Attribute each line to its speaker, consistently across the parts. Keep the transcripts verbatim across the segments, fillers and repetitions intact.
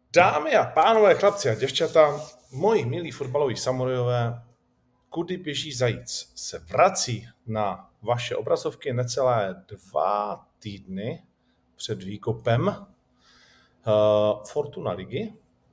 Speaker 1: Dámy a pánové, chlapci a děvčata, moji milí fotbaloví samurajové, Kudy běží zajíc se vrací na vaše obrazovky necelé dva týdny před výkopem uh, Fortuna ligy.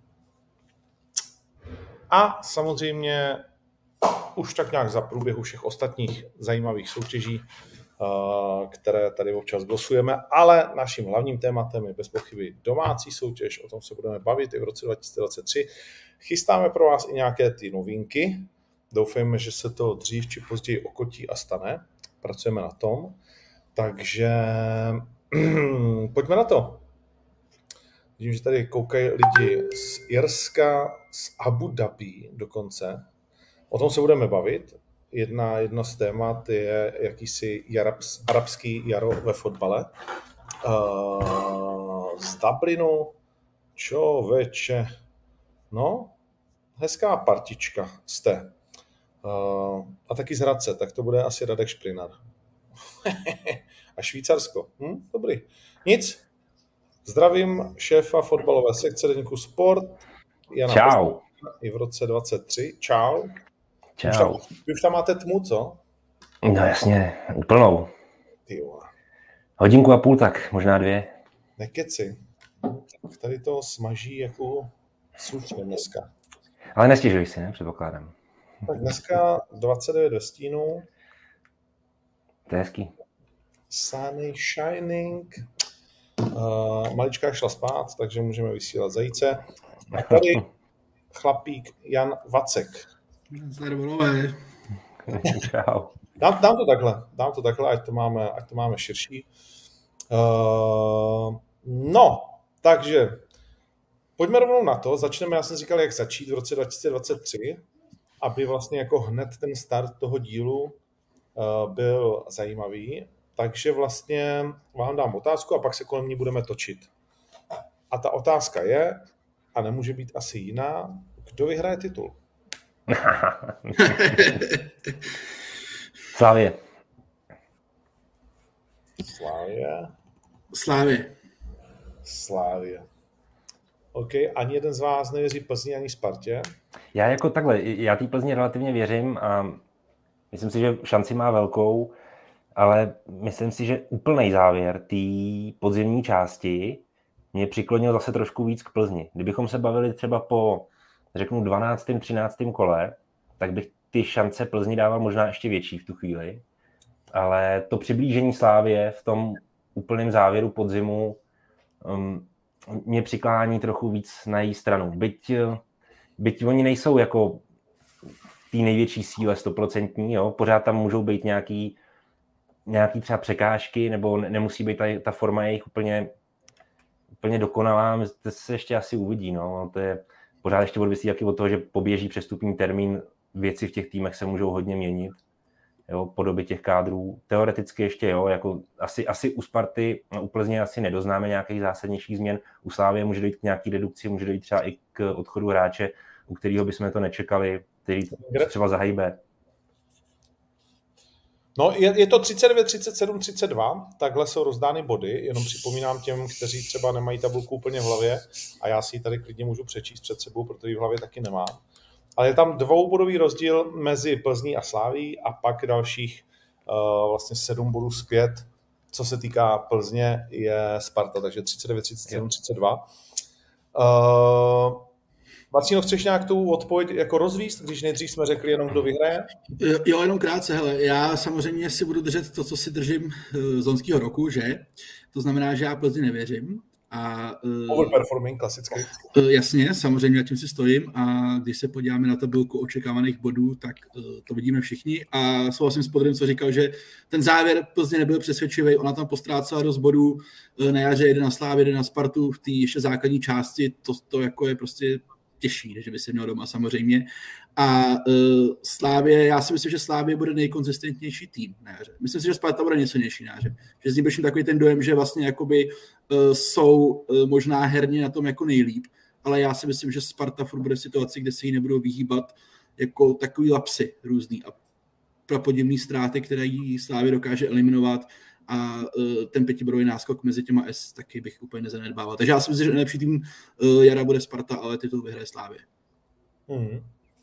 Speaker 1: A samozřejmě už tak nějak za průběhu všech ostatních zajímavých soutěží, uh, které tady občas glosujeme, ale naším hlavním tématem je bez pochyby domácí soutěž, o tom se budeme bavit i v roce dva tisíce dvacet tři. Chystáme pro vás i nějaké ty novinky, doufejme, že se to dřív či později okotí a stane, pracujeme na tom, takže pojďme na to. Vidím, že tady koukají lidi z Irska, z Abu Dhabi dokonce. O tom se budeme bavit. Jedna, jedno z témat je jakýsi jarabs, arabský jaro ve fotbale. Uh, z Dublinu, čověče, no, hezká partička jste. Uh, a taky z Hradce, tak to bude asi Radek Šprinar. A Švýcarsko, hm, dobrý. Nic, zdravím šéfa fotbalové sekce deníku Sport, Jana
Speaker 2: Čau.
Speaker 1: Bezna, i v roce dvacet tři. Čau.
Speaker 2: Čau.
Speaker 1: Už tam, už tam máte tmu, co?
Speaker 2: No jasně, úplnou.
Speaker 1: Ty vole.
Speaker 2: Hodinku a půl tak, možná dvě.
Speaker 1: Nekeci. Tak tady to smaží jako slušně dneska.
Speaker 2: Ale nestěžuj si, ne? Předpokládám.
Speaker 1: Tak dneska dvacet devět ve stínu.
Speaker 2: To je hezký.
Speaker 1: Sunny shining. Uh, malička šla spát, takže můžeme vysílat zajíce. A tady chlapík Jan Vacek.
Speaker 3: Zdravové.
Speaker 2: Čau.
Speaker 1: Dám, dám to takhle, dám to takhle, ať to máme, ať to máme širší. Uh, no, takže pojďme rovnou na to. Začneme, já jsem říkal, jak začít v roce dva tisíce dvacet tři, aby vlastně jako hned ten start toho dílu uh, byl zajímavý. Takže vlastně vám dám otázku a pak se kolem ní budeme točit. A ta otázka je, a nemůže být asi jiná, kdo vyhraje titul?
Speaker 2: Slávě.
Speaker 1: Slávě.
Speaker 3: Slávě.
Speaker 1: Slávě. OK, ani jeden z vás nevěří Plzni ani Spartě?
Speaker 2: Já jako takhle, já té Plzni relativně věřím a myslím si, že šanci má velkou, ale myslím si, že úplnej závěr té podzimní části mě přiklonil zase trošku víc k Plzni. Kdybychom se bavili třeba po, řeknu, dvanáctém třináctém kole, tak bych ty šance Plzni dával možná ještě větší v tu chvíli. Ale to přiblížení Slávie v tom úplném závěru podzimu um, mě přiklání trochu víc na její stranu. Byť, byť oni nejsou jako v té největší síle stoprocentní, jo, pořád tam můžou být nějaký, nějaký třeba překážky, nebo nemusí být ta, ta forma jejich úplně, úplně dokonalá, to se ještě asi uvidí. No. To je pořád ještě odvisí taky od toho, že poběží přestupní termín, věci v těch týmech se můžou hodně měnit, jo, podoby těch kádrů. Teoreticky ještě, jo, jako asi, asi u Sparty, no, u Plzně asi nedoznáme nějakých zásadnějších změn. U Slávie může dojít k nějaký redukci, může dojít třeba i k odchodu hráče, u kterého bychom to nečekali, který třeba zahýbe.
Speaker 1: No, je, je to třicet devět, třicet sedm, třicet dva, takhle jsou rozdány body, jenom připomínám těm, kteří třeba nemají tabulku úplně v hlavě, a já si ji tady klidně můžu přečíst před sebou, protože ji v hlavě taky nemám. Ale je tam dvoubodový rozdíl mezi Plzní a Slaví a pak dalších uh, vlastně sedm bodů zpět, co se týká Plzně, je Sparta, takže třicet devět, třicet sedm, třicet dva. Uh, Marcino, chceš nějak tu odpověď jako rozvíst, když nejdřív jsme řekli jenom, kdo vyhraje?
Speaker 3: Jo, jenom krátce, hele, já samozřejmě si budu držet to, co si držím z loňského roku, že? To znamená, že já Plzni nevěřím. A,
Speaker 1: overperforming, klasicky.
Speaker 3: Jasně, samozřejmě, na tím si stojím, a když se podíváme na tabulku očekávaných bodů, tak to vidíme všichni. A souhlasím s Podrym, co říkal, že ten závěr Plzně nebyl přesvědčivý, ona tam postrácela dost bodů na jaře, jeden na Slávě, jeden na Spartu, v té ještě základní části, to, to jako je prostě těžší, že by se měl doma samozřejmě. A uh, Slávě, já si myslím, že Slávě bude nejkonzistentnější tým na jaře. Myslím si, že Sparta bude něco nější na jaře. Že z ní bych takový ten dojem, že vlastně jakoby uh, jsou uh, možná herně na tom jako nejlíp, ale já si myslím, že Sparta furt bude v situaci, kde se jí nebudou vyhýbat jako takový lapsy různý a prapodivný ztráty, které jí Slávě dokáže eliminovat. a uh, ten pětibodový náskok mezi těma S taky bych úplně nezanedbával. Takže já si myslím, že nejlepší tým uh, jara bude Sparta, ale titul vyhraje Slavie.
Speaker 1: Hmm.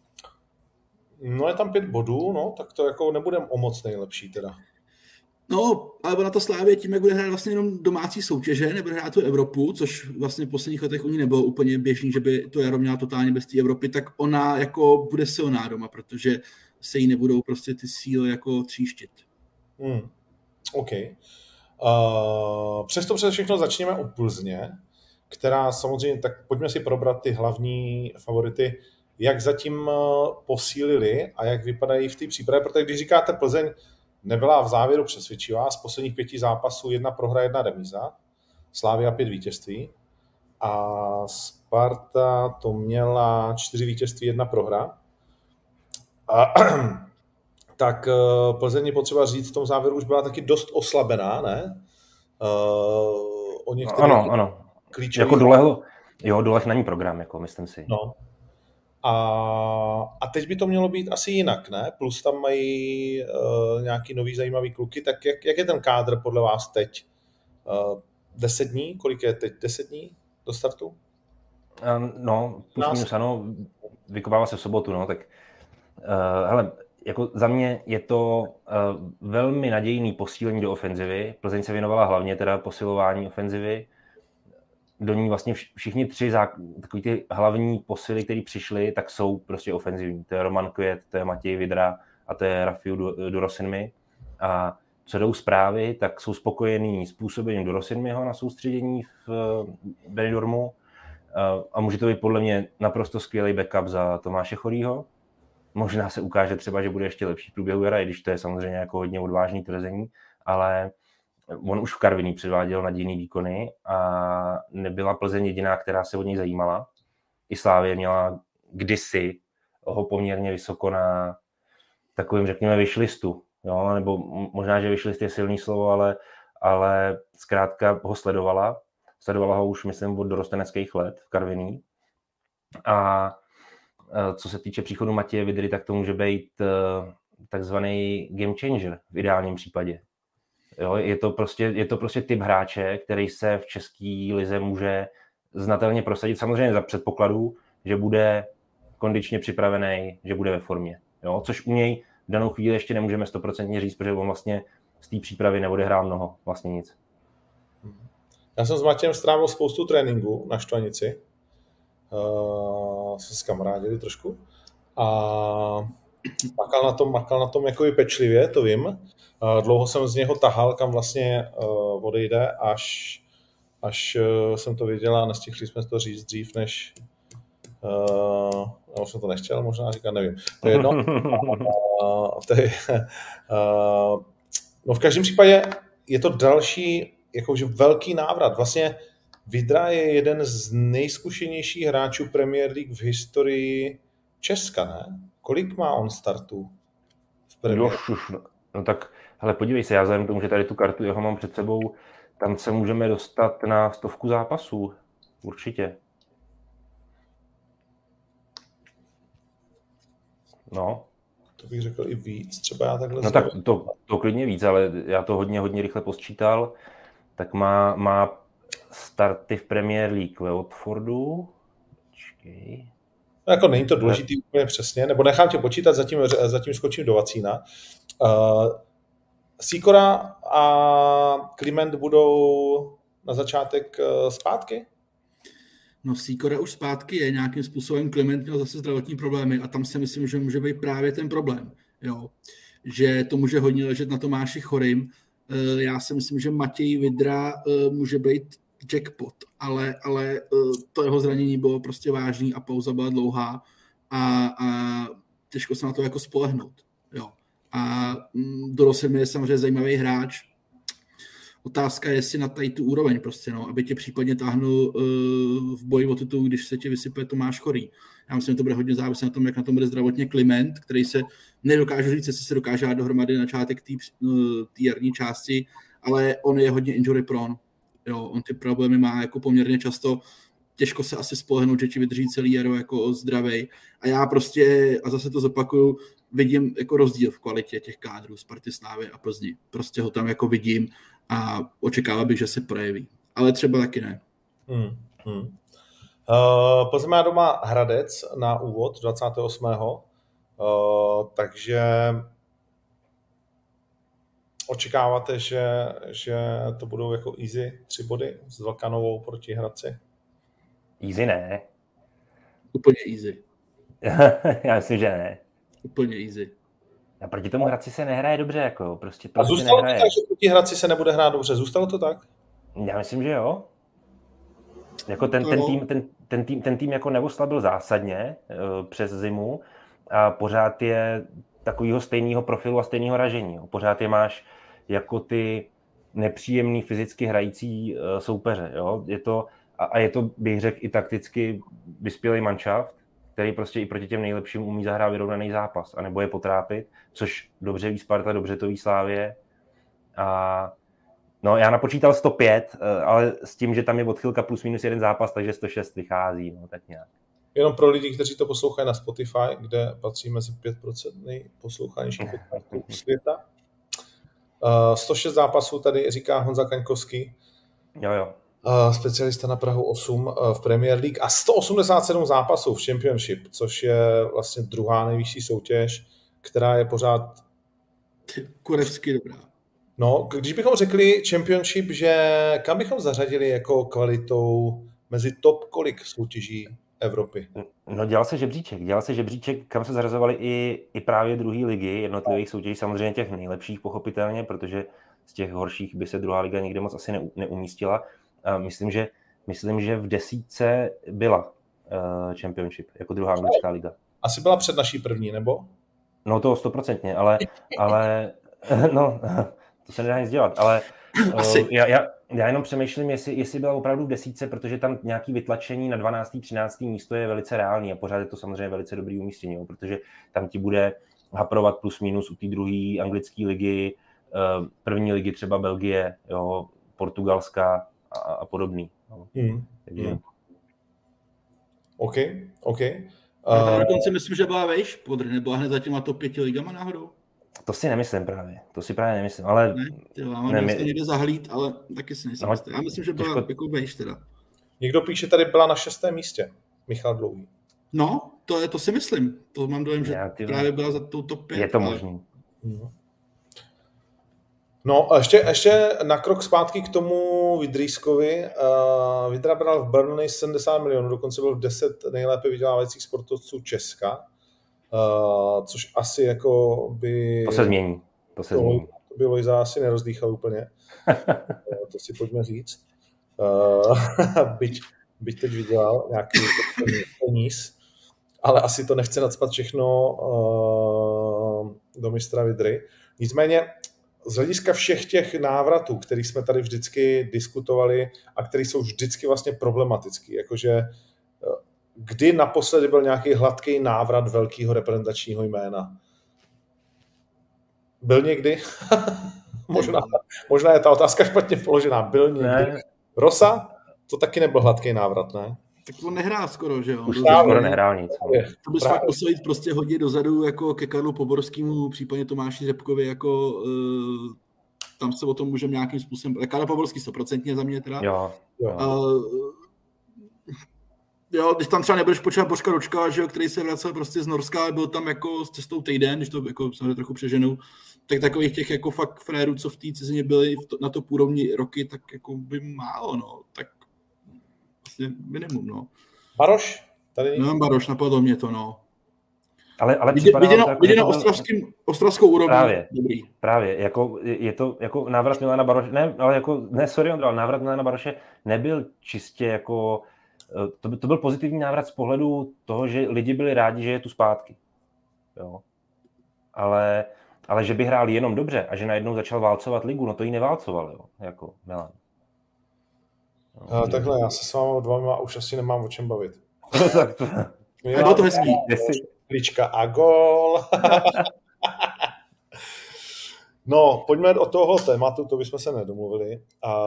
Speaker 1: No je tam pět bodů, no, tak to jako nebudem o moc nejlepší teda.
Speaker 3: No, ale na to Slavie tím, jak bude hrát vlastně jenom domácí soutěže, nebude hrát tu Evropu, což vlastně v posledních letech u ní nebylo úplně běžný, že by to jaro měla totálně bez té Evropy, tak ona jako bude silná doma, protože se jí nebudou prostě ty síly jako tříštit.
Speaker 1: Hmm. OK. Uh, přesto přes všechno začněme u Plzně, která samozřejmě, tak pojďme si probrat ty hlavní favority, jak zatím posílili a jak vypadají v té přípravě, protože když říkáte Plzeň nebyla v závěru přesvědčivá, z posledních pěti zápasů jedna prohra, jedna remíza, Slavia pět vítězství a Sparta to měla čtyři vítězství, jedna prohra. A, tak Plzeň je potřeba říct, v tom závěru už byla taky dost oslabená, ne? Uh, o některých
Speaker 2: ano, ano.
Speaker 1: Klíčových...
Speaker 2: Jako dolehlo, jo, doleh není program, jako myslím si.
Speaker 1: No. A, a teď by to mělo být asi jinak, ne? Plus tam mají uh, nějaký nový zajímavý kluky, tak jak, jak je ten kádr podle vás teď? Uh, deset dní? Kolik je teď? Deset dní do startu?
Speaker 2: Um, no, plus minus ano, vykopává se v sobotu, no, tak uh, hele, jako za mě je to uh, velmi nadějný posílení do ofenzivy. Plzeň se věnovala hlavně teda posilování ofenzivy. Do ní vlastně všichni tři zák- takový ty hlavní posily, které přišly, tak jsou prostě ofenzivní. To je Roman Květ, to je Matěj Vidra a to je Rafiu Durosinmi. A co jdou zprávy, tak jsou spokojení s působením Durosinmiho na soustředění v Benidormu. A může to být podle mě naprosto skvělý backup za Tomáše Chorýho. Možná se ukáže třeba, že bude ještě lepší v průběhu jara, i když to je samozřejmě jako hodně odvážný tvrzení, ale on už v Karviní předváděl nadějný výkony a nebyla Plzeň jediná, která se od něj zajímala. I Slavie měla kdysi ho poměrně vysoko na takovým, řekněme, wishlistu. Jo? Nebo možná, že wishlist je silný slovo, ale, ale zkrátka ho sledovala. Sledovala ho už, myslím, od dorosteneckých let v Karviní. A co se týče příchodu Matěje Vidry, tak to může být takzvaný game changer v ideálním případě. Jo, je to prostě, je to prostě typ hráče, který se v české lize může znatelně prosadit. Samozřejmě za předpokladu, že bude kondičně připravený, že bude ve formě. Jo, což u něj v danou chvíli ještě nemůžeme stoprocentně říct, protože on vlastně z té přípravy neodehrál mnoho, vlastně nic.
Speaker 1: Já jsem s Matějem strávil spoustu tréninku na Štvanici. Uh, se skamarádili trošku. A makal na tom, makal na tom jako i pečlivě, to vím. Uh, dlouho jsem z něho tahal, kam vlastně uh, odejde, až, až uh, jsem to věděl a nestihli jsme to říct dřív, než uh, já už jsem to nechtěl, možná říkat, nevím. To je jedno. uh, to je, uh, no v každém případě je to další jakože velký návrat. Vlastně Vidra je jeden z nejzkušenějších hráčů Premier League v historii Česka, ne? Kolik má on startů v Premier
Speaker 2: League? No tak, hele, podívej se, já vzhledem k tomu, že tady tu kartu jeho mám před sebou, tam se můžeme dostat na stovku zápasů. Určitě. No.
Speaker 1: To bych řekl i víc, třeba já takhle...
Speaker 2: No tak to, to klidně víc, ale já to hodně, hodně rychle posčítal. Tak má, má starty v Premier League ve Watfordu. Počkej.
Speaker 1: No jako není to důležitý ne. úplně přesně, nebo nechám tě počítat, zatím, zatím skočím do Vacína. Uh, Sýkora a Kliment budou na začátek uh, zpátky?
Speaker 3: No Sýkora už zpátky je, nějakým způsobem Kliment měl zase zdravotní problémy a tam si myslím, že může být právě ten problém. Jo. Že to může hodně ležet na Tomáši Chorým. Uh, já si myslím, že Matěj Vidra uh, může být jackpot, ale, ale uh, to jeho zranění bylo prostě vážný a pauza byla dlouhá a, a těžko se na to jako spolehnout. Jo. A um, Durosinmi je samozřejmě zajímavý hráč. Otázka je, jestli na tady tu úroveň prostě, no, aby tě případně táhnul uh, v boji o titul, když se ti vysype Tomáš Chorý. Já myslím, že to bude hodně záviset na tom, jak na tom bude zdravotně Kliment, který se nedokáže říct, jestli se dokáže dát dohromady na začátek té uh, jarní části, ale on je hodně injury prone. Jo, on ty problémy má jako poměrně často, těžko se asi spolehnout, že ti vydrží celý jaro jako zdravej. A já prostě, a zase to zopakuju, vidím jako rozdíl v kvalitě těch kádrů Sparty, Slávy a Plzni. Prostě ho tam jako vidím a očekával bych, že se projeví. Ale třeba taky ne.
Speaker 1: Hmm, hmm. Uh, Plzeň doma Hradec na úvod dvacátého osmého Uh, takže očekáváte, že, že to budou jako easy tři body s Vlkanovou proti Hradci?
Speaker 2: Easy ne.
Speaker 3: Úplně easy.
Speaker 2: Já myslím, že ne.
Speaker 3: Úplně easy.
Speaker 2: A proti tomu Hradci se nehraje dobře, jako prostě.
Speaker 1: A zůstalo to tak, že proti Hradci se nebude hrát dobře? Zůstalo to tak?
Speaker 2: Já myslím, že jo. Jako ten, ten, tým, ten, ten, tým, ten tým jako neoslabil zásadně uh, přes zimu a pořád je takového stejného profilu a stejného ražení. Jo. Pořád je máš jako ty nepříjemný fyzicky hrající uh, soupeře. Jo. Je to, a, a je to, bych řekl, i takticky vyspělý manšaft, který prostě i proti těm nejlepším umí zahrát vyrovnaný zápas, anebo je potrápit, což dobře ví Sparta, dobře to ví Slavie. A no, já napočítal sto pět, ale s tím, že tam je odchylka plus minus jeden zápas, takže sto šest vychází, no tak nějak.
Speaker 1: Jenom pro lidi, kteří to poslouchají na Spotify, kde patří mezi pět procent nejposlouchanějších podcastů světa. Uh, sto šest zápasů tady říká Honza Kaňkovský,
Speaker 2: jo, jo.
Speaker 1: Uh, specialista na Prahu osm uh, v Premier League a sto osmdesát sedm zápasů v Championship, což je vlastně druhá nejvyšší soutěž, která je pořád
Speaker 3: kurevsky dobrá.
Speaker 1: No, když bychom řekli Championship, že kam bychom zařadili jako kvalitou mezi top kolik soutěží Evropy?
Speaker 2: No, dělal se žebříček, dělal se žebříček, kam se zařazovali i, i právě druhé ligy jednotlivých soutěží, samozřejmě těch nejlepších pochopitelně, protože z těch horších by se druhá liga nikde moc asi ne, neumístila. A myslím, že, myslím, že v desítce byla uh, Championship, jako druhá anglická liga.
Speaker 1: Asi byla před naší první, nebo?
Speaker 2: No to stoprocentně, ale, ale no, to se nedá nic dělat, ale uh, já, já, já jenom přemýšlím, jestli, jestli byla opravdu v desítce, protože tam nějaké vytlačení na dvanácté třinácté místo je velice reálný a pořád je to samozřejmě velice dobrý umístění, jo, protože tam ti bude haprovat plus minus u té druhé anglické ligy, uh, první ligy třeba Belgie, jo, Portugalska a, a podobný. Jo.
Speaker 1: Hmm. Takže... Hmm. OK, OK.
Speaker 3: Uh, tam dokonce myslím, že byla vejš podr, nebo hned za těma top pěti ligama náhodou.
Speaker 2: To si nemyslím právě, to si právě nemyslím, ale...
Speaker 3: Ne, jo, mám ne, my... někde zahlít, ale taky si nejsem. No, já myslím, že byla těžko... jako vejš teda.
Speaker 1: Někdo píše, tady byla na šestém místě, Michal Dlouhý.
Speaker 3: No, to, je, to si myslím, to mám dojem, že já, ty... právě byla za tou top pět.
Speaker 2: Je to
Speaker 3: ale...
Speaker 2: možný.
Speaker 1: Hmm. No a ještě, ještě na krok zpátky k tomu Vidrýskovi. Uh, Vidra bral v Burnley sedmdesát milionů, dokonce byl v deset nejlépe vydělávajících sportovců Česka, uh, což asi jako by...
Speaker 2: To se změní. To se
Speaker 1: to,
Speaker 2: změní.
Speaker 1: To by Lojza asi nerozdýchal úplně. uh, to si pojďme říct. Uh, byť, byť teď vydělal nějaký peníz, ale asi to nechce nacpat všechno uh, do mistra Vidry. Nicméně z hlediska všech těch návratů, který jsme tady vždycky diskutovali a který jsou vždycky vlastně problematický, jakože kdy naposledy byl nějaký hladký návrat velkého reprezentačního jména? Byl někdy? možná, možná je ta otázka špatně položená. Byl někdy? Ne. Rosa? To taky nebyl hladký návrat, ne?
Speaker 3: Tak to nehrál skoro, že jo?
Speaker 2: Už skoro nehrál nic.
Speaker 3: To bys fakt musel jít prostě hodně dozadu jako ke Karlu Poborskému, případně Tomáši Řepkovi, jako uh, tam se o tom můžeme nějakým způsobem... Karel Poborský stoprocentně za mě teda.
Speaker 2: Jo, jo.
Speaker 3: Uh, jo, když tam třeba nebudeš počítat Božka Ročka, že jo, který se vracel prostě z Norska, byl tam jako s cestou týden, když to jako samozřejmě trochu přeženou, tak takových těch jako fakt frérů, co v té cizině byli na to půrovní roky, tak jako by málo, no. Tak vlastně minimum, no.
Speaker 1: Baroš? Tady
Speaker 3: no, Baroš, napadlo mě to, no.
Speaker 2: Ale, ale
Speaker 3: viděno ostravským, ostravskou úrovní.
Speaker 2: Právě, dobrý. právě, jako je to jako návrat Milana Baroše, ne, ale jako, ne, sorry, Ondra, návrat Milana Baroše nebyl čistě jako, to, to byl pozitivní návrat z pohledu toho, že lidi byli rádi, že je tu zpátky, jo. Ale, ale že by hrál jenom dobře a že najednou začal válcovat ligu, no to jí neválcoval, jo, jako Milan.
Speaker 1: No, takhle, já se s vámi dvěma už asi nemám o čem bavit.
Speaker 2: No, tak to...
Speaker 3: Bylo to hezký.
Speaker 1: Klička a gól. No, pojďme od tohohle tématu, to bychom se nedomluvili.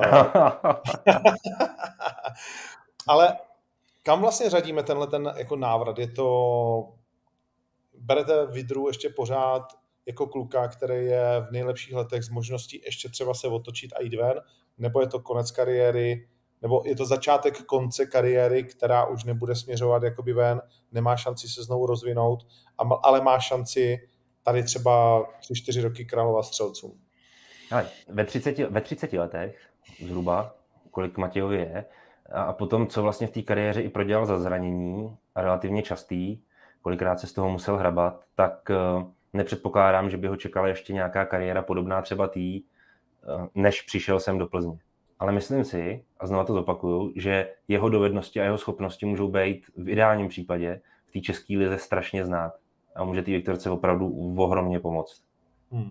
Speaker 1: Ale kam vlastně řadíme tenhle ten jako návrat? Je to... Berete Vidru ještě pořád jako kluka, který je v nejlepších letech s možností ještě třeba se otočit a jít ven, nebo je to konec kariéry, nebo je to začátek konce kariéry, která už nebude směřovat jakoby ven, nemá šanci se znovu rozvinout, ale má šanci tady třeba tři čtyři roky královat střelcům.
Speaker 2: Ale ve třiceti, ve třiceti letech zhruba, kolik Matějovi je, a potom, co vlastně v té kariéře i prodělal za zranění, relativně častý, kolikrát se z toho musel hrabat, tak nepředpokládám, že by ho čekala ještě nějaká kariéra podobná třeba tý, než přišel sem do Plzně. Ale myslím si, a znovu to zopakuju, že jeho dovednosti a jeho schopnosti můžou být v ideálním případě v té české lize strašně znát. A může té Viktorce opravdu ohromně pomoct. Hmm.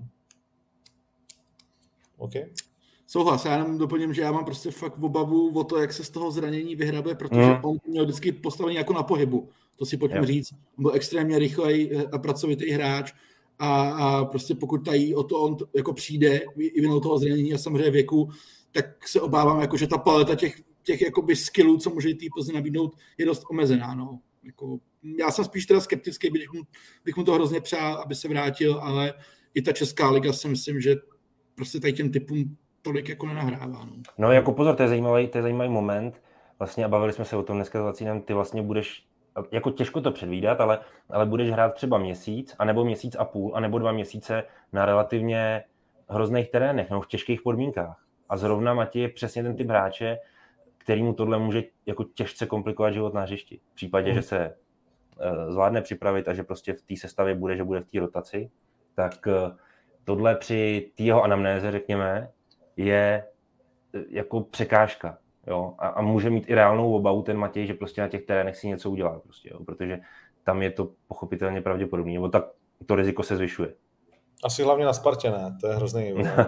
Speaker 1: Okay.
Speaker 3: Souhlas, já jenom doplním, že já mám prostě fakt obavu o to, jak se z toho zranění vyhrabe, protože mm. on měl vždycky postavený jako na pohybu. To si pojďme říct. On byl extrémně rychlej a pracovitý hráč a, a prostě pokud tady o to on t- jako přijde i vinou toho zranění a samozřejmě věku, tak se obávám, jako, že ta paleta těch, těch jakoby skillů, co může tý Plzni nabídnout, je dost omezená. No. Jako, já jsem spíš teda skeptický, bych mu, bych mu to hrozně přál, aby se vrátil, ale i ta Česká liga si myslím, že prostě tady těm typům tolik jako nenahrává. No,
Speaker 2: no jako pozor, to je zajímavý, to je zajímavý moment. Vlastně a bavili jsme se o tom dneska s Lacínem, ty vlastně budeš, jako těžko to předvídat, ale, ale budeš hrát třeba měsíc, anebo měsíc a půl, anebo dva měsíce na relativně hrozných terénech, no v těžkých podmínkách. A zrovna Matěj je přesně ten typ hráče, kterýmu tohle může jako těžce komplikovat život na hřišti. V případě, mm. že se uh, zvládne připravit a že prostě v té sestavě bude, že bude v té rotaci, tak uh, tohle při té jeho anamnéze, řekněme, je jako překážka. Jo? A, a může mít i reálnou obavu ten Matěj, že prostě na těch terénech si něco udělá. Prostě, jo? Protože tam je to pochopitelně pravděpodobné. Nebo tak to riziko se zvyšuje.
Speaker 1: Asi hlavně na Spartě, ne? To je hrozný.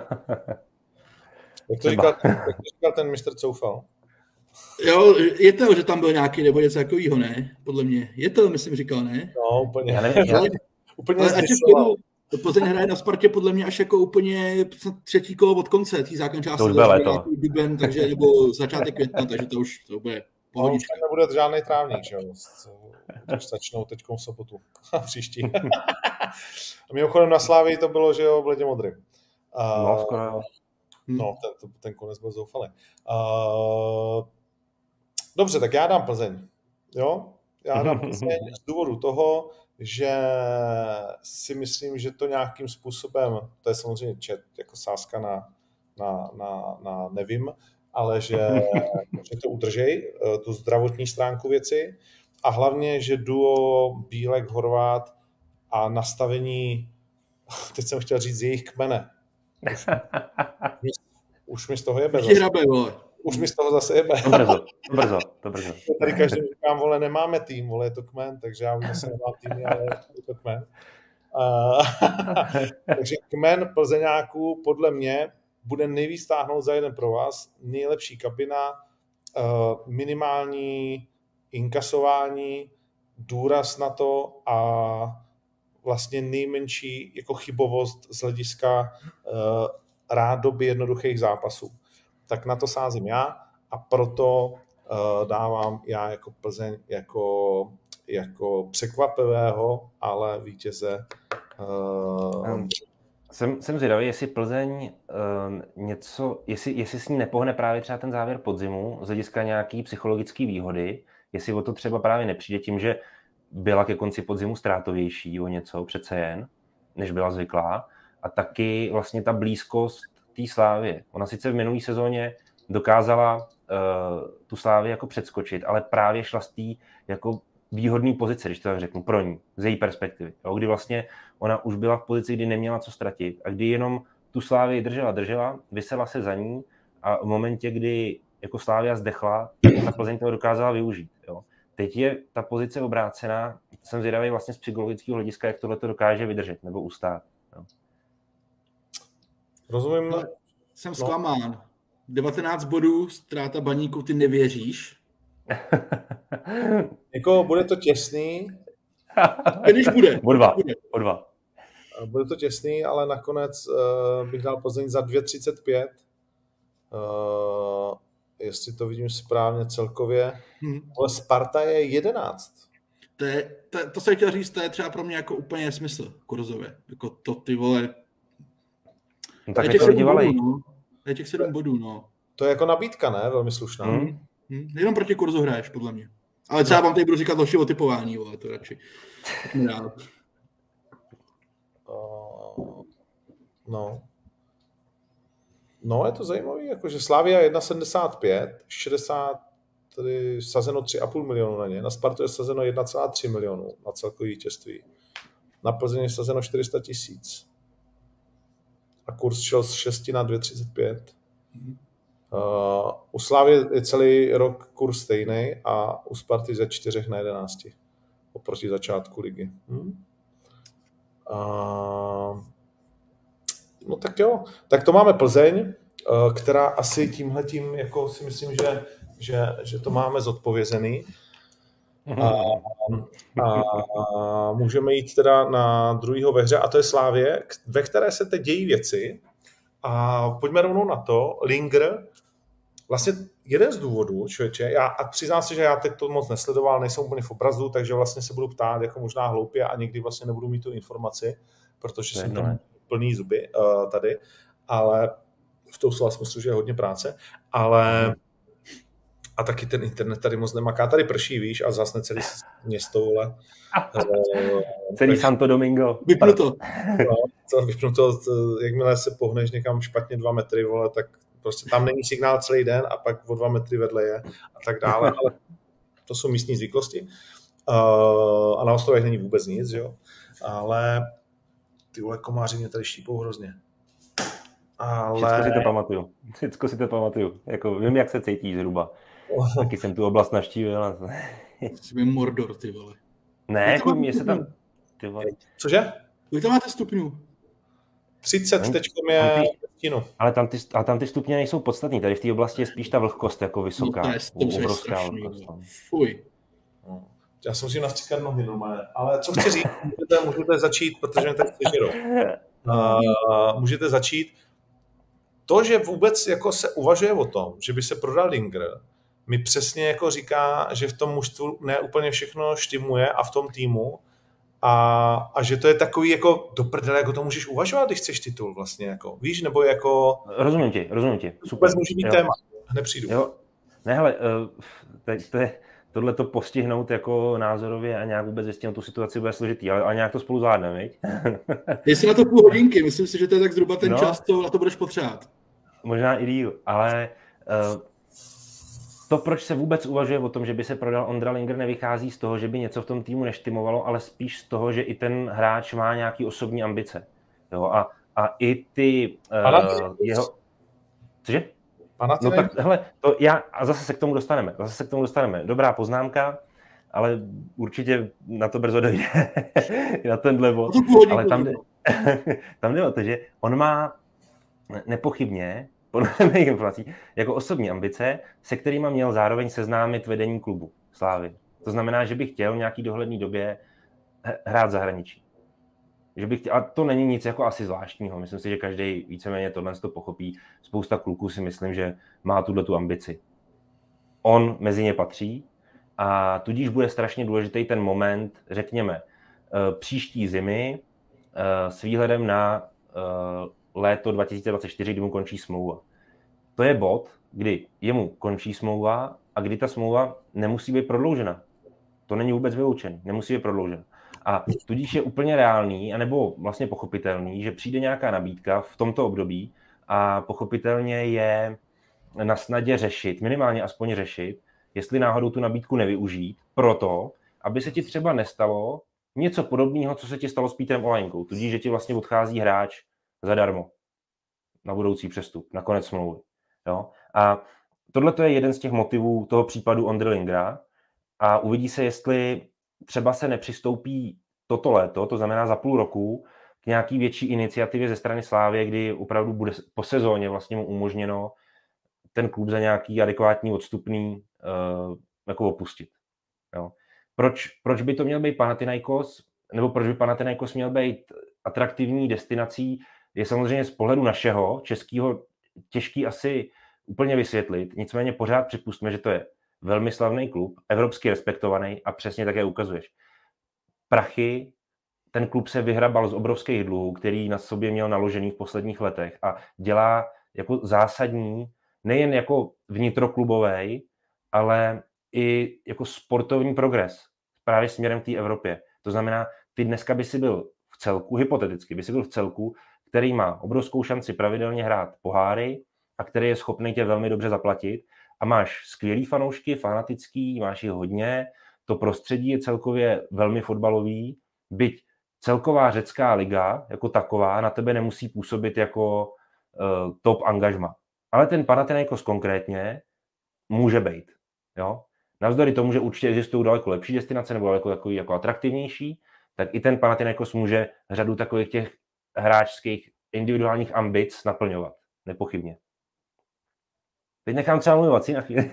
Speaker 1: Jak to říkal, jak to říkal ten mistr Coufal?
Speaker 3: Jo, je to, že tam byl nějaký nebo něco takového, ne? Podle mě. Je to, myslím, říkal, ne?
Speaker 1: No, úplně. Já nevím, já... úplně
Speaker 3: zdisoval. Plzeň hraje na Spartě podle mě až jako úplně třetí kolo od konce té základní části.
Speaker 2: To už bylo to.
Speaker 3: Duben, takže, nebo začátek května, takže to už to bude pohodička.
Speaker 1: No, už nebude žádný trávník, že jo? Už začnou teďkou v sobotu. Příští. A mimochodem na Slávii to bylo, že jo, bledě modrý.
Speaker 2: Uh, no, skoro jo.
Speaker 1: No, ten, ten konec byl zoufalý. Uh, dobře, tak já dám Plzeň. Jo? Já dám Plzeň z důvodu toho, že si myslím, že to nějakým způsobem, to je samozřejmě čet, jako sázka na, na, na, na nevím, ale že, že to udržej, tu zdravotní stránku věci a hlavně, že duo Bílek, Horvát a nastavení, teď jsem chtěl říct jejich kmene. Už, už mi z toho jebe. Už mi z toho zase jebe.
Speaker 2: To brzo, to brzo, to brzo.
Speaker 1: Tady každý říkám, vole, nemáme tým, vole, je to kmen, takže já už zase nemám týmy, ale je to kmen. Uh, takže kmen Plzeňáků podle mě bude nejvíc táhnout za jeden pro vás, nejlepší kabina, uh, minimální inkasování, důraz na to a vlastně nejmenší jako chybovost z hlediska uh, rádoby jednoduchých zápasů. Tak na to sázím já a proto uh, dávám já jako Plzeň jako, jako překvapivého, ale vítěze. Uh,
Speaker 2: jsem, jsem zvědavý, jestli Plzeň uh, něco, jestli, jestli s ní nepohne právě třeba ten závěr podzimu z hlediska nějaký psychologické výhody, jestli o to třeba právě nepřijde tím, že byla ke konci podzimu ztrátovější o něco přece jen, než byla zvyklá a taky vlastně ta blízkost té Slávie. Ona sice v minulý sezóně dokázala uh, tu Slávii jako předskočit, ale právě šla z té jako výhodné pozice, když to tak řeknu, pro ní, z její perspektivy. Jo, kdy vlastně ona už byla v pozici, kdy neměla co ztratit a kdy jenom tu Slávii držela, držela, vysela se za ní a v momentě, kdy jako Slávia zdechla, ta Plzeň toho dokázala využít. Jo. Teď je ta pozice obrácená, jsem zvědavý vlastně z psychologického hlediska, jak tohle to dokáže vydržet nebo ustát. Jo.
Speaker 1: Rozumím.
Speaker 3: No, jsem zklamán. devatenáct bodů, ztráta Baníku, ty nevěříš?
Speaker 1: Jako bude to těsný.
Speaker 3: Když bude.
Speaker 2: O dva. O dva.
Speaker 1: Bude to těsný, ale nakonec uh, bych dal Plzeň za dvě třicet pět. Uh, jestli to vidím správně celkově. Hmm. Ale Sparta je jedenáct.
Speaker 3: To, je, to, to jsem chtěl říct, to je třeba pro mě jako úplně smysl kurzově. Jako to ty vole...
Speaker 2: No, tak
Speaker 3: je
Speaker 2: těch
Speaker 3: sedm
Speaker 2: bodů,
Speaker 3: no. Je těch sedm bodů, no.
Speaker 1: To je jako nabídka, ne? Velmi slušná.
Speaker 3: Hmm. Hmm. Jenom proti kurzu hraješ, podle mě. Ale třeba vám tady budu říkat další o typování, vole, to radši.
Speaker 1: Uh, no. No, je to zajímavý, jakože Slavia jedna sedmdesát pět, šedesát, tedy sazeno tři a půl milionu na ně. Na Spartu je sazeno jedna celá tři milionu na celkové vítězství. Na Plzeň je sazeno čtyři sta tisíc. A kurz šel z šesti na dvě třicet pět. Uh, u Slávy je celý rok kurz stejný a u Sparty ze čtyřech na jedenácti. Oproti začátku ligy. Hmm. Uh, no tak jo. Tak to máme Plzeň, uh, která asi tímhletím, jako si myslím, že, že, že to máme zodpovězený. A, a, a můžeme jít teda na druhýho ve hře, a to je Slavie, ve které se teď dějí věci. A pojďme rovnou na to. Linger, vlastně jeden z důvodů, člověče, já, a přiznám se, že já teď to moc nesledoval, nejsem úplně v obrazu, takže vlastně se budu ptát jako možná hloupě a někdy vlastně nebudu mít tu informaci, protože jsem tam plný zuby uh, tady, ale v tom slova smyslu, že je hodně práce, ale a taky ten internet tady moc nemaká. Tady prší, víš, a zhasne celý město, vole.
Speaker 2: Celý tak, Santo Domingo.
Speaker 3: Vypnu to.
Speaker 1: No, to, vypnu to, jakmile se pohneš někam špatně dva metry, vole, tak prostě tam není signál celý den a pak o dva metry vedle je a tak dále. Ale to jsou místní zvyklosti. Uh, a na ostrovech není vůbec nic, jo. Ale ty vole komáři mě tady štípou hrozně. Ale...
Speaker 2: Všechno si to pamatuju. Všechno si to pamatuju. Jako, vím, jak se cítíš zhruba. Taky jsem tu oblast navštívil.
Speaker 3: Jsi Mordor, ty vole.
Speaker 2: Ne, jako mě se tam... Ty vole.
Speaker 1: Cože?
Speaker 3: Vy tam máte stupňů?
Speaker 1: třicet tečkom je stinu.
Speaker 2: Ale tam ty, ale tam ty stupně nejsou podstatný. Tady v té oblasti je spíš ta vlhkost jako vysoká.
Speaker 3: No to je, to strašný, fuj.
Speaker 1: No. Já si musím nastříkat nohy normálně. Ale co chci říct, můžete, můžete začít, protože mě tak sežerou. Uh, můžete začít. To, že vůbec jako se uvažuje o tom, že by se prodal Linger, mi přesně jako říká, že v tom mužstvu ne úplně všechno štimuje a v tom týmu a, a že to je takový jako do prdele, jako to můžeš uvažovat, když chceš titul vlastně, jako, víš, nebo jako...
Speaker 2: Rozumím ti, rozumím ti. Super.
Speaker 1: Vůbec může být téma, hned přijdu.
Speaker 2: Jo. Ne, hele, to je, tohle to postihnout jako názorově a nějak vůbec vystihnout tu situaci bude složitý, ale, ale nějak to spolu zvládneme, viď?
Speaker 3: Jestli na to půl hodinky, myslím si, že to je tak zhruba ten no, čas, to na to budeš potřebovat.
Speaker 2: Možná i díl, ale uh, to, proč se vůbec uvažuje o tom, že by se prodal Ondra Linger, nevychází z toho, že by něco v tom týmu neštimovalo, ale spíš z toho, že i ten hráč má nějaký osobní ambice. Jo, a, a i ty uh, jeho... Cože? No tak, hele, to já, a zase se k tomu dostaneme, zase se k tomu dostaneme. Dobrá poznámka, ale určitě na to brzo dojde, na tenhle bod. Ale tam jde, tam jde o to, že on má nepochybně, podle mých informací, jako osobní ambice, se kterýma měl zároveň seznámit vedení klubu Slávy. To znamená, že by chtěl v nějaký dohledné době hrát v zahraničí. Že bych chtěl, a to není nic jako asi zvláštního. Myslím si, že každý víceméně tohle to pochopí. Spousta kluků si myslím, že má tuhletu ambici. On mezi ně patří a tudíž bude strašně důležitý ten moment, řekněme, příští zimy s výhledem na léto dva tisíce dvacet čtyři, kdy mu končí smlouva. To je bod, kdy jemu končí smlouva a kdy ta smlouva nemusí být prodloužena. To není vůbec vyloučený, nemusí být prodloužena. A tudíž je úplně reálný, anebo vlastně pochopitelný, že přijde nějaká nabídka v tomto období a pochopitelně je na snadě řešit, minimálně aspoň řešit, jestli náhodou tu nabídku nevyužít, proto, aby se ti třeba nestalo něco podobného, co se ti stalo s Petrem Olajnkou. Tudíž, že ti vlastně odchází hráč zadarmo na budoucí přestup, na konec smlouvy. Jo? A tohle je jeden z těch motivů toho případu Ondry Lingera a uvidí se, jestli třeba se nepřistoupí toto léto, to znamená za půl roku, k nějaký větší iniciativě ze strany Slávie, kdy opravdu bude po sezóně vlastně mu umožněno ten klub za nějaký adekvátní odstupný uh, jako opustit. Jo. Proč, proč by to měl být Panathinaikos, nebo proč by Panathinaikos měl být atraktivní destinací, je samozřejmě z pohledu našeho, českého, těžký asi úplně vysvětlit, nicméně pořád připustme, že to je velmi slavný klub, evropsky respektovaný a přesně také ukazuješ. Prachy, ten klub se vyhrabal z obrovských dluhů, který na sobě měl naložený v posledních letech a dělá jako zásadní, nejen jako vnitroklubový, ale i jako sportovní progres právě směrem k té Evropě. To znamená, ty dneska by si byl v celku, hypoteticky by si byl v celku, který má obrovskou šanci pravidelně hrát poháry a který je schopný tě velmi dobře zaplatit a máš skvělý fanoušky, fanatický, máš je hodně, to prostředí je celkově velmi fotbalový, byť celková řecká liga jako taková na tebe nemusí působit jako uh, top angažma. Ale ten Panathinaikos konkrétně může být. Jo? Navzdory tomu, že určitě existují daleko lepší destinace nebo daleko takový jako atraktivnější, tak i ten Panathinaikos může řadu takových těch hráčských individuálních ambic naplňovat. Nepochybně. Teď nechám třeba mluvat na chvíli.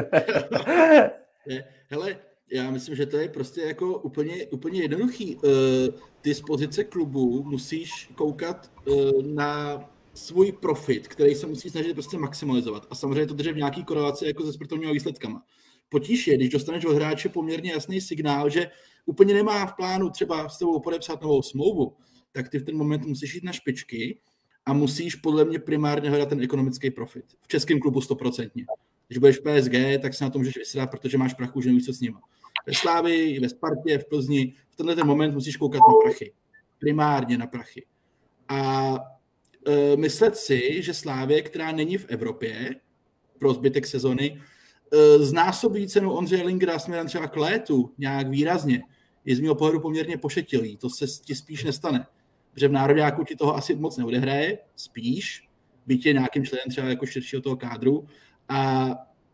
Speaker 3: Hele, já myslím, že to je prostě jako úplně, úplně jednoduchý. Ty z pozice klubu musíš koukat na svůj profit, který se musí snažit prostě maximalizovat. A samozřejmě to drží v nějaký korelaci jako se sportovními výsledkama. Potíž je, když dostaneš od hráče poměrně jasný signál, že úplně nemá v plánu třeba s tebou podepsat novou smlouvu, tak ty v ten moment musíš jít na špičky a musíš podle mě primárně hledat ten ekonomický profit. V českém klubu stoprocentně. Když budeš v P S G, tak se na to můžeš vysrat, protože máš prachu, že nevíš co s nima. Ve Slávii, ve Spartě, v Plzni, v tenhle ten moment musíš koukat na prachy. Primárně na prachy. A e, myslet si, že Slávie, která není v Evropě pro zbytek sezony, e, znásobí cenu Ondřeje Lingera směrem třeba k létu nějak výrazně, je z mého pohledu poměrně pošetilý. To se ti spíš nestane. Protože v nároďáku ti toho asi moc neodehraje, spíš, byť je nějakým členem třeba jako širšího toho kádru. A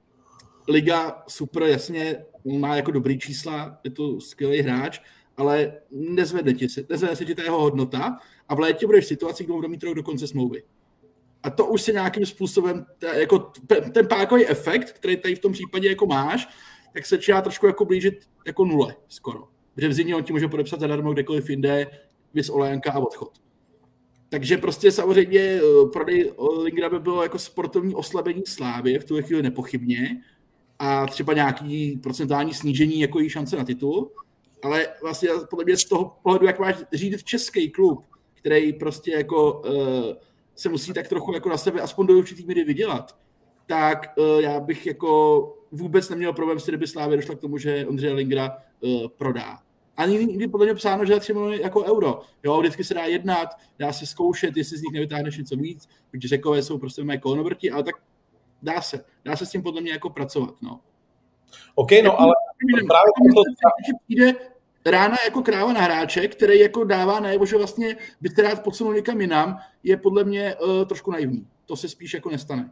Speaker 3: liga super, jasně, má jako dobrý čísla, je to skvělý hráč, ale nezvedne, ti se, nezvedne se ti ta jeho hodnota a v létě budeš v situaci, kdy budou mít rok do konce smlouvy. A to už se nějakým způsobem, jako ten pákový efekt, který tady v tom případě jako máš, tak se začíná trošku jako blížit jako nule skoro. Protože v zimě on ti může podepsat zadarmo kdekoliv jinde, vys Olejnka a odchod. Takže prostě samozřejmě prodej Lingera by bylo jako sportovní oslabení Slávy v tuhle chvíli nepochybně a třeba nějaký procentuální snížení jako jí šance na titul, ale vlastně podle mě z toho pohledu, jak máš řídit český klub, který prostě jako uh, se musí tak trochu jako na sebe aspoň do určitý míry vydělat, tak uh, já bych jako vůbec neměl problém s tím, kdyby Slávě došla k tomu, že Ondřeje Lingera uh, prodá. A nikdy podle mě psáno, že tři miliony jako euro. Jo, vždycky se dá jednat, dá se zkoušet, jestli z nich nevytáhneš něco víc, protože Řekové jsou prostě mé kolonovrti, ale tak dá se. Dá se s tím podle mě jako pracovat, no.
Speaker 1: OK, no, ale
Speaker 3: právě to přijde rána jako kráva na hráče, který jako dává najevo, že vlastně by se rád posunul někam jinam, je podle mě uh, trošku naivní. To se spíš jako nestane.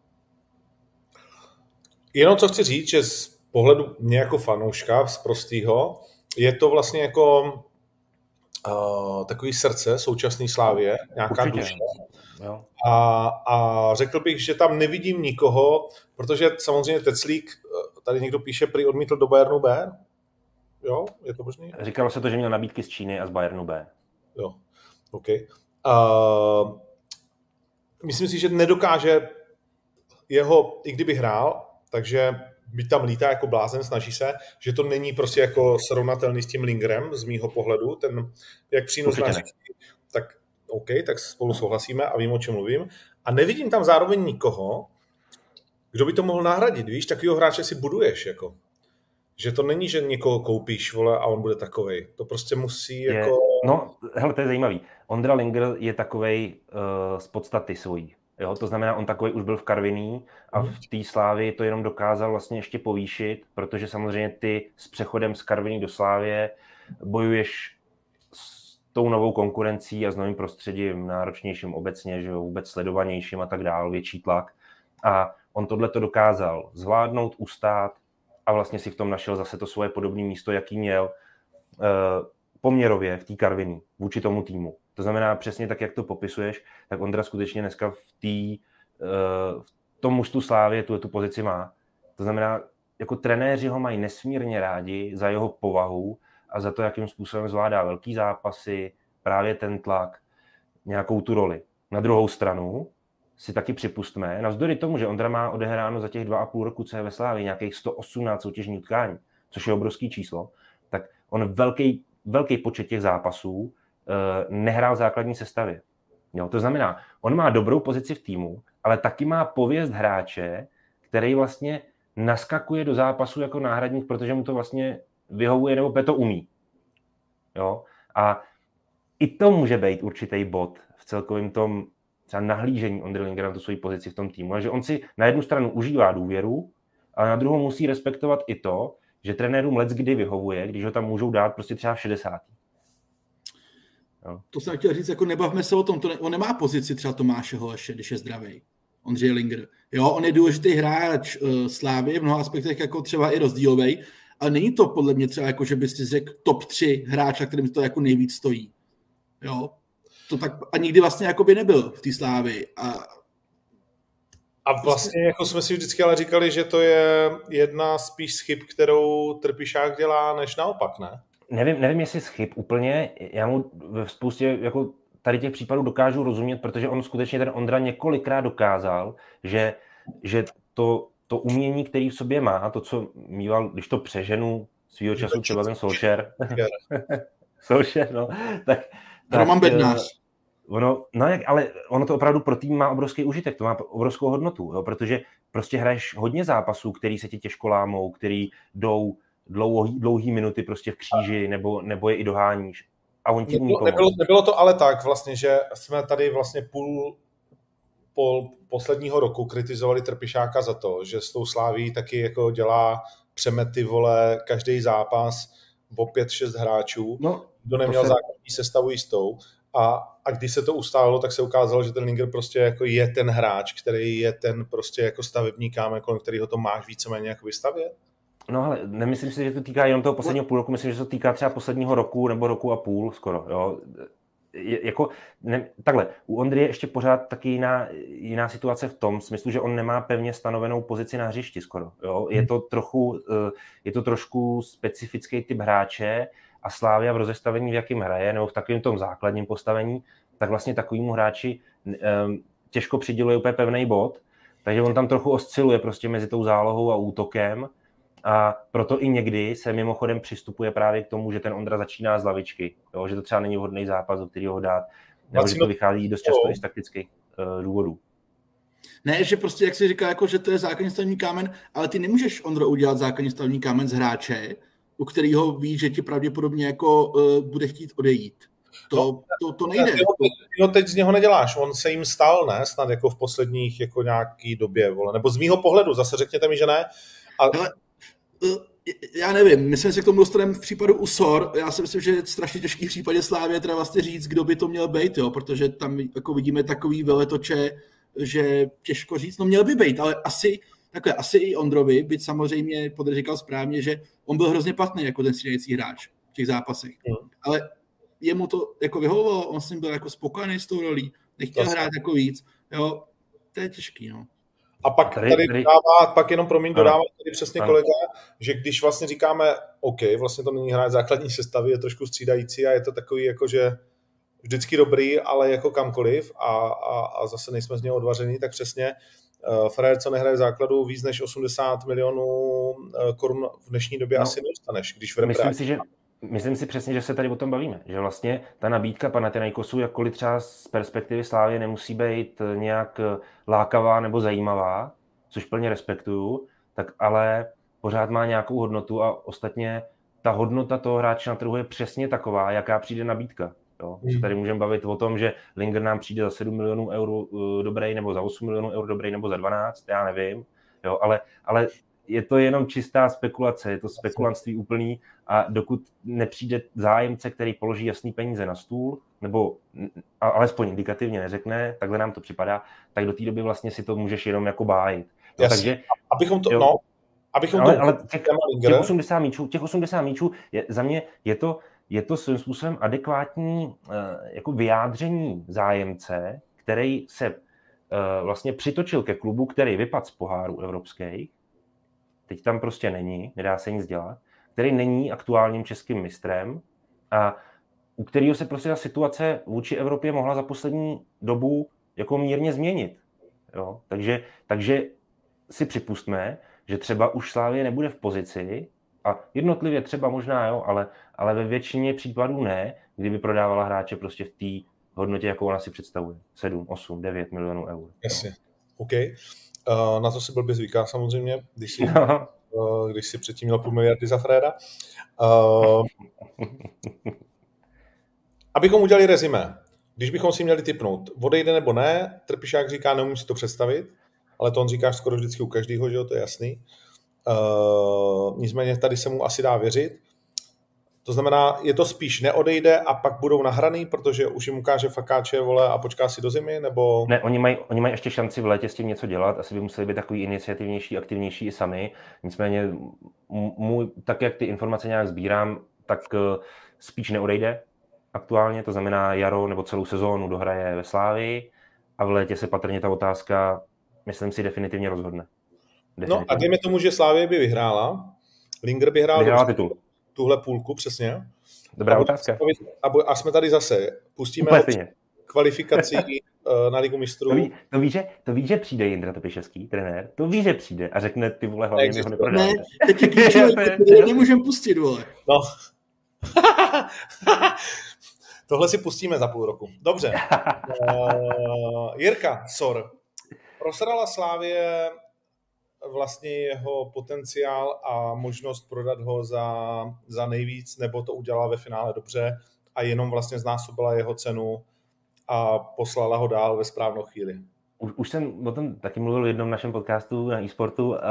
Speaker 1: Jenom co chci říct, že z pohledu mě jako fanouška, z prostýho, je to vlastně jako uh, takový srdce současné Slávie, nějaká
Speaker 2: Určitě.
Speaker 1: duše.
Speaker 2: Jo.
Speaker 1: A, a řekl bych, že tam nevidím nikoho, protože samozřejmě Teclík, tady někdo píše, prý odmítl do Bayernu B. Jo, je to možný?
Speaker 2: Říkalo se to, že měl nabídky z Číny a z Bayernu B.
Speaker 1: Jo, OK. Uh, myslím si, že nedokáže jeho, i kdyby hrál, takže byť tam lítá jako blázen, snaží se, že to není prostě jako srovnatelný s tím Lingerem z mýho pohledu, ten, jak přínos na říct, tak OK, tak spolu souhlasíme a vím, o čem mluvím. A nevidím tam zároveň nikoho, kdo by to mohl nahradit, víš, takovýho hráče si buduješ, jako. Že to není, že někoho koupíš, vole, a on bude takovej. To prostě musí
Speaker 2: je,
Speaker 1: jako...
Speaker 2: No, hele, to je zajímavý. Ondra Linger je takovej uh, z podstaty svojí. Jo? To znamená, on takový už byl v Karviní a v té Slávii to jenom dokázal vlastně ještě povýšit, protože samozřejmě ty s přechodem z Karviní do Slávie bojuješ s tou novou konkurencí a s novým prostředím, náročnějším obecně, že jo, vůbec sledovanějším a tak dál, větší tlak. A on tohle to dokázal zvládnout, ustát a vlastně si v tom našel zase to svoje podobné místo, jaký měl uh, poměrově v té Karviní vůči tomu týmu. To znamená přesně tak, jak to popisuješ, tak Ondra skutečně dneska v, tý, uh, v tom mužstvu Slávě tu, tu pozici má. To znamená, jako trenéři ho mají nesmírně rádi za jeho povahu a za to, jakým způsobem zvládá velký zápasy, právě ten tlak, nějakou tu roli. Na druhou stranu si taky připustme, navzdory tomu, že Ondra má odehráno za těch dva a půl roku, co je ve Slávii, nějakých sto osmnáct soutěžních utkání, což je obrovský číslo, tak on velký, velký počet těch zápasů uh, nehrál v základní sestavě. Jo, to znamená, on má dobrou pozici v týmu, ale taky má pověst hráče, který vlastně naskakuje do zápasu jako náhradník, protože mu to vlastně vyhovuje nebo to umí. Jo? A i to může být určitý bod v celkovém tom třeba nahlížení Ondry Lingera na tu svoji pozici v tom týmu. Takže on si na jednu stranu užívá důvěru, ale na druhou musí respektovat i to, že trenérům leckdy vyhovuje, když ho tam můžou dát prostě třeba v šedesátém.
Speaker 3: Jo. To jsem chtěl říct, jako nebavme se o tom, to ne, on nemá pozici třeba Tomáše Holeše, když je zdravý. Ondřej Linger. Jo, on je důležitý hráč uh, Slávy, v mnoha aspektech jako třeba i rozdílovej, ale není to podle mě třeba jako, že bys si řekl top tři hráča, kterým to jako nejvíc stojí. Jo, to tak a nikdy vlastně jako by nebyl v té Slávy. A...
Speaker 1: a vlastně jako jsme si vždycky ale říkali, že to je jedna spíš z chyb, kterou Trpišák dělá, než naopak, ne?
Speaker 2: Nevím, nevím, jestli z chyb úplně, já mu ve spoustě jako tady těch případů dokážu rozumět, protože on skutečně ten Ondra několikrát dokázal, že, že to, to umění, který v sobě má, to, co mýval, když to přeženu svýho času, třeba ten Solskjaer, Solskjaer, no, tak...
Speaker 3: Roman Bednář.
Speaker 2: Ono, no jak, ale ono to opravdu pro tým má obrovský užitek, to má obrovskou hodnotu, jo, protože prostě hraješ hodně zápasů, který se ti těžko lámou, který jdou dlouhý, dlouhý minuty prostě v kříži, nebo, nebo je i doháníš. A on ti umí pomoct.
Speaker 1: Nebylo, nebylo to ale tak vlastně, že jsme tady vlastně půl pol posledního roku kritizovali Trpišáka za to, že s tou Sláví taky jako dělá přemety, vole, každý zápas o pět šest hráčů,
Speaker 2: no,
Speaker 1: kdo neměl
Speaker 2: se...
Speaker 1: základní sestavu jistou. A, a když se to ustálo, tak se ukázalo, že ten Linger prostě jako je ten hráč, který je ten prostě jako stavební kámen, kolem kterého to máš víceméně jako vystavět.
Speaker 2: No ale nemyslím si, že to týká jenom toho posledního půl roku, myslím, že to týká třeba posledního roku nebo roku a půl skoro, jo. Je, jako, ne, takhle, u Ondry je ještě pořád taky jiná, jiná situace v tom smyslu, že on nemá pevně stanovenou pozici na hřišti skoro, jo. Je to trochu, je to trošku specifický typ hráče a Slavia v rozestavení, v jakém hraje, nebo v takovém tom základním postavení, tak vlastně takovému hráči těžko přiděluje úplně pevný bod, takže on tam trochu osciluje prostě mezi tou zálohou a útokem. A proto i někdy se mimochodem přistupuje právě k tomu, že ten Ondra začíná z lavičky, jo? Že to třeba není vhodný zápas, do kterého ho dát, nebo že to vychází dost často i z taktických uh, důvodů.
Speaker 3: Ne, že prostě, jak jsi říkal, jako, že to je základní stavební kámen, ale ty nemůžeš, Ondro, udělat základní stavební kámen z hráče, u kterého víš, že ti pravděpodobně jako uh, bude chtít odejít. To, no, to, to nejde.
Speaker 1: Ty ho, ty ho teď z něho neděláš, on se jim stal, ne? Snad jako v posledních jako nějaký době, vole. Nebo z mýho pohledu, zase řekněte mi, že ne. A...
Speaker 3: Ale... Já nevím, myslím, že se k tomu dostaneme v případu Usor. Já si myslím, že je strašně těžký v případě Slávie teda vlastně říct, kdo by to měl být, jo, protože tam jako vidíme takový veletoče, že těžko říct, no měl by být, ale asi, takhle, asi i Ondrovi, byť samozřejmě Podr říkal správně, že on byl hrozně platný jako ten střídající hráč v těch zápasech. Mm. Ale jemu to jako vyhovovalo, on s ním byl jako spokojený s tou rolí, nechtěl to hrát jako víc, jo, to je těžký, no.
Speaker 1: A pak tady, tady dodává, pak jenom promiň, dodává tady přesně ano. kolega, že když vlastně říkáme, OK, vlastně to není hráč základní sestavy, je trošku střídající a je to takový jako, že vždycky dobrý, ale jako kamkoliv a, a, a zase nejsme z něho odvaření, tak přesně uh, frajer, co nehraje v základu, víc než osmdesát milionů korun v dnešní době no, asi nedostaneš, když v
Speaker 2: Myslím si, že Myslím si přesně, že se tady o tom bavíme, že vlastně ta nabídka Panathinaikosu, jakkoliv třeba z perspektivy Slávie nemusí být nějak lákavá nebo zajímavá, což plně respektuju, tak ale pořád má nějakou hodnotu a ostatně ta hodnota toho hráče na trhu je přesně taková, jaká přijde nabídka. Jo? Hmm. Se tady můžeme bavit o tom, že Linger nám přijde za sedm milionů eur dobrý, nebo za osm milionů eur dobrý, nebo za dvanáct, já nevím, jo? Ale, ale je to jenom čistá spekulace, je to spekulantství úplný a dokud nepřijde zájemce, který položí jasný peníze na stůl, nebo alespoň indikativně neřekne, takhle nám to připadá, tak do té doby vlastně si to můžeš jenom jako bájit. No, takže,
Speaker 1: abychom to, jo, no, abychom
Speaker 2: ale,
Speaker 1: to...
Speaker 2: ale těch, těch osmdesát míčů, těch osmdesát míčů je, za mě je to, je to svým způsobem adekvátní jako vyjádření zájemce, který se vlastně přitočil ke klubu, který vypadl z poháru evropských, teď tam prostě není, nedá se nic dělat, který není aktuálním českým mistrem a u kterého se prostě ta situace vůči Evropě mohla za poslední dobu jako mírně změnit. Jo? Takže, takže si připustme, že třeba už Slavie nebude v pozici, a jednotlivě třeba možná, jo, ale, ale ve většině případů ne, kdyby prodávala hráče prostě v té hodnotě, jakou ona si představuje. sedm, osm, devět milionů eur.
Speaker 1: Jasně, OK. Uh, na to si blbě zvyká samozřejmě, když si,
Speaker 2: no.
Speaker 1: uh, když si předtím měl půl miliardy za Freda. Uh, abychom udělali rezime, když bychom si měli tipnout, odejde nebo ne, Trpišák říká, neumím si to představit, ale to on říká skoro vždycky u každého, že jo, to je jasný. Uh, nicméně tady se mu asi dá věřit. To znamená, je to spíš neodejde a pak budou nahraný, protože už jim ukáže fakáče, vole, a počká si do zimy, nebo...
Speaker 2: Ne, oni mají, oni mají ještě šanci v létě s tím něco dělat, asi by museli být takový iniciativnější, aktivnější i sami. Nicméně, můj, tak jak ty informace nějak sbírám, tak uh, spíš neodejde aktuálně, to znamená jaro nebo celou sezónu dohraje ve Slávii a v létě se patrně ta otázka, myslím si, definitivně rozhodne.
Speaker 1: No a dejme tomu, že Slavie by vyhrála, Linger by hrál
Speaker 2: vyhrála titul.
Speaker 1: Tuhle půlku, přesně.
Speaker 2: Dobrá
Speaker 1: a
Speaker 2: otázka.
Speaker 1: A, a jsme tady zase. Pustíme kvalifikaci na Ligu mistrů.
Speaker 2: To ví, to, ví, že, to ví, že přijde Jindra Trpišovský, trenér. To ví, že přijde a řekne, ty vole, hlavně mi ho neprodáme.
Speaker 3: Ne, teď je klíčové, teď nemůžeme pustit, vole.
Speaker 1: No. Tohle si pustíme za půl roku. Dobře. Uh, Jirka, Sor. Prosrala Slavie vlastně jeho potenciál a možnost prodat ho za, za nejvíc, nebo to udělala ve finále dobře a jenom vlastně znásobila jeho cenu a poslala ho dál ve správnou chvíli.
Speaker 2: Už, už jsem o tom taky mluvil v jednom našem podcastu na eSportu. Um,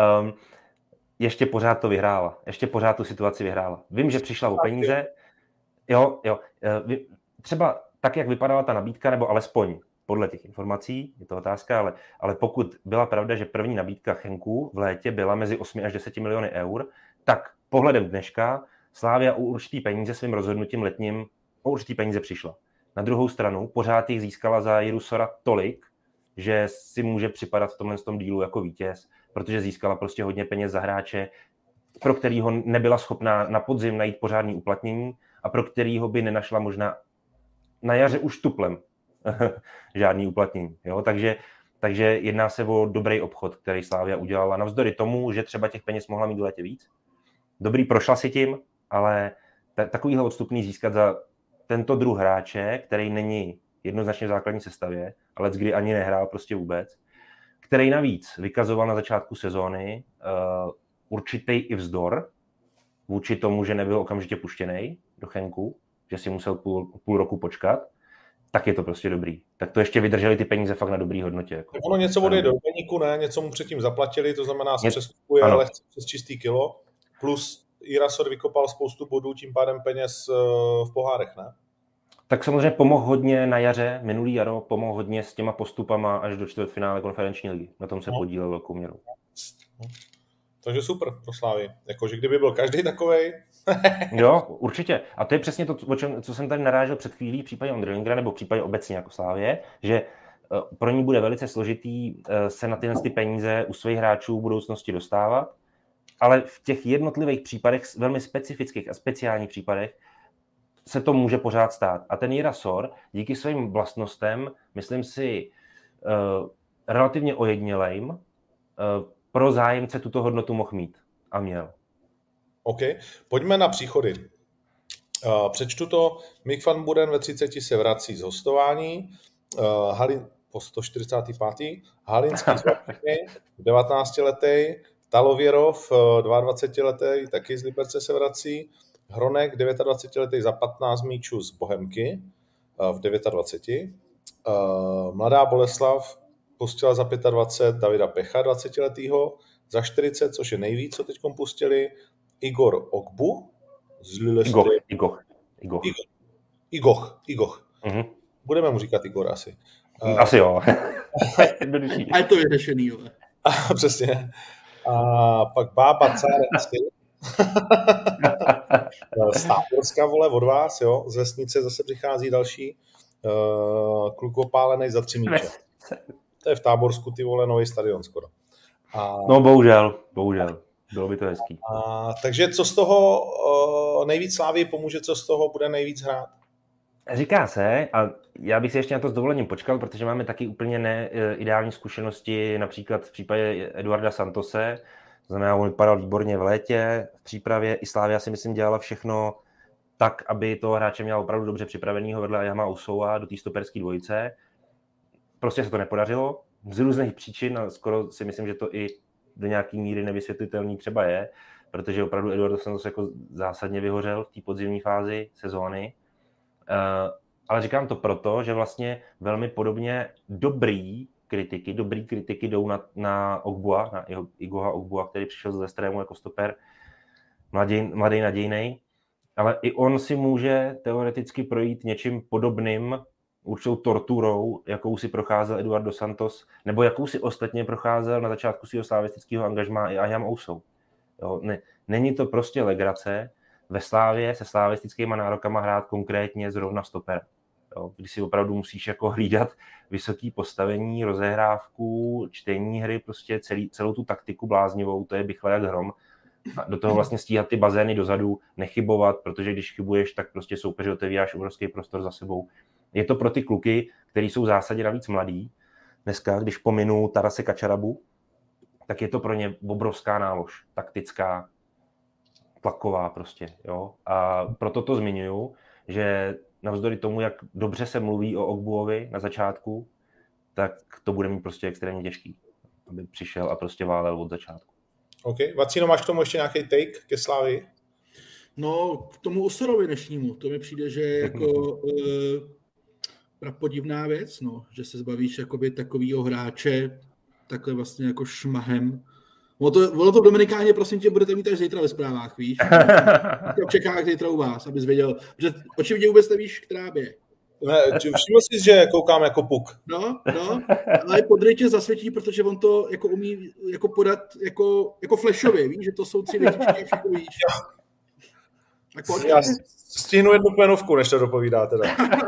Speaker 2: ještě pořád to vyhrála. Ještě pořád tu situaci vyhrála. Vím, že přišla o peníze. Jo, jo. Třeba tak, jak vypadala ta nabídka, nebo alespoň podle těch informací, je to otázka, ale, ale pokud byla pravda, že první nabídka Chenků v létě byla mezi osmi až deseti miliony eur, tak pohledem dneška Slavia u určitý peníze svým rozhodnutím letním o určitý peníze přišla. Na druhou stranu pořád jich získala za Jiru Sora tolik, že si může připadat v tomhle tom dílu jako vítěz, protože získala prostě hodně peněz za hráče, pro kterýho nebyla schopná na podzim najít pořádný uplatnění a pro kterýho by nenašla možná na jaře už tuplem žádný uplatnění. Jo? Takže, takže jedná se o dobrý obchod, který Slavia udělala navzdory tomu, že třeba těch peněz mohla mít v létě víc. Dobrý, prošla si tím, ale t- takovýhle odstupný získat za tento druh hráče, který není jednoznačně v základní sestavě, ale kdy ani nehrál prostě vůbec, který navíc vykazoval na začátku sezóny uh, určitý i vzdor vůči tomu, že nebyl okamžitě puštěný do Chenku, že si musel půl, půl roku počkat, tak je to prostě dobrý. Tak to ještě vydrželi ty peníze fakt na dobrý hodnotě. Jako.
Speaker 1: Ono něco odejde do peníku, ne, něco mu předtím zaplatili, to znamená, že přestupuje lehce přes čistý kilo, plus Jirasor vykopal spoustu bodů, tím pádem peněz v pohárech, ne?
Speaker 2: Tak samozřejmě pomohl hodně na jaře, minulý jaro, pomohl hodně s těma postupama až do čtvrtfinále konferenční ligy. Na tom se no. podílel velkou měrou.
Speaker 1: No. Takže super pro Slávy. Jakože kdyby byl každý takovej.
Speaker 2: Jo, určitě. A to je přesně to, o čem, co jsem tady narážel před chvílí v případě Ondřeje Lingera nebo v případě obecně jako Slávě, že pro ní bude velice složitý se na tyhle ty peníze u svých hráčů v budoucnosti dostávat, ale v těch jednotlivých případech, velmi specifických a speciálních případech, se to může pořád stát. A ten Jirasor díky svým vlastnostem, myslím si, uh, relativně ojedinělejm, uh, pro zájemce tuto hodnotu mohl mít a měl.
Speaker 1: OK, pojďme na příchody. Uh, přečtu to. Mick van Buren ve třiceti se vrací z hostování. Uh, Halin, po sto čtyřicátý pátý Halinský z devatenáctiletý. Talověrov, dvacetiletý, taky z Liberce se vrací. Hronek, dvacetidevětiletý za patnáct míčů z Bohemky v dvaceti devíti. Mladá Boleslav pustila za dvacet pět Davida Pecha, dvacetiletýho, za čtyřicet, což je nejvíc, co teď pustili, Igor Ogbu z Lillestrøm.
Speaker 2: Igor, Igor.
Speaker 1: Igor. Igoch, Igoch.
Speaker 2: Mm-hmm.
Speaker 1: Budeme mu říkat Igor asi.
Speaker 2: Asi jo.
Speaker 3: A je to vyřešený, jo.
Speaker 1: Přesně. A pak Bába Cárenci. Z Táborska, vole, od vás, jo. Z vesnice zase přichází další uh, kluk opálený za tři míče. To je v Táborsku, ty vole, nový stadion skoro. A,
Speaker 2: no bohužel, bohužel. Bylo by to hezký.
Speaker 1: A, takže co z toho uh, nejvíc Slávy pomůže, co z toho bude nejvíc hrát?
Speaker 2: Říká se, a já bych si ještě na to s dovolením počkal, protože máme taky úplně neideální zkušenosti, například v případě Eduarda Santose, to znamená, on vypadal výborně v létě, v přípravě, i Slavia si myslím dělala všechno tak, aby toho hráče měla opravdu dobře připravenýho vedle Ayhama Ousoua do té stoperské dvojice. Prostě se to nepodařilo, z různých příčin a skoro si myslím, že to i do nějaký míry nevysvětlitelný třeba je, protože opravdu Eduardo Santos jako zásadně vyhořel v té podzimní fázi sezóny. Uh, ale říkám to proto, že vlastně velmi podobně dobrý kritiky, dobrý kritiky jdou na, na Ogbua, na Igoha Ogbua, který přišel z Leicesteru jako stoper, mladý, mladý nadějnej, ale i on si může teoreticky projít něčím podobným, určitou torturou, jakou si procházel Eduardo Santos, nebo jakou si ostatně procházel na začátku svého slavistického angažmá i Ayham Oussou. Jo, ne, není to prostě legrace ve Slávě se slavistickýma nárokama hrát konkrétně zrovna stoper. Jo, když si opravdu musíš jako hlídat vysoký postavení, rozehrávku, čtení hry, prostě celý, celou tu taktiku bláznivou, to je bychle jak hrom. A do toho vlastně stíhat ty bazény dozadu, nechybovat, protože když chybuješ, tak prostě soupeři otevíráš obrovský prostor za sebou. Je to pro ty kluky, kteří jsou v zásadě navíc mladí. Dneska, když pominu Tarase Kačarabu, tak je to pro ně obrovská nálož, taktická, tlaková prostě. Jo? A proto to zmiňuju, že navzdory tomu, jak dobře se mluví o Ogbuovi na začátku, tak to bude mít prostě extrémně těžký, aby přišel a prostě válel od začátku.
Speaker 1: OK. Vacíno, máš k tomu ještě nějaký take ke Slávii?
Speaker 3: No, k tomu Osorovi dnešnímu, to mi přijde, že jako e, podivná věc, no, že se zbavíš jakoby takovýho hráče takhle vlastně jako šmahem. Ono to, ono to v Dominikáně, prosím tě, budete mít až zítra ve zprávách, víš? V Čechách zítra u vás, abys věděl, že očividně vůbec nevíš, která je.
Speaker 1: Ne, všiml jsi, že koukám jako puk.
Speaker 3: No, no, ale Podry tě zasvětí, protože on to jako umí jako podat jako, jako flashově, víš, že to jsou tři větičky a všechno víš.
Speaker 1: Tak já stihnu jednu plenovku, než to dopovídá teda.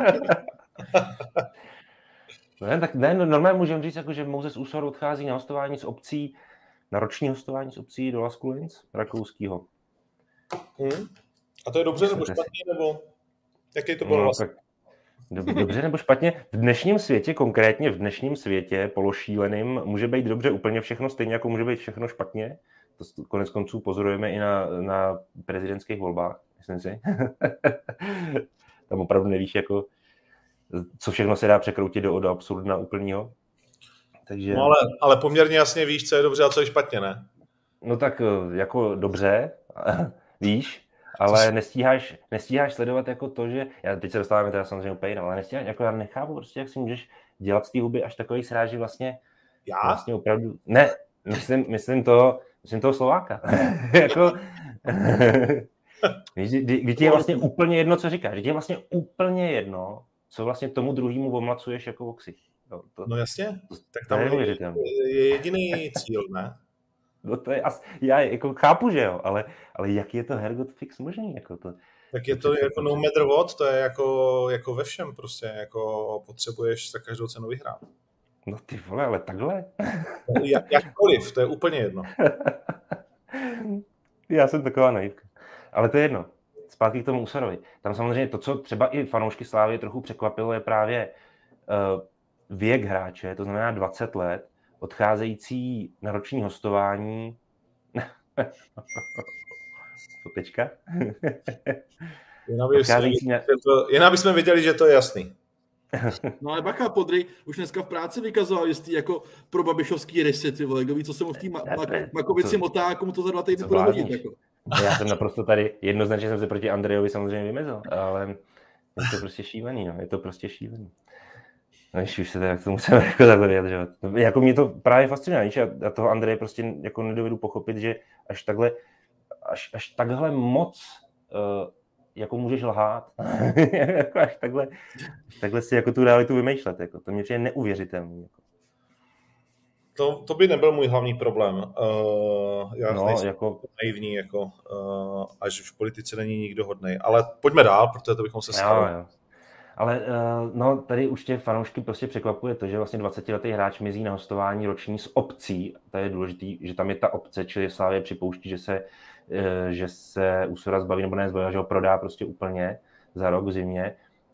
Speaker 2: Ne, tak ne, normálně můžeme říct, jako, že Moses Úsor odchází na hostování z obcí, na roční hostování z obcí do Las Kulins, rakouskýho.
Speaker 1: Hmm. A to je dobře nebo špatně, nebo jaký to bylo
Speaker 2: no,
Speaker 1: vlastně?
Speaker 2: Dobře nebo špatně? V dnešním světě, konkrétně v dnešním světě pološíleným, může být dobře úplně všechno, stejně jako může být všechno špatně. To konec konců pozorujeme i na, na prezidentských volbách, myslím si. Tam opravdu nevíš, jako, co všechno se dá překroutit do, do absurdna úplnýho. Takže...
Speaker 1: No ale, ale poměrně jasně víš, co je dobře a co je špatně, ne?
Speaker 2: No tak jako dobře, víš, ale nestíháš, nestíháš sledovat jako to, že, já teď se dostáváme teda samozřejmě úplně jinak, ale nestíháš, jako já nechápu prostě, jak si můžeš dělat z té huby až takový sráž, že vlastně,
Speaker 1: já?
Speaker 2: vlastně opravdu, ne, myslím, myslím to, myslím toho Slováka, jako, víš, kdy ti je vlastně úplně jedno, co říkáš, kdy je vlastně úplně jedno, co vlastně tomu druhému omlacuješ jako voxy. No, to,
Speaker 1: no jasně, tak
Speaker 2: to
Speaker 1: tam
Speaker 2: je,
Speaker 1: je, je jediný cíl, ne?
Speaker 2: No to je asi, já jako chápu, že jo, ale, ale jak je to Hergot fix možný? Jako to,
Speaker 1: tak je to jako no matter what, to je jako, jako ve všem prostě, jako potřebuješ za každou cenu vyhrát.
Speaker 2: No ty vole, ale takhle?
Speaker 1: Jak, jakkoliv, to je úplně jedno.
Speaker 2: Já jsem taková naivka. Ale to je jedno. Zpátky k tomu Úsorovi. Tam samozřejmě to, co třeba i fanoušky Slávy trochu překvapilo, je právě uh, věk hráče, to znamená dvacet let, odcházející na roční hostování. Fotečka.
Speaker 1: Jen aby jsme věděli, že to je jasný.
Speaker 3: No ale bacha, Podry už dneska v práci vykazoval jistý jako pro babišovský rysy, ty vole, kdo ví, co se mu v té ma- ma- Makovici motá, komu to za dva týdny bude hodit. Jako.
Speaker 2: Já jsem naprosto tady, jednoznačně jsem se proti Andrejovi samozřejmě vymezil, ale je to prostě šílený, no, je to prostě šílený. No ještě už se tak to musím jako takhle vyjadřovat. Jako mě to právě fascinuje, víš, já toho Andreje prostě jako nedovedu pochopit, že až takhle, až, až takhle moc uh, jako můžeš lhát, jako až takhle, až takhle si jako tu realitu vymýšlet, jako to mě přijde neuvěřitelný. Jako.
Speaker 1: To, to by nebyl můj hlavní problém. Uh, já
Speaker 2: no,
Speaker 1: nejsem
Speaker 2: jako...
Speaker 1: naivní, jako, uh, až v politice není nikdo hodnej. Ale pojďme dál, protože to bychom se stali.
Speaker 2: Jo, jo. Ale no, tady už tě fanoušky prostě překvapuje to, že vlastně dvacetiletý hráč mizí na hostování roční s obcí. To je důležitý, že tam je ta obce, čili Slavia připouští, že se, že se Úsora zbaví, nebo ne zbaví, že ho prodá prostě úplně za rok v zimě.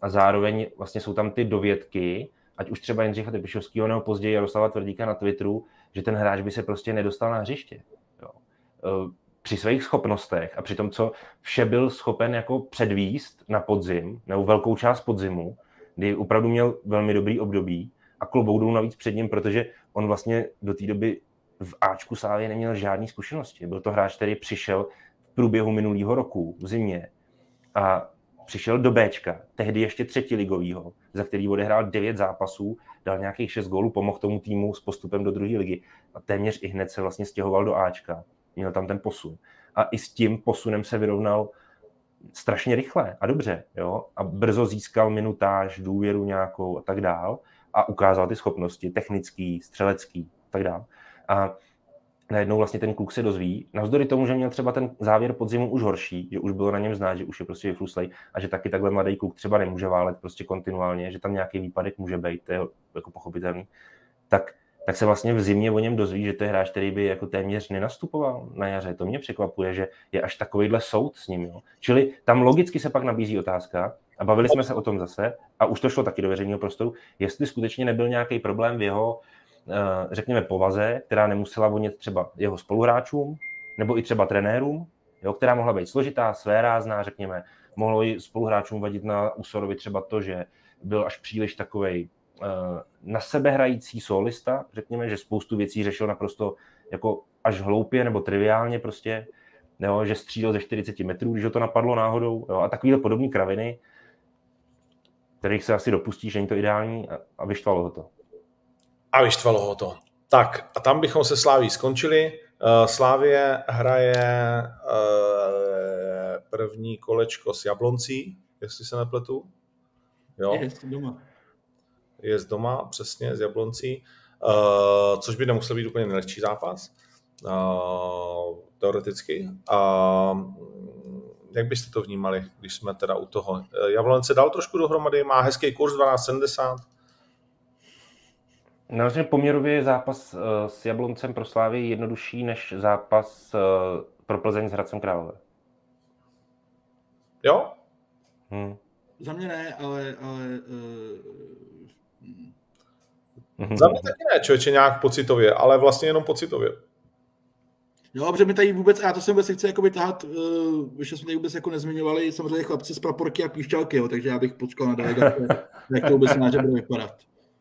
Speaker 2: a zároveň vlastně jsou tam ty dovědky, ať už třeba Jindřicha Trpišovského nebo později Jaroslava Tvrdíka na Twitteru, že ten hráč by se prostě nedostal na hřiště. Jo. Při svých schopnostech a při tom, co vše byl schopen jako předvíst na podzim, nebo velkou část podzimu, kdy opravdu měl velmi dobrý období a klobouk dolů navíc před ním, protože on vlastně do té doby v Ačku Slávie neměl žádný zkušenosti. Byl to hráč, který přišel v průběhu minulého roku v zimě a přišel do Bčka, tehdy ještě třetiligovýho, za který odehrál devět zápasů, dal nějakých šest gólů, pomohl tomu týmu s postupem do druhé ligy a téměř i hned se vlastně stěhoval do Ačka. Měl tam ten posun. A i s tím posunem se vyrovnal strašně rychle a dobře. Jo? A brzo získal minutáž, důvěru nějakou a tak dál a ukázal ty schopnosti technický, střelecký a tak dál. A najednou vlastně ten kluk se dozví, navzdory tomu, že měl třeba ten závěr podzimu už horší, že už bylo na něm znát, že už je prostě vyfluslej a že taky takhle mladý kluk třeba nemůže válet prostě kontinuálně, že tam nějaký výpadek může být, to je jako pochopitelný, tak, tak se vlastně v zimě o něm dozví, že to je hráč, který by jako téměř nenastupoval na jaře. To mě překvapuje, že je až takovejhle soud s ním. Jo. Čili tam logicky se pak nabízí otázka, a bavili jsme se o tom zase, a už to šlo taky do veřejného prostoru, jestli skutečně nebyl nějaký problém v jeho řekněme povaze, která nemusela vonět třeba jeho spoluhráčům, nebo i třeba trenérům, jo, která mohla být složitá, svérázná, řekněme. Mohlo i spoluhráčům vadit na Usorovi třeba to, že byl až příliš takovej uh, na sebe hrající solista, řekněme, že spoustu věcí řešil naprosto jako až hloupě nebo triviálně prostě, jo, že střílel ze čtyřicet metrů, když ho to napadlo náhodou, jo, a takovýhle podobný kraviny, kterých se asi dopustí, že není to ideální a, a vyštvalo ho to.
Speaker 1: A vyštvalo ho to. Tak, a tam bychom se Sláví skončili. Slávie hraje první kolečko s Jabloncí, jestli se nepletu. Jo.
Speaker 3: Je doma.
Speaker 1: Je z doma, přesně, s Jabloncí. Což by nemusel být úplně nejlehčí zápas. Teoreticky. A jak byste to vnímali, když jsme teda u toho? Jablonce dal trošku dohromady, má hezký kurz dvanáct sedmdesát.
Speaker 2: No, vlastně poměrově je zápas uh, s Jabloncem pro Slávii jednodušší než zápas uh, pro Plzeň s Hradcem Králové.
Speaker 1: Jo?
Speaker 2: Hmm.
Speaker 3: Za mě ne, ale... ale uh...
Speaker 1: Za mě taky ne, člověče, nějak pocitově, ale vlastně jenom pocitově.
Speaker 3: Jo, protože my tady vůbec, já to jsem vůbec chci jako vytáhat, uh, že jsme tady vůbec jako nezmiňovali samozřejmě chlapci z Praporky a Píšťalky, jo, takže já bych počkal na delegaci, jak to vůbec náže bude vypadat.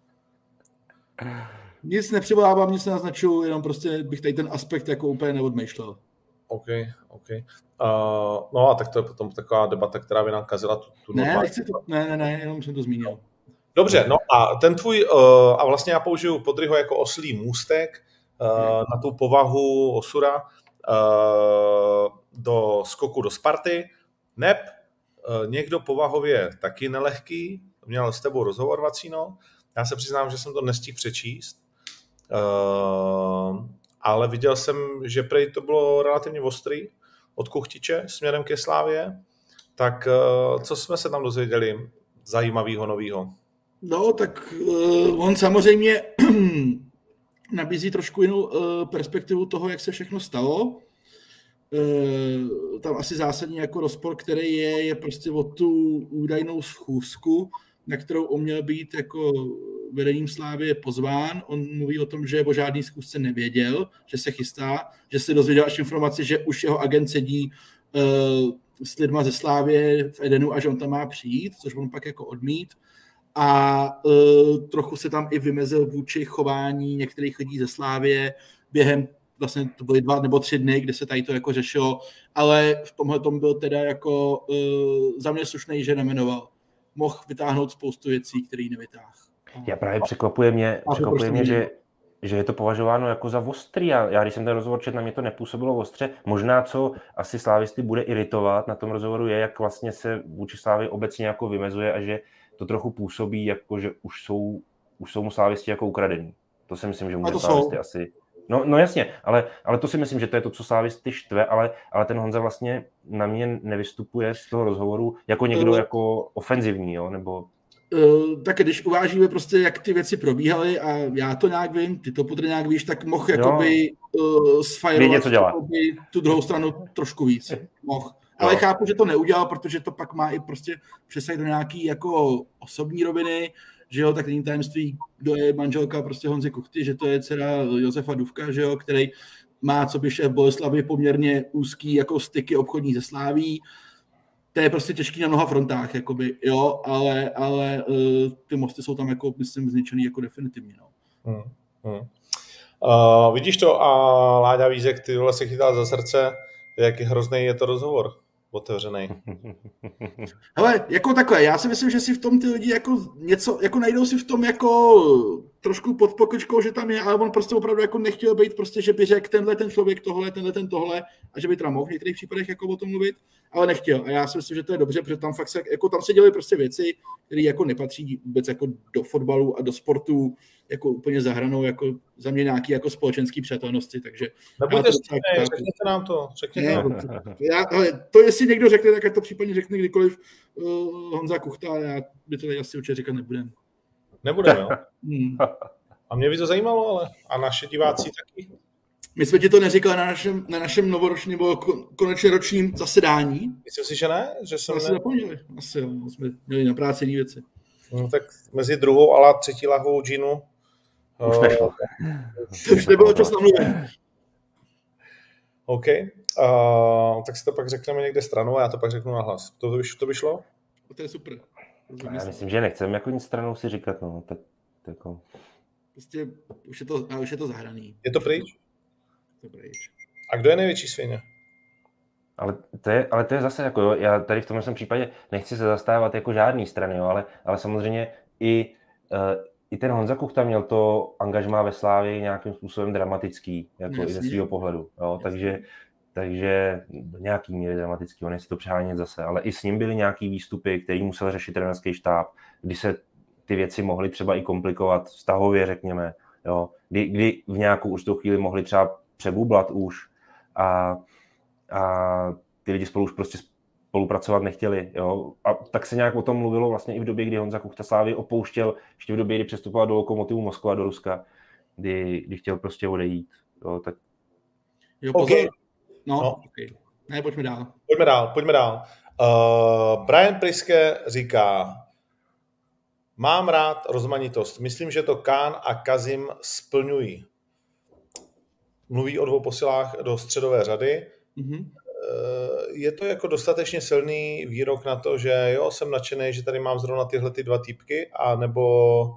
Speaker 3: Nic nepřivolávám, nic nenaznačuju, jenom prostě bych tady ten aspekt jako úplně neodmýšlel.
Speaker 1: OK, OK. Uh, no a tak to je potom taková debata, která by nám kazila tu, tu
Speaker 3: ne, nechci to, ne, ne, ne, jenom jsem to zmínil.
Speaker 1: Dobře, no a ten tvůj, uh, a vlastně já použiju Podryho jako oslý můstek uh, na tu povahu Osura uh, do skoku do Sparty. Neb, uh, někdo povahově taky nelehký, měl s tebou rozhovor, Vacíno. Já se přiznám, že jsem to nestihl přečíst, uh, ale viděl jsem, že prej to bylo relativně ostrý od Kuchtiče směrem ke Slávě. Tak uh, co jsme se tam dozvěděli zajímavého nového?
Speaker 3: No, tak uh, on samozřejmě nabízí trošku jinou uh, perspektivu toho, jak se všechno stalo. Uh, tam asi zásadní jako rozpor, který je, je prostě o tu údajnou schůzku, na kterou on měl být jako vedením Slávie pozván. On mluví o tom, že o žádný schůzce nevěděl, že se chystá, že se dozvěděl až informaci, že už jeho agent sedí uh, s lidma ze Slávie v Edenu a že on tam má přijít, což on pak jako odmít. A uh, trochu se tam i vymezil vůči chování některých lidí ze Slávie během, vlastně to byly dva nebo tři dny, kde se tady to jako řešilo, ale v tomhle tom byl teda jako uh, za mě slušnej, že nemenoval. Mohl vytáhnout spoustu věcí, který nevytáhl.
Speaker 2: Já právě překvapuje mě, překvapuje mě že, že je to považováno jako za ostrý. Já, já když jsem ten rozhovor četl, na mě to nepůsobilo ostře. Možná, co asi slávisty bude iritovat na tom rozhovoru, je, jak vlastně se vůči Slávy obecně jako vymezuje a že to trochu působí, jako že už jsou, už jsou mu slávisti jako ukradení. To si myslím, že může slávisty asi... No, no jasně, ale, ale to si myslím, že to je to, co slávisty štve, ale, ale ten Honza vlastně na mě nevystupuje z toho rozhovoru jako někdo jako ofenzivní, jo, nebo...
Speaker 3: Uh, tak když uvážíme prostě, jak ty věci probíhaly a já to nějak vím, ty to Podry nějak víš, tak mohl jakoby uh, sfajrovat tu druhou stranu trošku víc. Mohl. Ale chápu, že to neudělal, protože to pak má i prostě přesah do nějaký jako osobní roviny, že jo, tak není tajemství, kdo je manželka prostě Honzy Kuchty, že to je dcera Josefa Dufka, že jo, který má, co by šéf Boleslavy, poměrně úzký jako styky obchodní ze Sláví. To je prostě těžký na mnoha frontách, jakoby, jo, ale, ale uh, ty mosty jsou tam, jako, myslím, zničený jako definitivně, no.
Speaker 1: Hmm, hmm. Uh, vidíš to a Láďa Vízek, ty vole se chytá za srdce, jaký hrozný je to rozhovor, otevřený.
Speaker 3: Hele, jako takhle, já si myslím, že si v tom ty lidi jako něco, jako najdou si v tom jako trošku pod pokličkou, že tam je, ale on prostě opravdu jako nechtěl být prostě, že by řekl tenhle ten člověk tohle, tenhle ten tohle a že by tam mohl v některých případech jako o tom mluvit, ale nechtěl. A já si myslím, že to je dobře, protože tam fakt se, jako tam se dělají prostě věci, které jako nepatří vůbec jako do fotbalu a do sportu jako úplně za hranou, jako za mě nějaký jako společenský přátelnosti, takže...
Speaker 1: Nebojte, řekněte nám to, řekněte nám to.
Speaker 3: Já, ale to, jestli někdo řekne, tak to případně řekne kdykoliv uh, Honza Kuchta, já by to asi určitě říkat nebudem.
Speaker 1: Nebudem, jo?
Speaker 3: Hmm.
Speaker 1: A mě by to zajímalo, ale a naše diváci taky.
Speaker 3: My jsme ti to neříkali na našem, na našem novoročním nebo konečně ročním zasedání.
Speaker 1: Myslím si, že ne? Že jsem
Speaker 3: asi
Speaker 1: ne...
Speaker 3: zapomněli. Asi jo, jsme měli na práci jiné věci.
Speaker 1: No, tak mezi druhou a třetí lahvou džinu.
Speaker 2: Už nešlo.
Speaker 3: To už nebylo čas na mluvení.
Speaker 1: OK. Uh, tak si to pak řekneme někde stranou a já to pak řeknu nahlas. To, to, by, to by šlo?
Speaker 3: To je super. To
Speaker 2: já myslím, že nechcem jako nic stranou si říkat. No. Tak, tak jako...
Speaker 3: Prostě už je to, už je to zahraný.
Speaker 1: Je to pryč?
Speaker 3: To pryč.
Speaker 1: A kdo je největší svině?
Speaker 2: Ale to je, ale to je zase jako, jo, já tady v tomhle případě nechci se zastávat jako žádný strany, jo, ale, ale samozřejmě i, uh, i ten Honza Kuchta měl to angažmá ve Slávii nějakým způsobem dramatický, jako Jasně. i ze svého pohledu, jo, takže, takže nějaký míry dramatický, on je si to přehánět zase, ale i s ním byly nějaký výstupy, který musel řešit trenerský štáb, kdy se ty věci mohly třeba i komplikovat vztahově, řekněme, jo, kdy, kdy v nějakou určitou chvíli mohli třeba přebublat už a a ty lidi spolu už prostě spolupracovat nechtěli. Jo? A tak se nějak o tom mluvilo vlastně i v době, kdy Honza Kuchta Slávy opouštěl, ještě v době, kdy přestupoval do Lokomotivu Moskva do Ruska, kdy, kdy chtěl prostě odejít. Jo, tak...
Speaker 3: jo pozor. Okay. No, no. Okay. Ne, pojďme dál.
Speaker 1: Pojďme dál, pojďme dál. Uh, Brian Priske říká, mám rád rozmanitost. Myslím, že to Kán a Kazim splňují. Mluví o dvou posilách do středové řady. Mm-hmm. Je to jako dostatečně silný výrok na to, že jo, jsem nadšený, že tady mám zrovna tyhle ty dva týpky, a nebo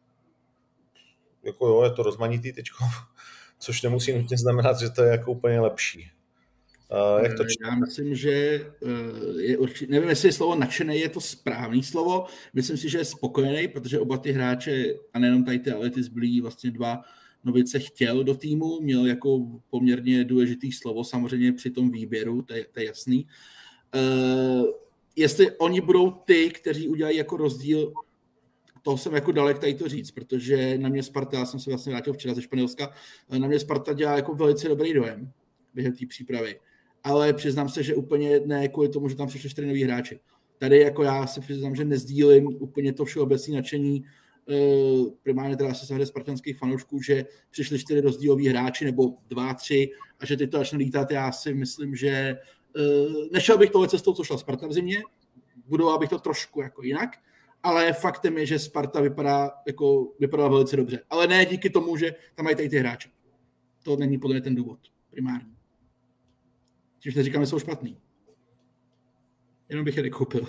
Speaker 1: jako jo, je to rozmanitý teďko, což nemusí nutně znamenat, že to je jako úplně lepší. Uh, jak to čte?
Speaker 3: Já myslím, že je určitě, nevím, jestli slovo nadšený je to správný slovo, myslím si, že je spokojený, protože oba ty hráče, a nejenom tady ty, ale ty zbylí vlastně dva Novice chtěl do týmu, měl jako poměrně důležitý slovo samozřejmě při tom výběru, to je, to je jasný. Uh, jestli oni budou ty, kteří udělají jako rozdíl, toho jsem jako dalek tady to říct, protože na mě Sparta, já jsem se vlastně vrátil včera ze Španělska, na mě Sparta dělá jako velice dobrý dojem během té přípravy, ale přiznám se, že úplně ne kvůli tomu, že tam přišli čtyři noví hráči. Tady jako já se přiznám, že nezdílím úplně to všeobecné nadšení, primárně teda se zahře spartanských fanoušků, že přišli čtyři rozdíloví hráči nebo dva, tři a že teď to začne lítat. Já si myslím, že nešel bych tohle cestou, co šla Sparta v zimě, budoval bych to trošku jako jinak, ale faktem je, že Sparta vypadá jako, vypadala velice dobře. Ale ne díky tomu, že tam mají tady ty hráče. To není podle mě ten důvod primární. Když neříkám, že jsou špatný. Jenom bych je nekoupil.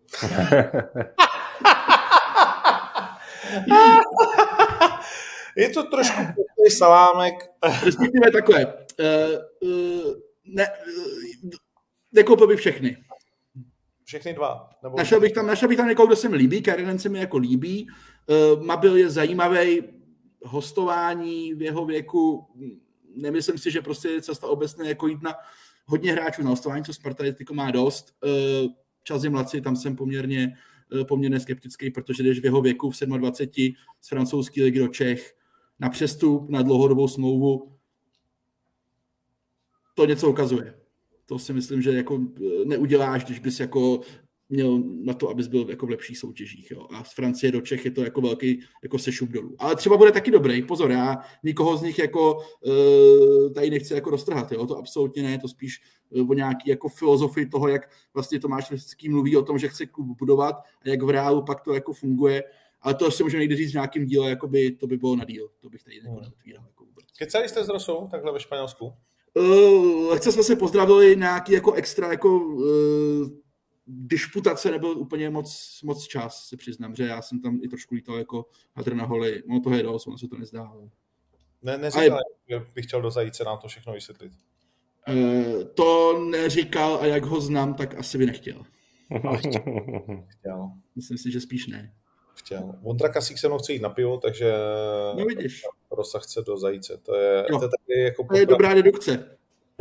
Speaker 1: Je to trošku salámek.
Speaker 3: Respektive takové. Uh, uh, ne, uh, nekoupil bych všechny.
Speaker 1: Všechny dva. Nebo...
Speaker 3: Našel bych tam, našel bych tam někoho, kdo se mi líbí. Karinen se mi jako líbí. Uh, Mabil je zajímavý. Hostování v jeho věku. Nemyslím si, že prostě je cesta obecně jako jít na hodně hráčů na hostování, co Sparta jako má dost. Uh, Časy mladci, tam jsem poměrně poměrně skeptický, protože jdeš v jeho věku v dvaceti sedmi z francouzské ligy do Čech na přestup, na dlouhodobou smlouvu. To něco ukazuje. To si myslím, že jako neuděláš, když bys jako měl na to, abys byl jako v lepších soutěžích. Jo. A z Francie do Čech je to jako velký jako sešup dolů. Ale třeba bude taky dobrý, pozor, já nikoho z nich jako uh, tady nechci jako roztrhat, jo. To absolutně ne, to spíš uh, o nějaký jako filozofii toho, jak vlastně Tomáš Listický mluví o tom, že chce klub budovat a jak v reálu pak to jako funguje. Ale to si můžeme někdy říct v nějakým díle, jakoby, to by bylo na díl, to bych tady jako neotvíral. Jako
Speaker 1: Kecali jste s Rosou takhle ve Španělsku?
Speaker 3: Uh, lehce jsme se pozdravili, nějaký jako extra jako uh, disputace nebyl úplně moc, moc čas, se přiznám, že já jsem tam i trošku lítal jako hadr na holi, ono to je dost, ono se to nezdá. Ale...
Speaker 1: Ne, neříkal, že bych chtěl do Zajíce nám to všechno vysvětlit.
Speaker 3: Uh, to neříkal a jak ho znám, tak asi by nechtěl.
Speaker 1: Chtěl.
Speaker 3: Myslím si, že spíš ne.
Speaker 1: Chtěl. Vondra Kasík se mnou chce jít na pivo, takže
Speaker 3: no, vidíš.
Speaker 1: Rosa chce do Zajíce. To je, to je, taky jako
Speaker 3: to je dobrá dedukce.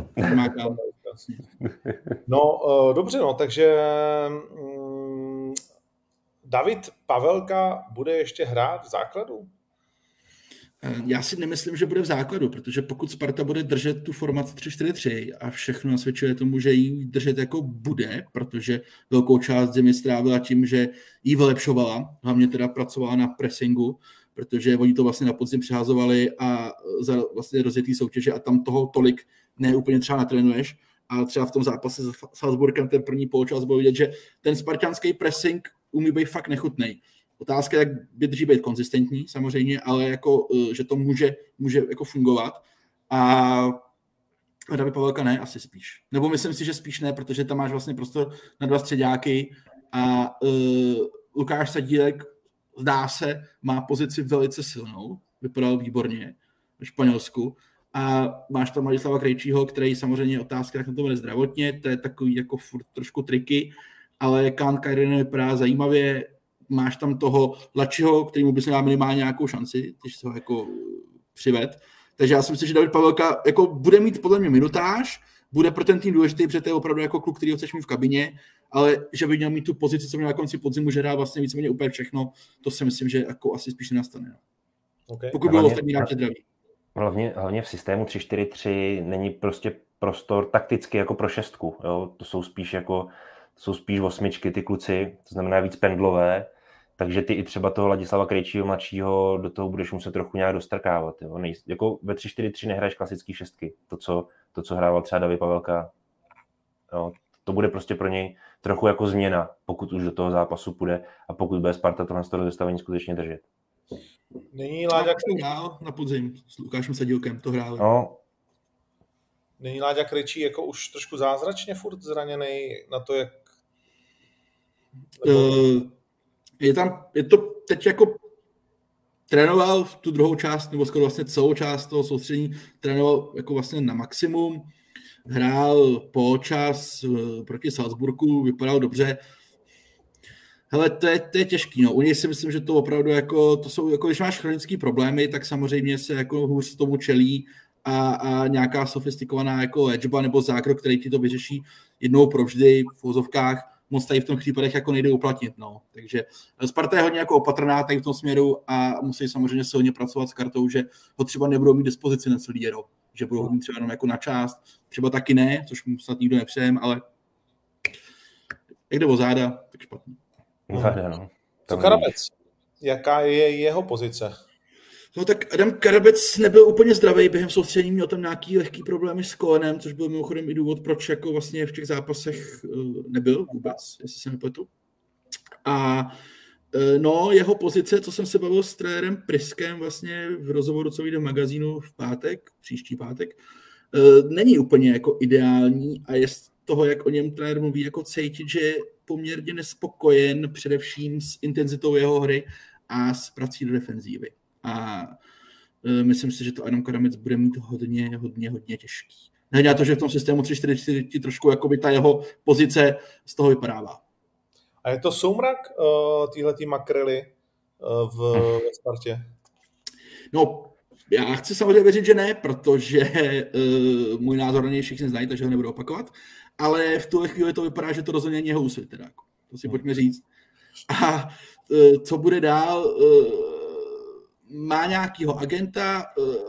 Speaker 1: No, uh, dobře, no, takže um, David Pavelka bude ještě hrát v základu?
Speaker 3: Já si nemyslím, že bude v základu, protože pokud Sparta bude držet tu formaci tři čtyři tři a všechno nasvědčuje tomu, že ji držet jako bude, protože velkou část zimy strávila tím, že ji vylepšovala, hlavně teda pracovala na pressingu, protože oni to vlastně na podzim přeházovali a za vlastně rozjetý soutěže a tam toho tolik ne úplně třeba natrénuješ, ale třeba v tom zápase s Salzburgem ten první poločas bylo vidět, že ten spartanský pressing umí být fakt nechutnej. Otázka, jak vydrží být konzistentní, samozřejmě, ale jako, že to může, může jako fungovat. A David Pavelka ne, asi spíš. Nebo myslím si, že spíš ne, protože tam máš vlastně prostor na dva středáky a uh, Lukáš Sadílek, zdá se, má pozici velice silnou, vypadal výborně ve Španělsku. A máš tam Ladislava Krejčího, který samozřejmě je otázka, jak na to bude zdravotně, to je takový jako furt trošku triky, ale Kaan Kajrinen vypadá zajímavě. Máš tam toho Lačiho, kterýmu by se dal minimálně nějakou šanci, když se ho jako přived. Takže já si myslím, že David Pavelka jako bude mít podle mě minutáž, bude pro ten tým důležitý, protože to je opravdu jako kluk, který ho chceš mít v kabině, ale že by měl mít tu pozici, co měl na konci podzimu, že hrál vlastně víceméně úplně všechno, to si myslím, že jako asi spíš nenastane.
Speaker 2: Okay.
Speaker 3: Pokud bylo ostatní hráče zdraví.
Speaker 2: Hlavně, hlavně v systému tři čtyři tři není prostě prostor takticky jako pro šestku. Jo? To jsou spíš jako to jsou spíš osmičky ty kluci, to znamená víc pendlové, takže ty i třeba toho Ladislava Krejčího mladšího do toho budeš muset trochu nějak dostrkávat. Jo? Nej, jako ve tři čtyři tři nehraješ klasický šestky, to co, to, co hrával třeba David Pavelka. Jo? To bude prostě pro něj trochu jako změna, pokud už do toho zápasu půjde a pokud bude Sparta tohle z toho rozestavení skutečně držet.
Speaker 1: Není Láďa
Speaker 3: hrál na podzim s Lukášem Sadílkem, to hrál.
Speaker 2: No.
Speaker 1: Není Láďa Krejčí jako už trošku zázračně furt zraněný na to, jak...
Speaker 3: Nebo... Uh, je tam, je to teď jako trénoval v tu druhou část, nebo skoro vlastně celou část toho soustředění, trénoval jako vlastně na maximum, hrál poločas proti Salzburgu, vypadal dobře. Hele, to je, to je těžký, no. U něj si myslím, že to opravdu jako, to jsou, jako když máš chronické problémy, tak samozřejmě se jako hůř tomu čelí a, a nějaká sofistikovaná jako léčba nebo zákrok, který ti to vyřeší jednou provždy v vozovkách, moc tady v tom případech jako nejde uplatnit, no. Takže Sparta je hodně jako opatrná tady v tom směru a musí samozřejmě silně pracovat s kartou, že ho třeba nebudou mít dispozici na celý jaro, že budou mít třeba jenom jako na část, třeba taky ne, což mu snad nikdo nepřejem, ale jak jde o záda, tak špatně.
Speaker 2: Záda, no.
Speaker 1: Co Karabec? Jaká je jeho pozice?
Speaker 3: No tak Adam Karabec nebyl úplně zdravý během soustředění, měl tam nějaký lehký problémy s kolenem, což byl mimochodem i důvod, proč jako vlastně v těch zápasech nebyl vůbec, jestli se nepletu. A no, jeho pozice, co jsem se bavil s trenérem Priskem vlastně v rozhovoru, co vyjde v magazínu v pátek, příští pátek, není úplně jako ideální a je z toho, jak o něm trenér mluví, jako cítit, že je poměrně nespokojen především s intenzitou jeho hry a s prací do defenzívy. A uh, myslím si, že to Adam Karabec bude mít hodně, hodně, hodně těžký. Nehledě na to, že v tom systému tři čtyři čtyři trošku jakoby ta jeho pozice z toho vypadává.
Speaker 1: A je to soumrak uh, týhletý makrely uh, v, ve Spartě?
Speaker 3: No, já chci samozřejmě věřit, že ne, protože uh, můj názor na něj všichni znají, takže ho nebudu opakovat, ale v tuhle chvíli to vypadá, že to rozhodně není jeho úsvit. Teda. To si hmm. pojďme říct. A uh, co bude dál... Uh, má nějakýho agenta,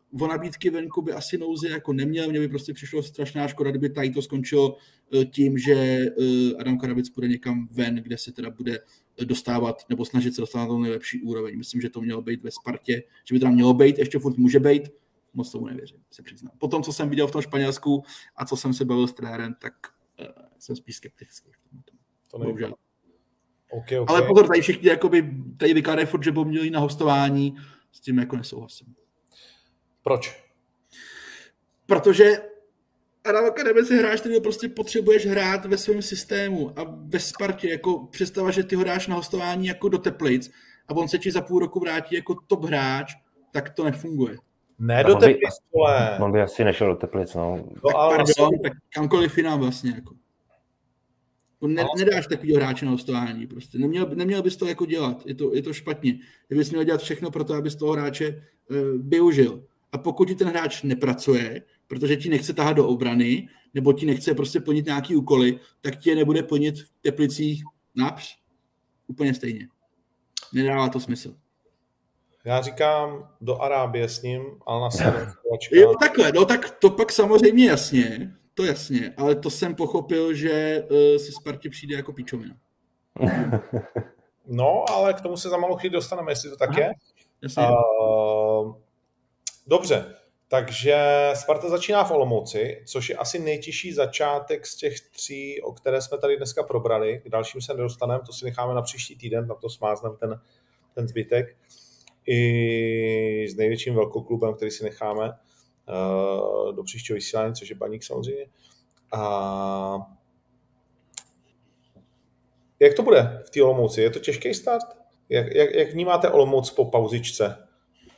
Speaker 3: o nabídky venku by asi nouze jako neměl, mě by prostě přišlo strašná škoda, kdyby tady to skončilo tím, že Adam Karabec půjde někam ven, kde se teda bude dostávat, nebo snažit se dostávat na to nejlepší úroveň. Myslím, že to mělo být ve Spartě, že by tam mělo být, ještě furt může být, moc tomu nevěřím, se přiznám. Po tom, co jsem viděl v tom Španělsku a co jsem se bavil s trenérem, tak uh, jsem spíš skeptický.
Speaker 1: To bohužel. Okay, okay.
Speaker 3: Ale pozor, tady všichni jakoby, tady vykládají furt, že budou měli na hostování, s tím jako nesouhlasím.
Speaker 1: Proč?
Speaker 3: Protože Adam Karabec je hráč, který prostě potřebuješ hrát ve svém systému a ve Spartě, jako představa, že ty ho dáš na hostování jako do Teplic a on se ti za půl roku vrátí jako top hráč, tak to nefunguje.
Speaker 1: Ne do Teplic, vole.
Speaker 2: On by asi nešel do Teplic, no.
Speaker 3: Tak, pardon, asi... tak kamkoliv jinam vlastně, jako. Ne, nedáš takovýho hráče na hostování, prostě. Neměl, neměl bys to jako dělat, je to, je to špatně. Kdybys měl dělat všechno pro to, abys toho hráče uh, využil. A pokud ti ten hráč nepracuje, protože ti nechce tahat do obrany, nebo ti nechce prostě plnit nějaký úkoly, tak ti je nebude plnit v Teplicích např. Úplně stejně. Nedává to smysl.
Speaker 1: Já říkám do Arábie s ním, ale na sebe.
Speaker 3: Jo, takhle, no tak to pak samozřejmě jasně, to jasně, ale to jsem pochopil, že uh, si Spartě přijde jako píčovina.
Speaker 1: No, ale k tomu se za malou chvíli dostaneme, jestli to tak Aha, je.
Speaker 3: Jasně.
Speaker 1: Uh, dobře, takže Sparta začíná v Olomouci, což je asi nejtěžší začátek z těch tří, o které jsme tady dneska probrali. K dalším se nedostaneme, to si necháme na příští týden, na to smázneme ten, ten zbytek. I s největším velkoklubem, který si necháme uh, do příštího vysílání, což je Baník samozřejmě. A jak to bude v té Olomouci? Je to těžký start? Jak, jak, jak vnímáte Olomouc po pauzičce?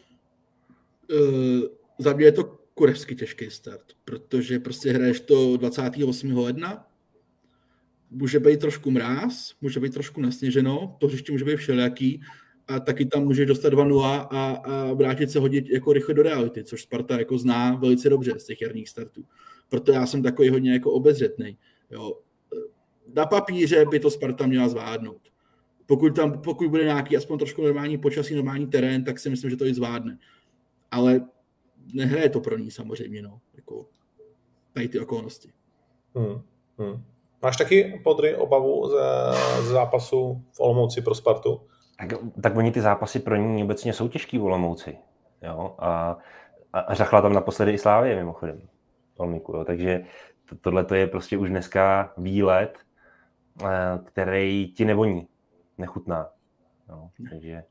Speaker 3: Uh, za mě je to kurevsky těžký start, protože prostě hraješ to dvacátého osmého ledna, může být trošku mráz, může být trošku nasněženo, to hřiště může být všelijaký a taky tam může dostat dva nula a, a vrátit se hodit jako rychle do reality, což Sparta jako zná velice dobře z těch jarních startů. Proto já jsem takový hodně jako obezřetnej. Jo. Na papíře by to Sparta měla zvládnout. Pokud tam, pokud bude nějaký aspoň trošku normální počasí, normální terén, tak si myslím, že to i zvládne. Ale nehraje to pro ní samozřejmě, no. Jako tady ty okolnosti.
Speaker 1: Hmm, hmm. Máš taky, Podry, obavu ze, ze zápasu v Olomouci pro Spartu?
Speaker 2: Tak, tak oni ty zápasy pro ní obecně jsou těžký v Olomouci. Jo? A, a řachla tam naposledy i Slávie mimochodem. Olmiku, jo? Takže to, tohle to je prostě už dneska výlet, který ti nevoní, nechutná. Jo? Takže...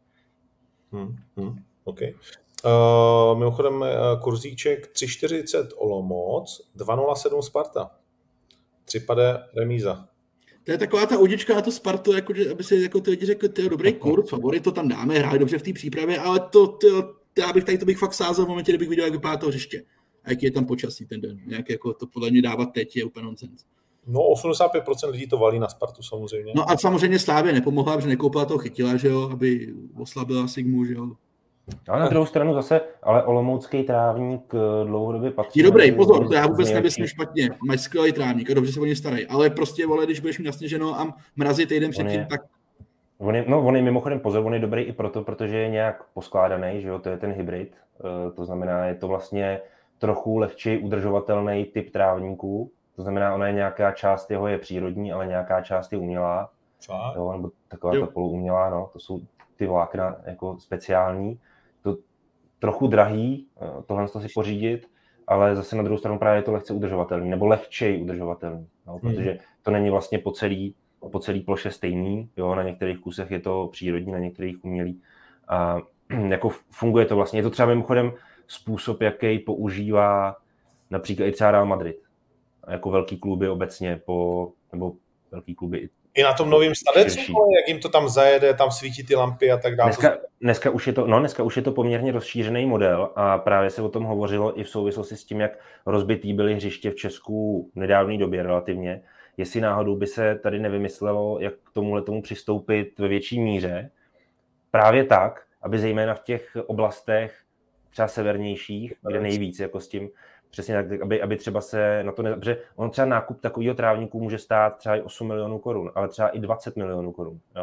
Speaker 1: Hmm, hmm, okay. Uh, mimochodem uh, kurzíček tři čtyřicet Olomouc, dva nula sedm Sparta. tři pade remíza.
Speaker 3: To je taková ta udička na to Spartu, jako, že, aby si jako ty lidi řekli, ty dobrý kurz, favorit, to tam dáme, hráli dobře v té přípravě, ale to, to, to, já bych tady to bych fakt sázel v momentě, kdybych viděl, jak vypadá to hřiště. A jaký je tam počasí ten den. Nějak jako to podle mě dávat teď je úplně nonsens.
Speaker 1: No, osmdesát pět procent lidí to valí na Spartu samozřejmě.
Speaker 3: No a samozřejmě Slávě nepomohla, že nekoupila toho Chytila, že jo, aby oslabila Sigmu, že jo.
Speaker 2: Ale na druhou stranu zase, ale olomoucký trávník dlouhodobě patří.
Speaker 3: Je dobrý, pozor, to já vůbec nemyslím špatně. Máš skvělý trávník a dobře se o ně starají. Ale prostě, vole, když budeš mít nasněženo a mrazit týden předtím, je, tak...
Speaker 2: On je, no, on je mimochodem pozor, on je dobrý i proto, protože je nějak poskládaný, že jo, to je ten hybrid. Uh, to znamená, je to vlastně trochu lehčí udržovatelný typ trávníků. To znamená, ona je nějaká část jeho je přírodní, ale nějaká část je umělá. Jo, nebo taková ta poluumělá, no, to jsou ty vlákna jako speciální. To trochu drahý, tohle si pořídit, ale zase na druhou stranu právě je to lehce udržovatelný, nebo lehčej udržovatelný, no, protože to není vlastně po celý, po celý ploše stejný, jo, na některých kusech je to přírodní, na některých umělý. A jako funguje to vlastně, je to třeba mimochodem způsob, jaký používá například i třeba Real Madrid, jako velký kluby obecně, po, nebo velký kluby
Speaker 1: i na tom novém stadecu, jak jim to tam zajede, tam svítí ty lampy a tak dále.
Speaker 2: Dneska, dneska, už je to, no, dneska už je to poměrně rozšířený model a právě se o tom hovořilo i v souvislosti s tím, jak rozbitý byly hřiště v Česku v nedávné době relativně. Jestli náhodou by se tady nevymyslelo, jak k tomuhle tomu přistoupit ve větší míře, právě tak, aby zejména v těch oblastech třeba severnějších, kde nejvíc jako s tím, přesně tak, aby, aby třeba se na to ne... Protože on třeba nákup takového trávníku může stát třeba i osm milionů korun, ale třeba i dvacet milionů korun. Jo?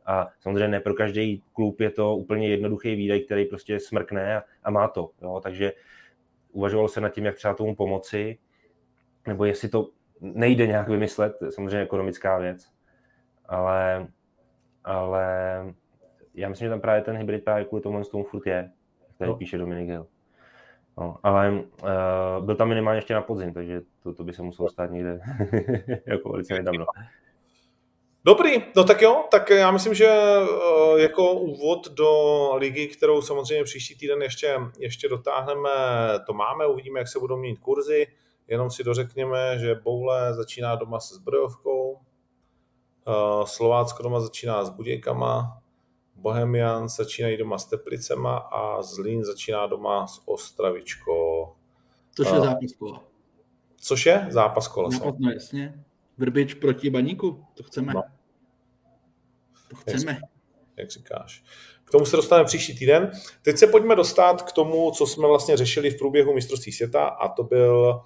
Speaker 2: A samozřejmě ne pro každý klub je to úplně jednoduchý výdej, který prostě smrkne a, a má to. Jo? Takže uvažovalo se nad tím, jak třeba tomu pomoci, nebo jestli to nejde nějak vymyslet, to je samozřejmě ekonomická věc, ale, ale já myslím, že tam právě ten hybrid právě kvůli tomu, tomu furt je, který no. píše Dominik Hill. No, ale uh, byl tam minimálně ještě na podzim, takže to, to by se muselo stát někde jako velice nedávno.
Speaker 1: Dobrý, no tak jo, tak já myslím, že uh, jako úvod do ligy, kterou samozřejmě příští týden ještě, ještě dotáhneme, to máme, uvidíme, jak se budou měnit kurzy, jenom si dořekněme, že Boule začíná doma se Zbrojovkou, uh, Slovácko doma začíná s Budějkama, Bohemian začínají doma s Teplicema a Zlín začíná doma s Ostravičkou.
Speaker 3: Což je zápas kola.
Speaker 1: Což je zápas kola.
Speaker 3: Zápas, no jasně. Vrbič proti Baníku, to chceme. No. To chceme.
Speaker 1: Jak, jak říkáš. K tomu se dostaneme příští týden. Teď se pojďme dostat k tomu, co jsme vlastně řešili v průběhu mistrovství světa, a to byl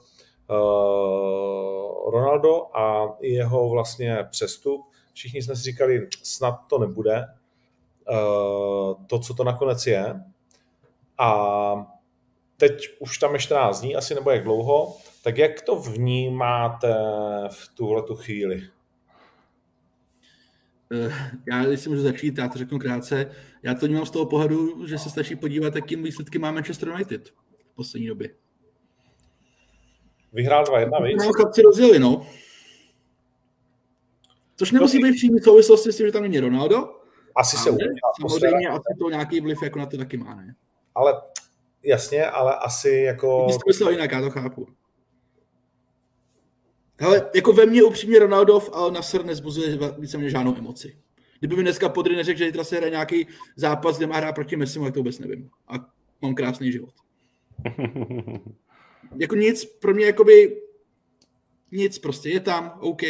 Speaker 1: uh, Ronaldo a jeho vlastně přestup. Všichni jsme si říkali, snad to nebude. Uh, to, co to nakonec je. A teď už tam je čtrnáct dní, asi nebo jak dlouho, tak jak to vnímáte v tuhletu chvíli?
Speaker 3: Já, když si můžu začít, já to řeknu krátce, já to vnímám z toho pohledu, že se stačí podívat, jakým výsledky má Manchester United v poslední době.
Speaker 1: Vyhrál dva jedna, víc?
Speaker 3: No, chlapci rozjeli, no. Což nemusí být přímý souvislosti s tím, že tam není Ronaldo.
Speaker 1: Asi se udělá.
Speaker 3: Samozřejmě asi to nějaký vliv jako na to taky má, ne?
Speaker 1: Ale jasně, ale asi jako...
Speaker 3: Když to myslel jinak, já to chápu. Hele, jako ve mně upřímně Ronaldov a Nasr nezbuzuje víceméně žádnou emoci. Kdyby mi dneska Podry neřekl, že zítra se hraje nějaký zápas, kde má hrát proti Messimu, tak to vůbec nevím. A mám krásný život. Jako nic, pro mě jakoby nic, prostě je tam, OK.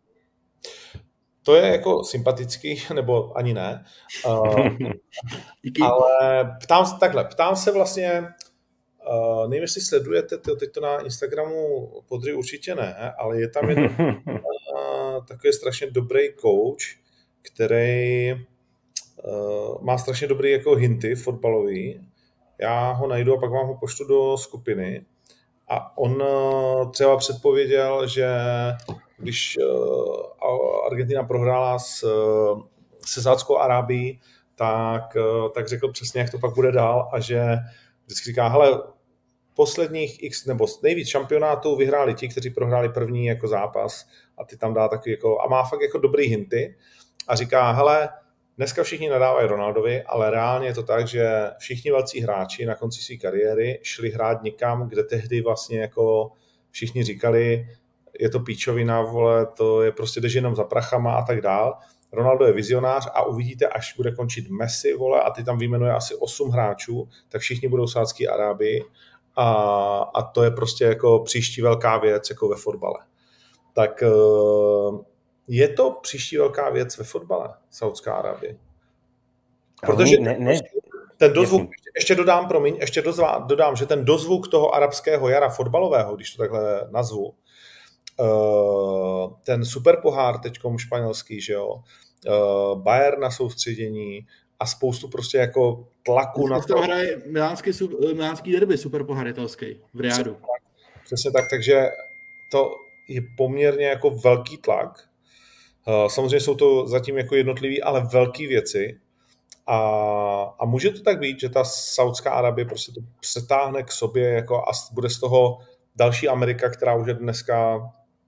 Speaker 1: To je jako sympatický, nebo ani ne. Uh, ale ptám se takhle, ptám se vlastně, uh, nevím, jestli sledujete, to, teď to na Instagramu Podry určitě ne, ale je tam jeden uh, takový strašně dobrý coach, který uh, má strašně dobrý jako hinty fotbalový. Já ho najdu a pak vám ho pošlu do skupiny. A on uh, třeba předpověděl, že když uh, Argentina prohrála s, uh, se Saudskou Arábií, tak, uh, tak řekl přesně, jak to pak bude dál, a že vždycky říká, hele, posledních x nebo nejvíc šampionátů vyhráli ti, kteří prohráli první jako zápas, a ty tam dá taky jako, a má fakt jako dobrý hinty a říká, hele, dneska všichni nadávají Ronaldovi, ale reálně je to tak, že všichni velcí hráči na konci své kariéry šli hrát někam, kde tehdy vlastně jako všichni říkali, je to píčovina, vole, to je prostě jdeš jenom za prachama a tak dál. Ronaldo je vizionář a uvidíte, až bude končit Messi, vole, a ty tam vyjmenuje asi osm hráčů, tak všichni budou v Saudské Arábii a, a to je prostě jako příští velká věc jako ve fotbale. Tak je to příští velká věc ve fotbale, Saudská Arábie? Protože ne, ne. ten dozvuk, ještě, ještě dodám, promiň, ještě dozvá, dodám, že ten dozvuk toho arabského jara fotbalového, když to takhle nazvu, ten superpohár teďkom španělský, že jo, Bayern na soustředění a spoustu prostě jako tlaku na to.
Speaker 3: Hraje milánský, milánský derby, superpohár italský v Riadu.
Speaker 1: Přesně tak, takže to je poměrně jako velký tlak. Samozřejmě jsou to zatím jako jednotlivý, ale velký věci. A, a může to tak být, že ta Saudská Arabie prostě to přetáhne k sobě jako a bude z toho další Amerika, která už je dneska...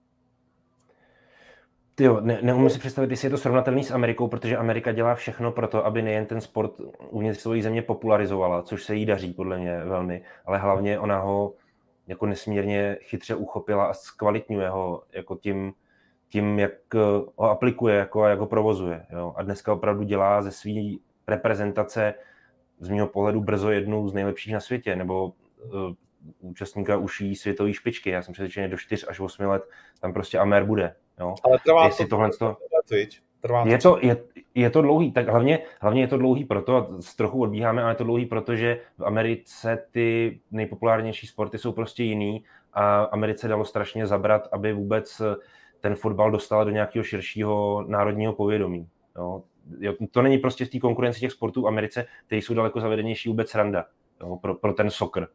Speaker 2: Tyjo, ne, neumím si představit, jestli je to srovnatelný s Amerikou, protože Amerika dělá všechno pro to, aby nejen ten sport uvnitř své země popularizovala, což se jí daří podle mě velmi, ale hlavně ona ho jako nesmírně chytře uchopila a zkvalitňuje ho jako tím, tím jak ho aplikuje jako a jak ho provozuje. Jo? A dneska opravdu dělá ze své reprezentace z mého pohledu brzo jednu z nejlepších na světě, nebo uh, účastníka uší světové špičky. Já jsem přesvědčený, do čtyř až osm let tam prostě Amer bude. Jo?
Speaker 1: Ale trvá
Speaker 2: Jestli
Speaker 1: to,
Speaker 2: tohle to...
Speaker 1: trvá to,
Speaker 2: je, to, je, je to dlouhý, tak hlavně, hlavně je to dlouhý proto, a trochu odbíháme, ale je to dlouhý proto, že v Americe ty nejpopulárnější sporty jsou prostě jiný a Americe dalo strašně zabrat, aby vůbec ten fotbal dostala do nějakého širšího národního povědomí. Jo? Jo, to není prostě v té konkurenci těch sportů v Americe, které jsou daleko zavedenější vůbec sranda, jo, pro, pro ten soccer.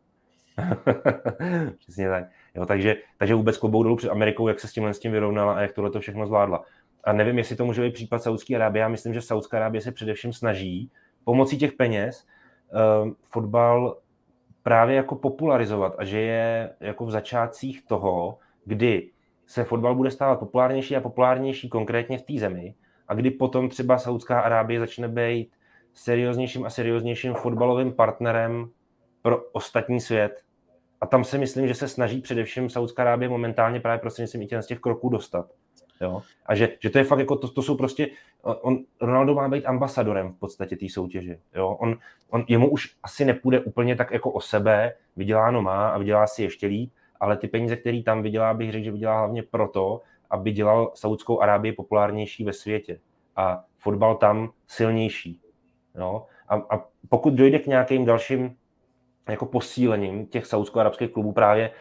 Speaker 2: Přesně tak. Jo, takže, takže vůbec klobouk dolů před Amerikou, jak se s tímhle s tím vyrovnala a jak tohle to všechno zvládla. A nevím, jestli to může být případ Saúdské Arábie. Já myslím, že Saúdská Arábie se především snaží pomocí těch peněz uh, fotbal právě jako popularizovat a že je jako v začátcích toho, kdy se fotbal bude stávat populárnější a populárnější konkrétně v té zemi a kdy potom třeba Saúdská Arábie začne být serióznějším a serióznějším fotbalovým partnerem pro ostatní svět. A tam si myslím, že se snaží především Saúdská Arábie momentálně právě prostřednictvím i z těch kroků dostat. Jo? A že, že to je fakt jako, to, to jsou prostě, on, Ronaldo má být ambasadorem v podstatě té soutěže. Jo? On, on, jemu už asi nepůjde úplně tak jako o sebe, vyděláno má a vydělá si ještě líp, ale ty peníze, které tam vydělá, bych řekl, že vydělá hlavně proto, aby dělal Saúdskou Arábii populárnější ve světě a fotbal tam silnější. Jo? A, a pokud dojde k nějakým dalším jako posílením těch saúdsko-arabských klubů právě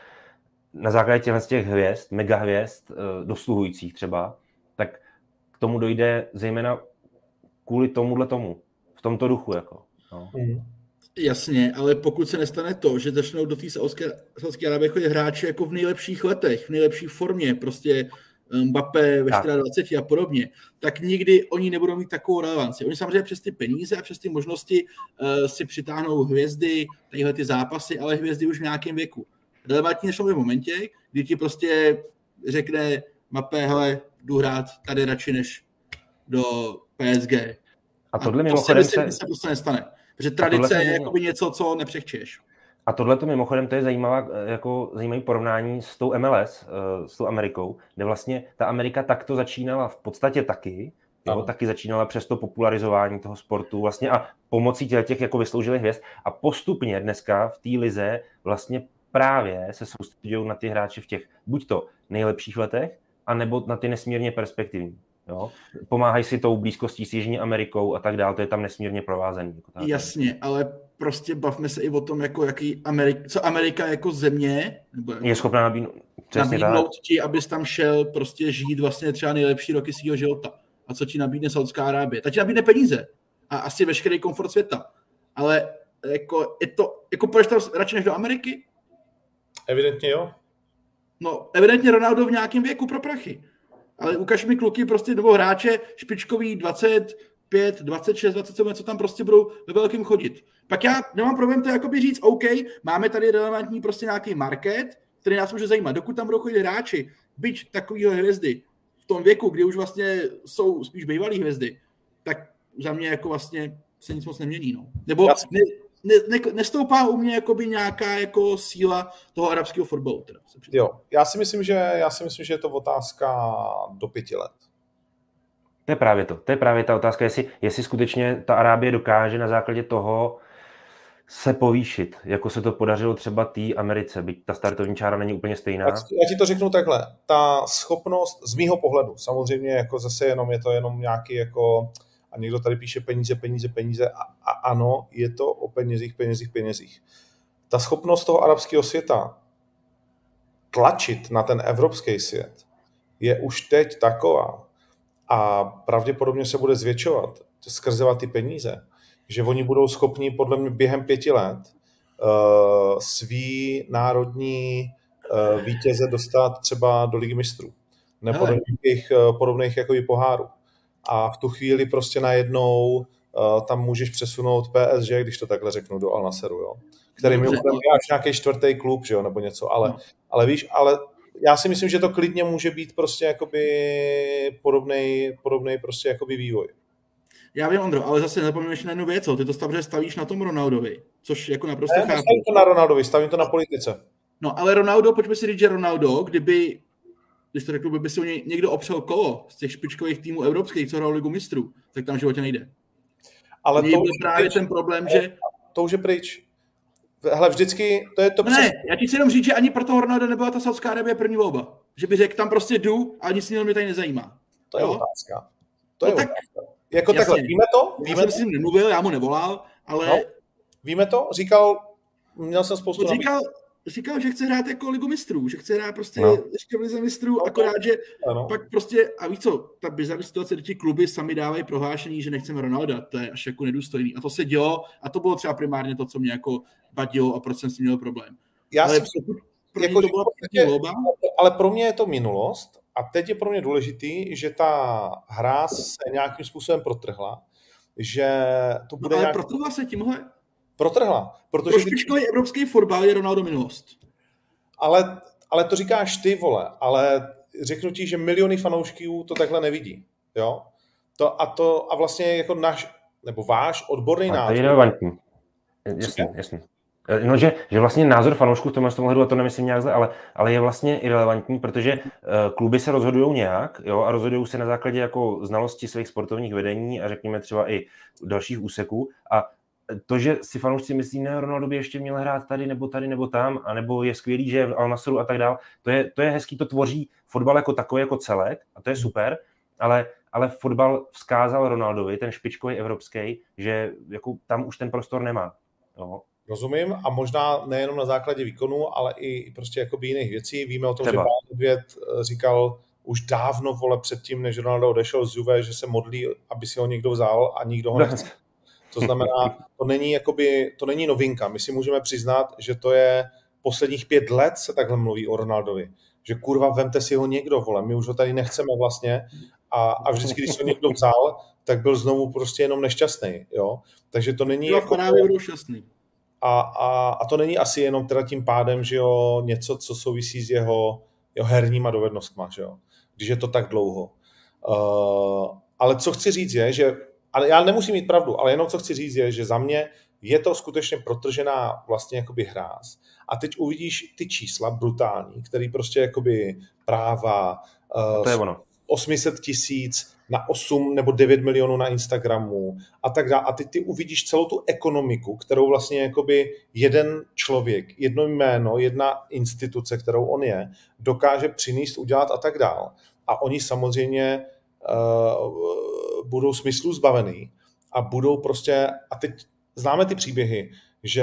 Speaker 2: na základě těchto těch hvězd, megahvězd, dosluhujících třeba, tak k tomu dojde zejména kvůli tomuhle tomu, v tomto duchu. Jako, no.
Speaker 3: mm. Jasně, ale pokud se nestane to, že začnou do té Saúdské Arábie chodit hráči jako v nejlepších letech, v nejlepší formě, prostě Mbappé ve dvaceti čtyřech a podobně, tak nikdy oni nebudou mít takovou relevanci. Oni samozřejmě přes ty peníze a přes ty možnosti uh, si přitáhnou hvězdy, tadyhle ty zápasy, ale hvězdy už v nějakém věku. Relevantní nešlo v momentě, kdy ti prostě řekne Mbappé, hele, jdu hrát tady radši než do P S G.
Speaker 2: A tohle
Speaker 3: a
Speaker 2: mimochodem
Speaker 3: se... se prostě nestane. Protože tradice je jakoby něco, co nepřechčeš.
Speaker 2: A tohle to mimochodem, to je zajímavá, jako zajímavý porovnání s tou M L S, s tou Amerikou, kde vlastně ta Amerika takto začínala v podstatě taky, jo, taky začínala přes to popularizování toho sportu vlastně a pomocí těch jako vysloužilých hvězd a postupně dneska v té lize vlastně právě se soustředují na ty hráči v těch buď to nejlepších letech, anebo na ty nesmírně perspektivní. Jo? Pomáhají si tou blízkostí s Jižní Amerikou a tak dále, to je tam nesmírně provázaný. Jako
Speaker 3: jasně, ale prostě bavme se i o tom, jako jaký Amerika, co Amerika jako země nebo jako
Speaker 2: je schopná nabídnout,
Speaker 3: nabídnout ti, abys tam šel prostě žít vlastně třeba nejlepší roky svýho života. A co ti nabídne Saúdská Arábie? Ta ti nabídne peníze a asi veškerý komfort světa. Ale jako, je to, jako půjdeš tam radši než do Ameriky?
Speaker 1: Evidentně jo.
Speaker 3: No, evidentně Ronaldo v nějakém věku pro prachy. Ale ukaž mi kluky prostě, nebo hráče špičkový dvacet pět, dvacet šest, dvacet sedm, co tam prostě budou ve velkém chodit. Pak já nemám problém to jakoby říct, OK, máme tady relevantní prostě nějaký market, který nás může zajímat. Dokud tam budou chodit hráči, byť takovýhle hvězdy, v tom věku, kdy už vlastně jsou spíš bývalý hvězdy, tak za mě jako vlastně se nic moc nemění. No. Nebo ne, ne, ne, nestoupá u mě jakoby nějaká jako síla toho arabského fotbalu. Teda,
Speaker 1: jo, já si myslím, že já si myslím, že je to otázka do pěti let.
Speaker 2: To je právě to. To je právě ta otázka, jestli, jestli skutečně ta Arábie dokáže na základě toho se povýšit, jako se to podařilo třeba té Americe, byť ta startovní čára není úplně stejná.
Speaker 1: Já ti to řeknu takhle. Ta schopnost z mýho pohledu, samozřejmě jako zase jenom je to jenom nějaký jako, a někdo tady píše peníze, peníze, peníze a, a ano, je to o penězích, penězích, penězích. Ta schopnost toho arabského světa tlačit na ten evropský svět je už teď taková a pravděpodobně se bude zvětšovat skrze ty peníze, že oni budou schopni podle mě během pěti let uh, svý národní uh, vítěze dostat třeba do Ligy mistrů nebo do nějakých uh, podobných jakoby pohárů. A v tu chvíli prostě najednou uh, tam můžeš přesunout P S G, když to takhle řeknu, do Al Nasseru, jo? Který mi úplně až nějaký čtvrtý klub, že jo, nebo něco, ale, no. ale víš, ale já si myslím, že to klidně může být prostě jakoby podobnej, podobnej prostě jakoby vývoj.
Speaker 3: Já vím, Ondro, ale zase nezapomeneš na jednu věc, ty to stavře stavíš na tom Ronaldovi, což jako naprosto
Speaker 1: ne,
Speaker 3: chápu.
Speaker 1: Stavím to na Ronaldovi, stavím to na politice.
Speaker 3: No, ale Ronaldo, pojďme si říct, že Ronaldo, kdyby, když to řekl, by si někdo opřel kolo z těch špičkových týmů evropských, co hrál Ligu mistrů, tak tam v životě nejde.
Speaker 1: Ale to
Speaker 3: je právě pryč. Ten problém, že...
Speaker 1: To už je pryč. Hele, vždycky, to je to...
Speaker 3: No ne, já ti chci jenom říct, že ani pro toho Ronaldo nebyla ta Saudská Arábie první volba. Že by řekl, tam prostě jdu a nic jiného mě tady nezajímá.
Speaker 1: To je jo? otázka. To
Speaker 3: no
Speaker 1: je
Speaker 3: tak,
Speaker 1: otázka. Jako jasně, takhle, víme to? Víme
Speaker 3: já jsem to? s ním nemluvil, já mu nevolal, ale...
Speaker 1: No, víme to? Říkal, měl jsem spoustu...
Speaker 3: Říkal, říkal, že chce hrát jako ligu mistrů, že chce hrát prostě
Speaker 2: no.
Speaker 3: ještě v lize mistrů, akorát, že no. pak prostě, a víš co, ta bizarní situace, kdy ti kluby sami dávají prohlášení, že nechceme Ronalda, to je až jako nedůstojný. A to se dělo, a to bylo třeba primárně to, co mě jako vadilo a proč jsem s tím měl problém.
Speaker 1: Já
Speaker 3: ale,
Speaker 1: si,
Speaker 3: pro
Speaker 1: jako,
Speaker 3: to byla
Speaker 1: volba. Ale pro mě je to minulost a teď je pro mě důležitý, že ta hra se nějakým způsobem protrhla, že to bude
Speaker 3: no, ale
Speaker 1: nějak...
Speaker 3: protrhla se tímhle?
Speaker 1: Protrhla. Protože
Speaker 3: pro špičkový evropský fotbal je Ronaldo minulost.
Speaker 1: Ale, ale to říkáš ty, vole, ale řeknu ti, že miliony fanoušků to takhle nevidí, jo? To a to a vlastně jako náš, nebo váš odborný názor.
Speaker 2: To je relevantní. Jasně, jasně. No, že, že vlastně názor fanoušků v tomhle ohledu, a to nemyslím nějak zle, ale, ale je vlastně irelevantní, protože uh, kluby se rozhodují nějak, jo, a rozhodují se na základě jako znalosti svých sportovních vedení a řekněme třeba i dalších úseků. A to, že si fanoušci myslí, ne, Ronaldo by ještě měl hrát tady nebo tady nebo tam, anebo je skvělý, že je v Al Nasru a tak dál, to je, to je hezký, to tvoří fotbal jako takový, jako celek, a to je super, ale, ale fotbal vzkázal Ronaldovi, ten špičkový evropský, že jako tam už ten prostor nemá. Jo.
Speaker 1: Rozumím a možná nejenom na základě výkonu, ale i prostě jakoby jiných věcí. Víme o tom,
Speaker 2: Třeba.
Speaker 1: že Pán Nedvěd říkal už dávno, vole, předtím, než Ronaldo odešel z Juve, že se modlí, aby si ho někdo vzal a nikdo ho nechce. To znamená, to není, jakoby, to není novinka. My si můžeme přiznat, že to je posledních pět let se takhle mluví o Ronaldovi. Že kurva, vemte si ho někdo, vole, my už ho tady nechceme vlastně. A, a vždycky, když se ho někdo vzal, tak byl znovu prostě jenom nešťastný. Jo? Takže to není...
Speaker 3: Jako, budou šťastný.
Speaker 1: A, a, a to není asi jenom teda tím pádem, že jo, něco, co souvisí s jeho, jeho herníma dovednostma, že jo, když je to tak dlouho. Uh, ale co chci říct je, že, ale já nemusím mít pravdu, ale jenom co chci říct je, že za mě je to skutečně protržená vlastně jakoby hráz. A teď uvidíš ty čísla brutální, který prostě jakoby práva uh,
Speaker 2: to je ono.
Speaker 1: osm set tisíc na osm nebo devět milionů na Instagramu a tak dále. A ty, ty uvidíš celou tu ekonomiku, kterou vlastně jakoby jeden člověk, jedno jméno, jedna instituce, kterou on je, dokáže přinést, udělat a tak dále. A oni samozřejmě uh, budou smyslu zbavený a budou prostě, a teď známe ty příběhy, že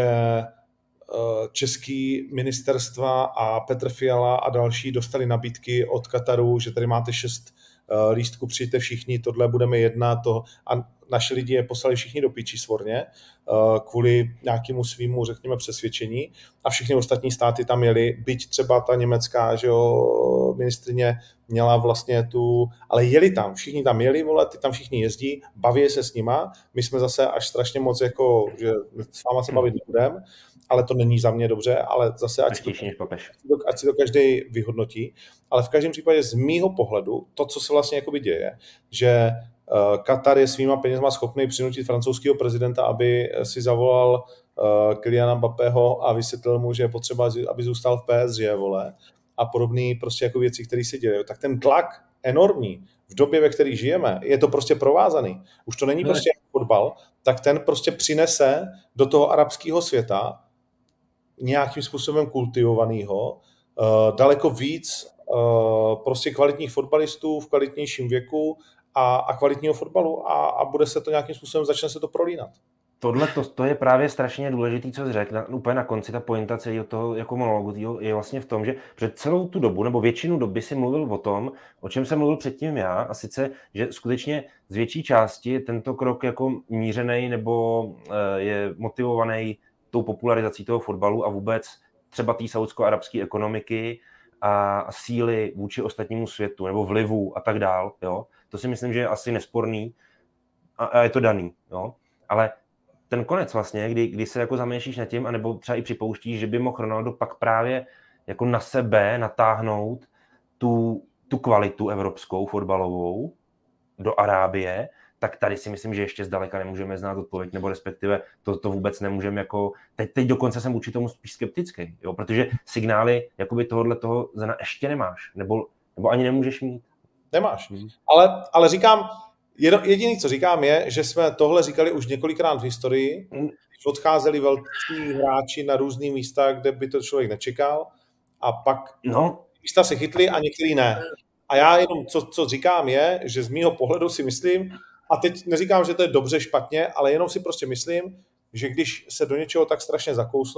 Speaker 1: uh, český ministerstva a Petr Fiala a další dostali nabídky od Kataru, že tady máte šest lístku, přijďte všichni, tohle budeme jednat, to, a naši lidi je poslali všichni do piči svorně kvůli nějakému svýmu, řekněme, přesvědčení a všichni ostatní státy tam jeli, byť třeba ta německá, že jo, ministrině měla vlastně tu, ale jeli tam, všichni tam jeli, vole, ty tam všichni jezdí, baví se s nima, my jsme zase až strašně moc jako, že s váma se bavit nebudem, ale to není za mě dobře, ale zase ať si, to, ať si to každý vyhodnotí, ale v každém případě z mýho pohledu to, co se vlastně jakoby děje, že uh, Katar je svýma penězma schopný přinutit francouzského prezidenta, aby si zavolal uh, Kyliana Mbappého a vysvětlil mu, že je potřeba, aby zůstal v P S G, vole, a podobné prostě jako věci, které se dějí. Tak ten tlak enormní v době, ve které žijeme, je to prostě provázaný. Už to není prostě fotbal, tak ten prostě přinese do toho arabského světa nějakým způsobem kultivovanýho, uh, daleko víc uh, prostě kvalitních fotbalistů v kvalitnějším věku a, a kvalitního fotbalu a, a bude se to nějakým způsobem, začne se to prolínat.
Speaker 2: Tohle to, to je právě strašně důležitý, co jsi řekl, na, úplně na konci, ta pointa celého toho jako monologu týho, je vlastně v tom, že před celou tu dobu, nebo většinu doby si mluvil o tom, o čem jsem mluvil předtím já, a sice, že skutečně z větší části je tento krok jako mířený nebo uh, je motivovaný tou popularizací toho fotbalu a vůbec třeba té saúdsko-arabské ekonomiky a síly vůči ostatnímu světu nebo vlivu a tak dál. Jo? To si myslím, že je asi nesporný a, a je to daný. Jo? Ale ten konec vlastně, kdy, kdy se jako zamýšlíš nad tím, anebo třeba i připouštíš, že by mohl Ronaldo pak právě jako na sebe natáhnout tu, tu kvalitu evropskou fotbalovou do Arábie, tak tady si myslím, že ještě zdaleka nemůžeme znát odpověď, nebo respektive to, to vůbec nemůžeme jako... Teď, teď dokonce jsem vůči tomu spíš skeptický, jo? Protože signály jakoby tohohle toho Zena ještě nemáš, nebo, nebo ani nemůžeš mít.
Speaker 1: Nemáš, hmm. ale, ale říkám, jediný, co říkám je, že jsme tohle říkali už několikrát v historii, když odcházeli velcí hráči na různý místa, kde by to člověk nečekal a pak
Speaker 2: no.
Speaker 1: místa se chytli a některý ne. A já jenom, co, co říkám je, že z mýho pohledu si myslím, a teď neříkám, že to je dobře, špatně, ale jenom si prostě myslím, že když se do něčeho tak strašně zakousnou,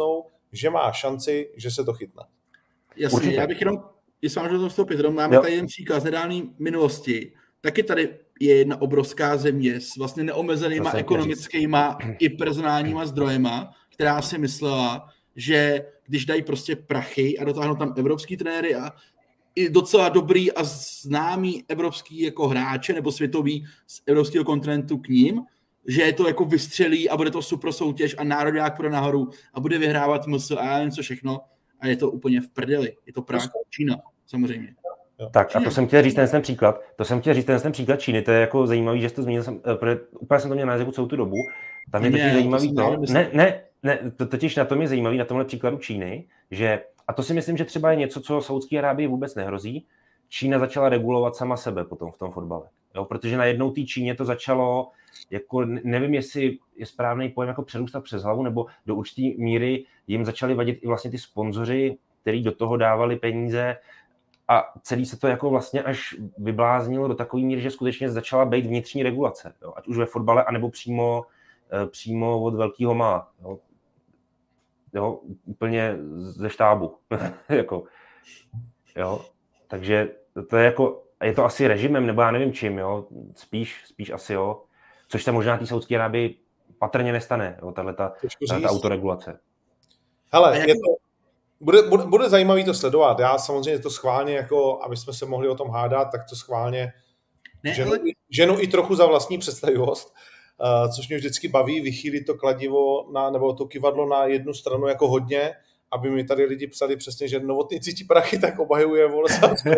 Speaker 1: že má šanci, že se to chytne.
Speaker 3: Jasně, určitě. Já bych jenom, jestli mám, že to vstoupit, jenom máme jo. tady jen příklad z nedávné minulosti, taky tady je jedna obrovská země s vlastně neomezenýma ekonomickýma i personálníma zdrojema, která si myslela, že když dají prostě prachy a dotáhnou tam evropský trenéry a i docela dobrý a známý evropský jako hráče nebo světový z evropského kontinentu k ním, že je to jako vystřelí a bude to super soutěž a národák půjde nahoru a bude vyhrávat M S a já nevím co všechno a je to úplně v prdeli. Je to Prah, Čína, samozřejmě.
Speaker 2: Tak a to jsem chtěl říct ten, ten příklad. To jsem chtěl říct ten, ten příklad Číny. To je jako zajímavý, že jsi to zmínil. Jsem, úplně jsem to měl na jazyku celou tu dobu. Tam je totiž zajímavý to. to ne, ne, ne, to totiž na tom je zajímavý, na tomhle příkladu Číny, že, a to si myslím, že třeba je něco, co Saúdské Arábii vůbec nehrozí. Čína začala regulovat sama sebe potom v tom fotbale. Jo, protože najednou té Číně to začalo, jako nevím, jestli je správný pojem jako přerůstat přes hlavu, nebo do určité míry jim začali vadit i vlastně ty sponzoři, kteří do toho dávali peníze. A celý se to jako vlastně až vybláznilo do takové míry, že skutečně začala být vnitřní regulace. Jo? Ať už ve fotbale, anebo přímo, přímo od velkého má. Jo? Jo? Úplně ze štábu. jako, jo? Takže to je jako, je to asi režimem, nebo já nevím čím, jo? Spíš, spíš asi jo. Což se možná té Saúdské Arábii patrně nestane, jo? Tahle ta, ta, ta autoregulace.
Speaker 1: Hele, je to... Bude, bude, bude zajímavý to sledovat. Já samozřejmě to schválně, jako, aby jsme se mohli o tom hádat, tak to schválně ne, ženu, ale... ženu i trochu za vlastní představivost, uh, což mě vždycky baví, vychýlit to kladivo na, nebo to kyvadlo na jednu stranu jako hodně, aby mi tady lidi psali přesně, že novotníci ti prachy tak obhajuje Volesavskou.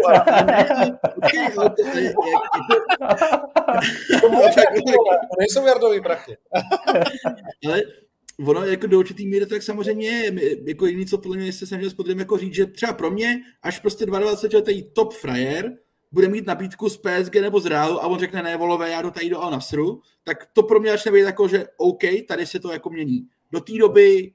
Speaker 1: To nejsou Jardový prachy.
Speaker 3: Ale ono jako do určitý míry tak samozřejmě je, jako jiný, co podle mě se snažil spodrým jako říct, že třeba pro mě, až prostě dvacetiletý top frajer bude mít nabídku z P S G nebo z Realu a on řekne, ne, volové, já jdu tady do Al Nasru, tak to pro mě začne být jako, že OK, tady se to jako mění. Do té doby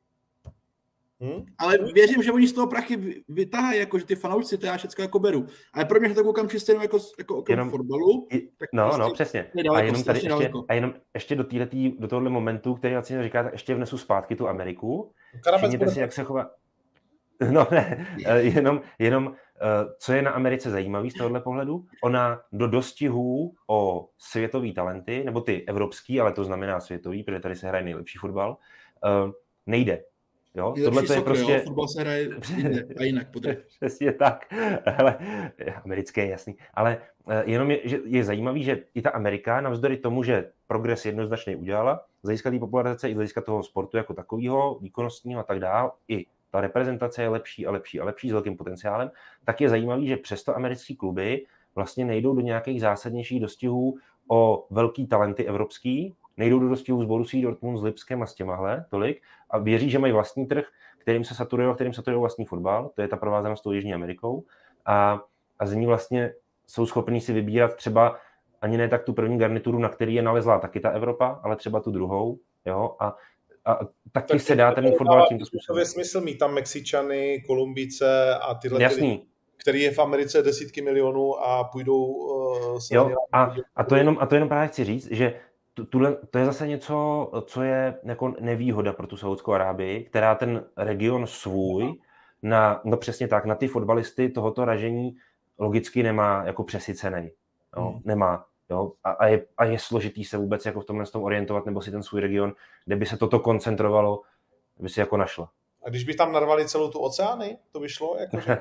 Speaker 3: Hmm? Ale věřím, že oni z toho prachy vytahají, jako, že ty fanoušci to já všechno jako beru. Ale pro mě, že to koukám čistě jako, jako okem fotbalu.
Speaker 2: Tak no, prostě no, přesně. A jenom tady ještě, a jenom ještě do, týhletý, do tohohle momentu, který vlastně říká, tak ještě vnesu zpátky tu Ameriku. Všimněte si, jak se chová... No ne, jenom, jenom co je na Americe zajímavý z tohohle pohledu, ona do dostihů o světový talenty, nebo ty evropský, ale to znamená světový, protože tady se hraje nejlepší fotbal, nejde. Jo, tohle to je prostě... Jo,
Speaker 3: fotbal se hraje a jinak podle.
Speaker 2: Přesně tak. Ale, americké je jasný. Ale jenom je, že je zajímavý, že i ta Amerika, navzdory tomu, že progres jednoznačně udělala, z hlediska té popularizace i z hlediska toho sportu jako takového, výkonnostního a tak dál, i ta reprezentace je lepší a lepší a lepší s velkým potenciálem, tak je zajímavý, že přesto americké kluby vlastně nejdou do nějakých zásadnějších dostihů o velký talenty evropský, nejdou do dostihů s Borussí Dortmund, s Lipskem a s těmahle tolik a věří, že mají vlastní trh, kterým se saturují, kterým saturují vlastní fotbal, to je ta provázanost s tou Jižní Amerikou a, a z ní vlastně jsou schopní si vybírat třeba ani ne tak tu první garnituru, na který je nalezla taky ta Evropa, ale třeba tu druhou, jo, a, a taky tak se dá ten fotbal tímto způsobem.
Speaker 1: To je smysl mít tam Mexičany, Kolumbíce a tyhle,
Speaker 2: Jasný.
Speaker 1: Ty, který je v Americe desítky milionů a půjdou uh, se
Speaker 2: jo, a, a, to jenom, a to jenom právě chci říct, že Tuhle, to je zase něco, co je jako nevýhoda pro tu Saúdskou Arábii, která ten region svůj, na, no přesně tak, na ty fotbalisty tohoto ražení logicky nemá jako přesycený. Jo? Hmm. Nemá. Jo? A, a, je, a je složitý se vůbec jako v tomhle tom orientovat, nebo si ten svůj region, kde by se toto koncentrovalo, by si jako našla.
Speaker 1: A když by tam narvali celou tu oceány, to by šlo? Jakože...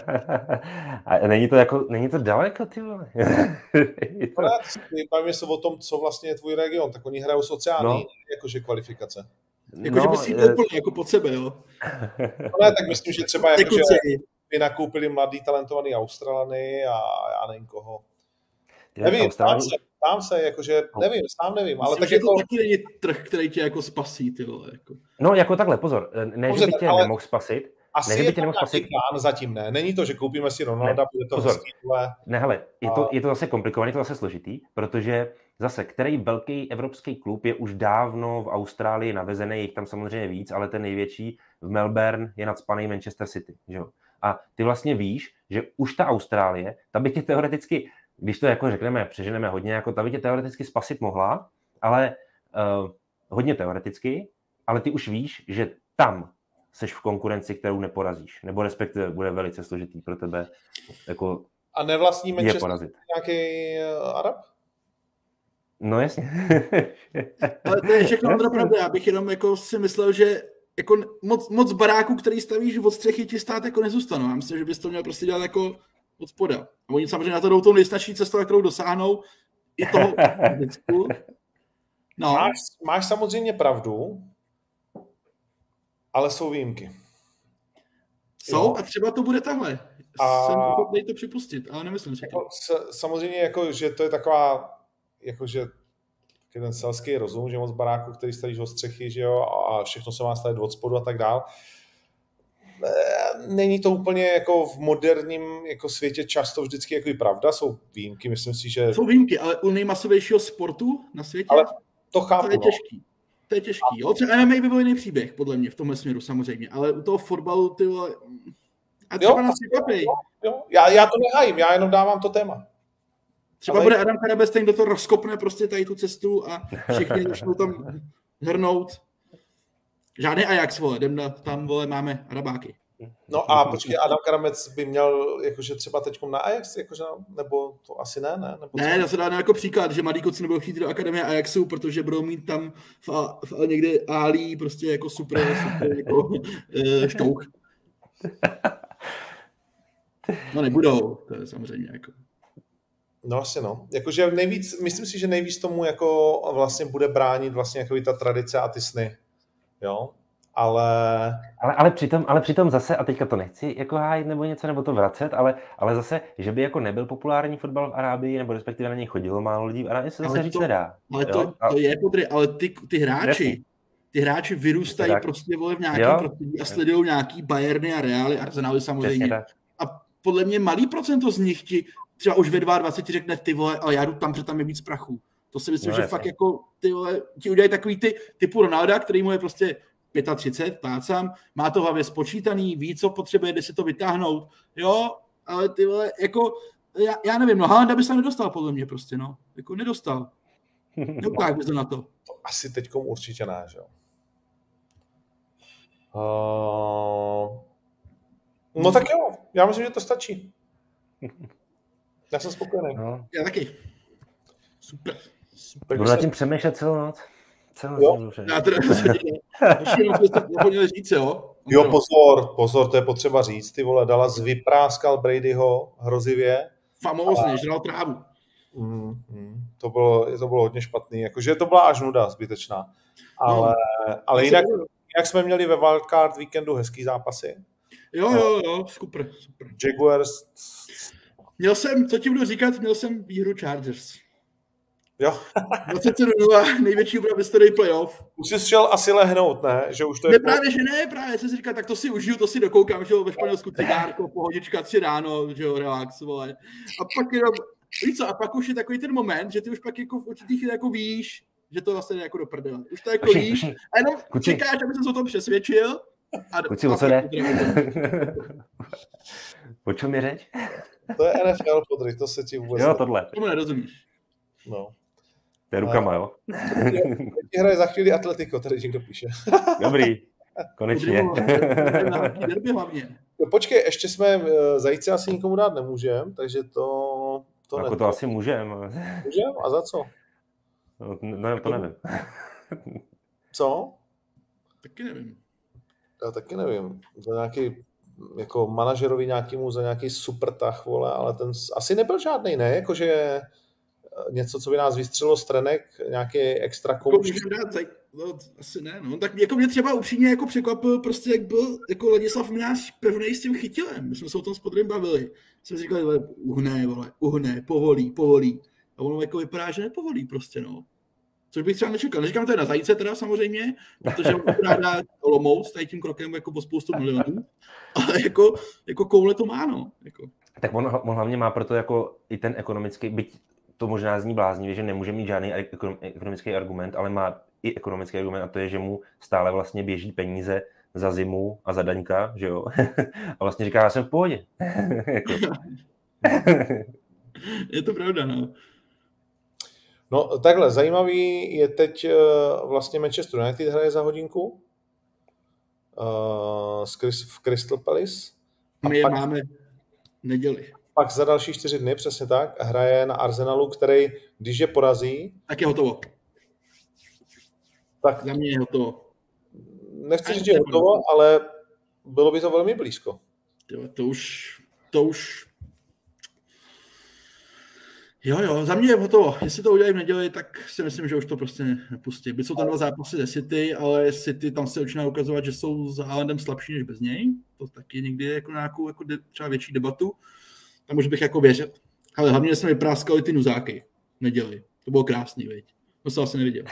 Speaker 2: A není to, jako, není to daleko, ty vole?
Speaker 1: to... Bavíme se o tom, co vlastně je tvůj region, tak oni hrajou s oceány, no. Jakože kvalifikace.
Speaker 3: Jakože no, by si jít úplně jako pod sebe, jo?
Speaker 1: No ne, tak myslím, že třeba jako, že by nakoupili mladý talentovaný Australany a já nevím koho. Tyhle, nevím, tam se, tam se, jakože, nevím, sám nevím, ale
Speaker 3: myslím,
Speaker 1: tak
Speaker 3: že
Speaker 1: jako...
Speaker 3: to taky není trh, který tě jako spasí, ty vole, jako.
Speaker 2: No, jako takhle, pozor, ne,
Speaker 1: pozor,
Speaker 2: že by tě ale... nemohl spasit,
Speaker 1: asi ne, je to nějaký spasit... plán, zatím ne, není to, že koupíme si Ronalda,
Speaker 2: ne,
Speaker 1: bude to
Speaker 2: pozor.
Speaker 1: hezký, ale...
Speaker 2: Ne, hele, je to, je to zase komplikované, je to zase složitý, protože zase, který velký evropský klub je už dávno v Austrálii navezený, jich tam samozřejmě víc, ale ten největší v Melbourne je nadspaný Manchester City, že jo? A ty vlastně víš, že už ta Austrálie, ta by tě teoreticky, když to jako řekneme, přeženeme hodně, jako ta by tě teoreticky spasit mohla, ale uh, hodně teoreticky, ale ty už víš, že tam seš v konkurenci, kterou neporazíš, nebo respektive bude velice složitý pro tebe jako
Speaker 1: a nevlastní
Speaker 2: je
Speaker 1: Manchester
Speaker 2: porazit.
Speaker 1: Nějaký Arab?
Speaker 2: No jasně.
Speaker 3: Ale to je všechno Ondra pravda. Já bych jenom jako si myslel, že jako moc, moc baráků, který stavíš od střechy, ti stát jako nezůstanou. Já myslím, že bys to měl prostě dělat jako od spoda. A oni samozřejmě na to jdou tou nejsnažší cestou, kterou dosáhnou i toho vždycku. No.
Speaker 1: Máš, máš samozřejmě pravdu, ale jsou výjimky.
Speaker 3: Jsou
Speaker 1: Jo.
Speaker 3: a třeba to bude tahle.
Speaker 1: A...
Speaker 3: Jsem ochotný to připustit, ale nemyslím si to.
Speaker 1: Jako, samozřejmě, jako, že to je taková, jako, že ten selský rozum, že moc baráků, který stavíš od střechy, že jo, a všechno se má stavit od spodu a tak dál. Není to úplně jako v moderním jako světě často vždycky jako i pravda, jsou výjimky, myslím si, že...
Speaker 3: Jsou výjimky, ale u nejmasovějšího sportu na světě
Speaker 1: ale to, chápu,
Speaker 3: to je
Speaker 1: no.
Speaker 3: těžký. To je těžký. Jo? Třeba M M A by byl jiný příběh, podle mě, v tomhle směru samozřejmě, ale u toho fotbalu, ty vole... A třeba
Speaker 1: Jo,
Speaker 3: nás překvapí.
Speaker 1: jo, já, já to nehájím, já jenom dávám to téma.
Speaker 3: Třeba ale... bude Adam Karabes, kdo to rozkopne prostě tady tu cestu a všichni začnou tam hrnout. Žádný Ajax, vole, jdem na, tam, vole, máme Arabáky.
Speaker 1: No a počkej, Adam Karamec by měl jakože třeba teďkom na Ajax, jakože, nebo to asi ne, ne? Nebo
Speaker 3: ne, to se dá jako příklad, že mladí kluci nebudou chtít do akademie Ajaxu, protože budou mít tam v, v, někde Álí prostě jako super, super jako uh, štouch. No nebudou, to je samozřejmě jako...
Speaker 1: No asi no. Jakože nejvíc, myslím si, že nejvíc tomu jako vlastně bude bránit vlastně jako ta tradice a ty sny. Jo? Ale...
Speaker 2: Ale, ale, přitom, ale přitom zase, a teďka to nechci jako hájit nebo něco, nebo to vracet, ale, ale zase, že by jako nebyl populární fotbal v Arábii, nebo respektive na něj chodilo málo lidí, v Arábii se zase
Speaker 3: ale
Speaker 2: říct
Speaker 3: to,
Speaker 2: nedá.
Speaker 3: Ale to, to je podry, ale ty, ty hráči, ty hráči vyrůstají tak. prostě vole v nějakém prostředí a sledují nějaký Bayerny a Reály, Arsenaly samozřejmě. A podle mě malý procento z nich ti třeba už ve dvacet dva řekne, ty vole, ale já jdu tam, protože tam je víc prachu. To si myslím, no, že jasný. Fakt jako ty vole, ti udělají takový ty typu Ronalda, který mu je prostě třicet pět, plácám, má to v hlavě spočítaný, ví, co potřebuje, jde si to vytáhnout, jo, ale ty vole, jako, já, já nevím, no Haalanda by se nedostal podle mě prostě, no, jako nedostal. Neuták bys to na to.
Speaker 1: To asi teďkom určitě ne, že jo. Uh... No tak jo, já myslím, že to stačí. Já jsem spokojený.
Speaker 3: No. Já taky. Super.
Speaker 2: Super. Budu nad tím přemýšlet celou noc. Celou
Speaker 1: noc.
Speaker 3: Já teda ještě jenom jste zapomněli říct, jo?
Speaker 1: Jo, pozor, pozor, to je potřeba říct. Ty vole, Dallas vypráskal Bradyho hrozivě.
Speaker 3: Famózně, a... žral trávu.
Speaker 1: Mm, mm, to, bylo, to bylo hodně špatný. Jakože to byla až nuda zbytečná. Ale, no. ale jinak, jinak jsme měli ve wildcard víkendu hezký zápasy.
Speaker 3: Jo, jo, jo, super, super.
Speaker 1: Jaguars.
Speaker 3: Měl jsem, co ti budu říkat, měl jsem výhru Chargers.
Speaker 1: Jo.
Speaker 3: dvacet sedm nula, největší úprav v historii playoff.
Speaker 1: Už jsi šel asi lehnout, ne? Že už to je
Speaker 3: ne, právě, že ne, právě jsem si říkal, tak to si užiju, to si dokoukám, že jo, ve Španělsku cigárko, pohodička, tři ráno, že jo, relax, vole. A pak jenom, víš co, a pak už je takový ten moment, že ty už pak jako v určitých jako víš, že to vlastně jako do prdele. Už to jako
Speaker 2: Kuči,
Speaker 3: víš,
Speaker 2: kuči.
Speaker 3: a jenom
Speaker 2: Kuči.
Speaker 3: čekáš, aby se o tom přesvědčil. A
Speaker 2: Kuci, o co jde? O čem je řeč?
Speaker 1: To je N F L, podry, to se ti vůbec...
Speaker 2: Jo, tohle.
Speaker 3: Tomu nerozumíš.
Speaker 1: No.
Speaker 2: To je rukama, jo?
Speaker 1: Teď hraje za chvíli Atletico, tady někdo píše.
Speaker 2: Dobrý, konečně.
Speaker 3: Derby hlavně.
Speaker 1: No, počkej, ještě jsme, zajíce asi nikomu dát nemůžeme, takže to... to
Speaker 2: jako
Speaker 1: ne...
Speaker 2: to asi můžeme.
Speaker 1: Můžeme? A za co?
Speaker 2: No, no to nevím.
Speaker 1: Co?
Speaker 3: Taky nevím.
Speaker 1: Já taky nevím. Za nějaký jako manažerovi nějakému za nějaký super tah, vole, ale ten asi nebyl žádnej, ne? Jakože něco, co by nás vystřelilo z trenek, nějaký extra kouč.
Speaker 3: No, asi ne, no. Tak jako mě třeba upřímně jako překvapil prostě, jak byl jako Ladislav Mnář pevnej s tím chytilem. My jsme se o tom s Podrym bavili. Jsem si říkal, vole, uhne, vole, uhne, povolí, povolí. A ono jako vypadá, že nepovolí prostě, no. Což bych třeba nečekal. Neříkám to je na Zajíce teda samozřejmě, protože on ukrádá Olomouc tady tím krokem jako po spoustu milionů, ale jako, jako koule to má, no. Jako.
Speaker 2: Tak on, on hlavně má proto jako i ten ekonomický, byť to možná zní bláznivě, že nemůže mít žádný ekonomický argument, ale má i ekonomický argument a to je, že mu stále vlastně běží peníze za zimu a za daňka, že jo. A vlastně říká, já jsem v pohodě.
Speaker 3: Je to pravda, no.
Speaker 1: No takhle, zajímavý je teď vlastně Manchester United hraje za hodinku. uh, v Crystal Palace.
Speaker 3: A my je pak, máme neděli.
Speaker 1: Pak za další čtyři dny, přesně tak, hraje na Arsenalu, který, když je porazí...
Speaker 3: Tak je hotovo.
Speaker 1: Tak,
Speaker 3: za mě je hotovo.
Speaker 1: Nechci říct, že je hotovo, ale bylo by to velmi blízko.
Speaker 3: Jo, to už... To už... Jo, jo, za mě je hotovo. Jestli to udělají v neděli, tak si myslím, že už to prostě nepustí. Byť jsou tam dva zápasy ze City, ale City tam se začíná ukazovat, že jsou s Haalandem slabší než bez něj. To taky někdy je jako nějakou jako de, třeba větší debatu. Tam už bych jako věřil. Ale hlavně jsme vypráskali ty nuzáky v neděli. To bylo krásný, viď? To jsem asi neviděl.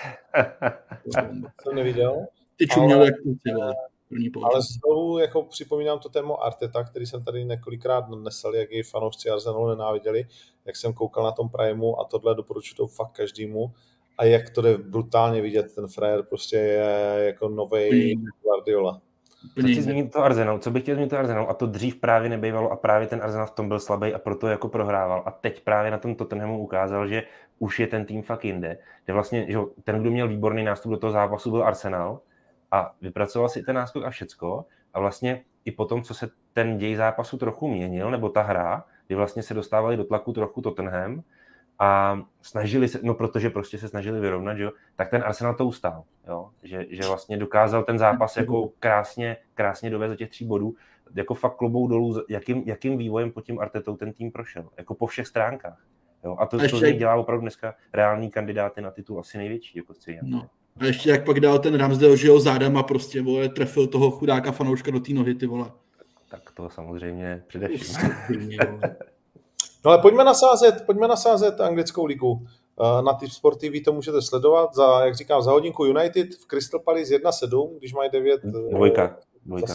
Speaker 1: To neviděl.
Speaker 3: Ty čuměl ale... jak kluci,
Speaker 1: ale znovu jako připomínám to téma Arteta, který jsem tady několikrát nesel, jak jej fanoušci Arsenalu nenáviděli, jak jsem koukal na tom Primeu a tohle doporučuji to fakt každému a jak to jde brutálně vidět, ten frajer prostě je jako novej Guardiola.
Speaker 2: Co chci zmínit to Arsenal, co bych chtěl zmínit to Arsenal a to dřív právě nebejvalo a právě ten Arsenal v tom byl slabý a proto jako prohrával a teď právě na tom Tottenhamu ukázal, že už je ten tým fakt jinde, kde vlastně, že ten, kdo měl výborný nástup do toho zápasu, byl Arsenal a vypracoval si ten náskok a všecko a vlastně i potom, co se ten děj zápasu trochu měnil, nebo ta hra, kdy vlastně se dostávali do tlaku trochu Tottenham a snažili se, no protože prostě se snažili vyrovnat, že jo, tak ten Arsenal to ustál, jo, že, že vlastně dokázal ten zápas jako krásně, krásně dovést do těch tří bodů, jako fakt klobou dolů, jakým, jakým vývojem pod tím Artetou ten tým prošel, jako po všech stránkách, jo, a to, to z nich dělá opravdu dneska reální kandidáty na titul asi největší, jako chci
Speaker 3: no. A ještě jak pak dal ten Ramsdale, že jo, zádama prostě, vole, trefil toho chudáka fanouška do té nohy, ty vole.
Speaker 2: Tak to samozřejmě především.
Speaker 1: No ale pojďme nasázet, pojďme nasázet anglickou ligu. Na Tipsport T V to můžete sledovat za, jak říkám, za hodinku United v Crystal Palace jedna sedm, když mají devět
Speaker 2: dvojka, dvojka.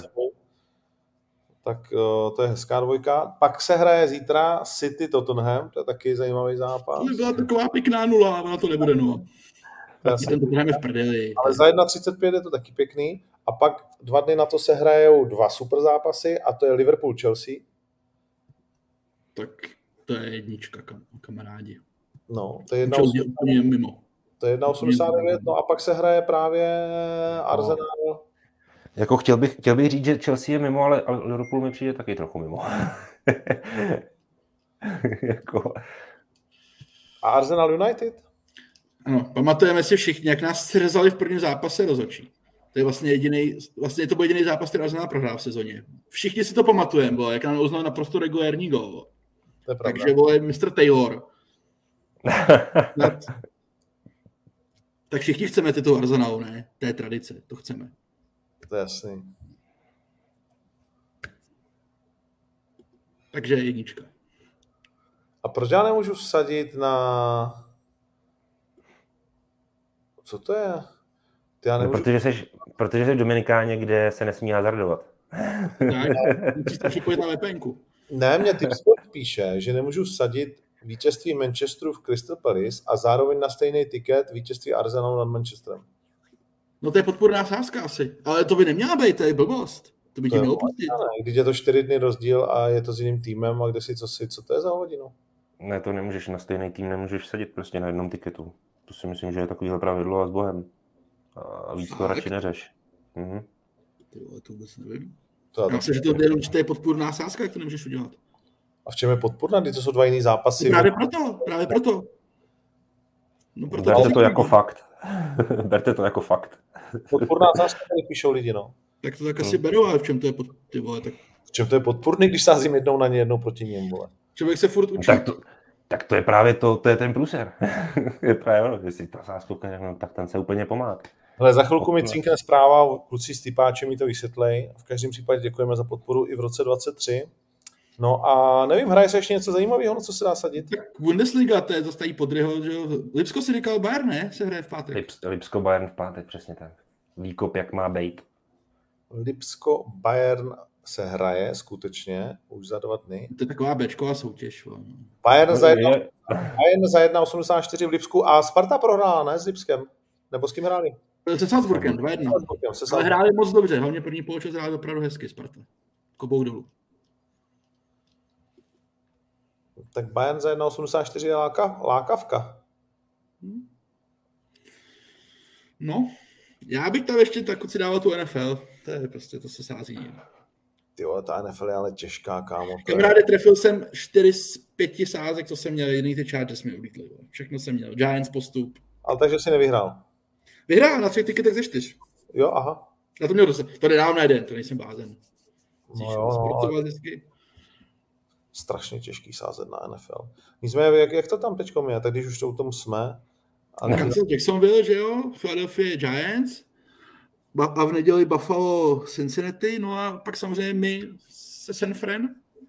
Speaker 1: Tak to je hezká dvojka. Pak se hraje zítra City Tottenham, to je taky zajímavý zápas.
Speaker 3: To by byla taková pěkná nula, ona to nebude nula. Ten Tottenham je v prdeli.
Speaker 1: Ale za jedna třicet pět je to taky pěkný. A pak dva dny na to se hrajou dva super zápasy a to je Liverpool-Chelsea.
Speaker 3: Tak to je jednička, kam, kamarádi.
Speaker 1: No, to je jedna
Speaker 3: mimo.
Speaker 1: To je jedna osmdesát devět, no a pak se hraje právě Arsenal.
Speaker 2: Jako chtěl bych, chtěl bych říct, že Chelsea je mimo, ale Liverpool mi přijde taky trochu mimo. jako...
Speaker 1: A Arsenal United?
Speaker 3: Ano, pamatujeme si všichni, jak nás srezali v prvním zápase rozhodčí. To je vlastně jediný, vlastně to byl jediný zápas, který Arsenal prohrál v sezóně. Všichni si to pamatujeme, bo, jak nám uznal naprosto regulérní gól. Takže vole, mister Taylor. Tak všichni chceme titul Arsenalu, ne? To je tradice, to chceme.
Speaker 1: To je jasný.
Speaker 3: Takže jednička.
Speaker 1: A proč já nemůžu vsadit na... Co to je?
Speaker 2: Já nemůžu... no, protože, jsi, protože jsi v Dominikáně, kde se nesmí hazardovat.
Speaker 3: Tak, musíš to připojit na VPNku.
Speaker 1: Ne, mě Tipsport píše, že nemůžu vsadit vítězství Manchesteru v Crystal Palace a zároveň na stejný tiket vítězství Arsenalu nad Manchesterem.
Speaker 3: No to je podpůrná sázka asi, ale to by neměla být, to je blbost. To by ti mělo pustit.
Speaker 1: Když je to čtyři dny rozdíl a je to s jiným týmem a kde si co si, co to je za hodinu?
Speaker 2: Ne, to nemůžeš na stejný tým, nemůžeš sadit prostě na jednom tiketu. To si myslím, že je takovýhle pravidlo a s Bohem. A víc to radši neřeš. Mhm.
Speaker 3: Ty vole, to vůbec nevím.
Speaker 1: To
Speaker 3: já myslím, že to jenom je podpůrná sázka, jak to nemůžeš udělat.
Speaker 1: A v čem je podpůrná? Když to jsou dva jiný zápasy.
Speaker 3: No právě proto, právě proto. No proto
Speaker 2: Berte to, to jako fakt. Berte to jako fakt.
Speaker 1: Podpůrná sázka, tady píšou lidi, no.
Speaker 3: Tak to tak asi no. beru, ale v čem to je pod... Ty vole, tak...
Speaker 1: V čem to je podpůrný, když sázím jednou na ně, jednou proti něm, vole?
Speaker 3: Člověk se furt učí.
Speaker 2: Tak to, tak to je právě to, to je ten pluser. je právě ono, jestli ta sázka, no, tak ten se úplně pomáhá.
Speaker 1: Ale za chvilku mi cinkne zpráva, kluci s typáčem mi to vysvětlej. V každém případě děkujeme za podporu i v roce dvacet tři. No a nevím, hraje se ještě něco zajímavého, no co se dá sadit?
Speaker 3: Tak Bundesliga, to je zase tady podryho, že jo. Lipsko si říkal Bayern, ne? Se hraje v pátek.
Speaker 2: Lips, Lipsko Bayern v pátek, přesně tak. Výkop, jak má být.
Speaker 1: Lipsko Bayern se hraje skutečně už za dva dny.
Speaker 3: To je taková béčková soutěž.
Speaker 1: Bayern za jedna, Bayern za jedna osmdesát čtyři v Lipsku a Sparta prohrála, ne, s Lipskem? Nebo s kým hráli?
Speaker 3: Se Salzburgem, dva jedna. Ale hráli moc dobře, hlavně první poločas hráli opravdu hezky Sparta. Kobouk dolů.
Speaker 1: Tak Bayern za jedna osmdesát čtyři je láka, lákavka.
Speaker 3: No, já bych tam ještě tak si dával tu N F L. To je prostě, to se sází.
Speaker 1: Ty vole, ta N F L je ale těžká, kámo.
Speaker 3: Kamaráde, trefil jsem čtyři z pěti sázek, co jsem měl, jiný ty Chargers mi ulítli. Všechno jsem měl. Giants postup.
Speaker 1: Ale takže jsi nevyhrál.
Speaker 3: Vyhrál na třech tiketech ze čtyř.
Speaker 1: Jo, aha.
Speaker 3: Já to měl dost. To nedávám na jeden, to nejsem blázen.
Speaker 1: No jo, no, ale... Strašně těžký sázet na N F L. Nicméně, jak, jak to tam teďkom je, tak když už to u tom jsme...
Speaker 3: A Kansas Jacksonville, že jo? Philadelphia Giants. A v neděli Buffalo Cincinnati, no a pak samozřejmě my se San Fran.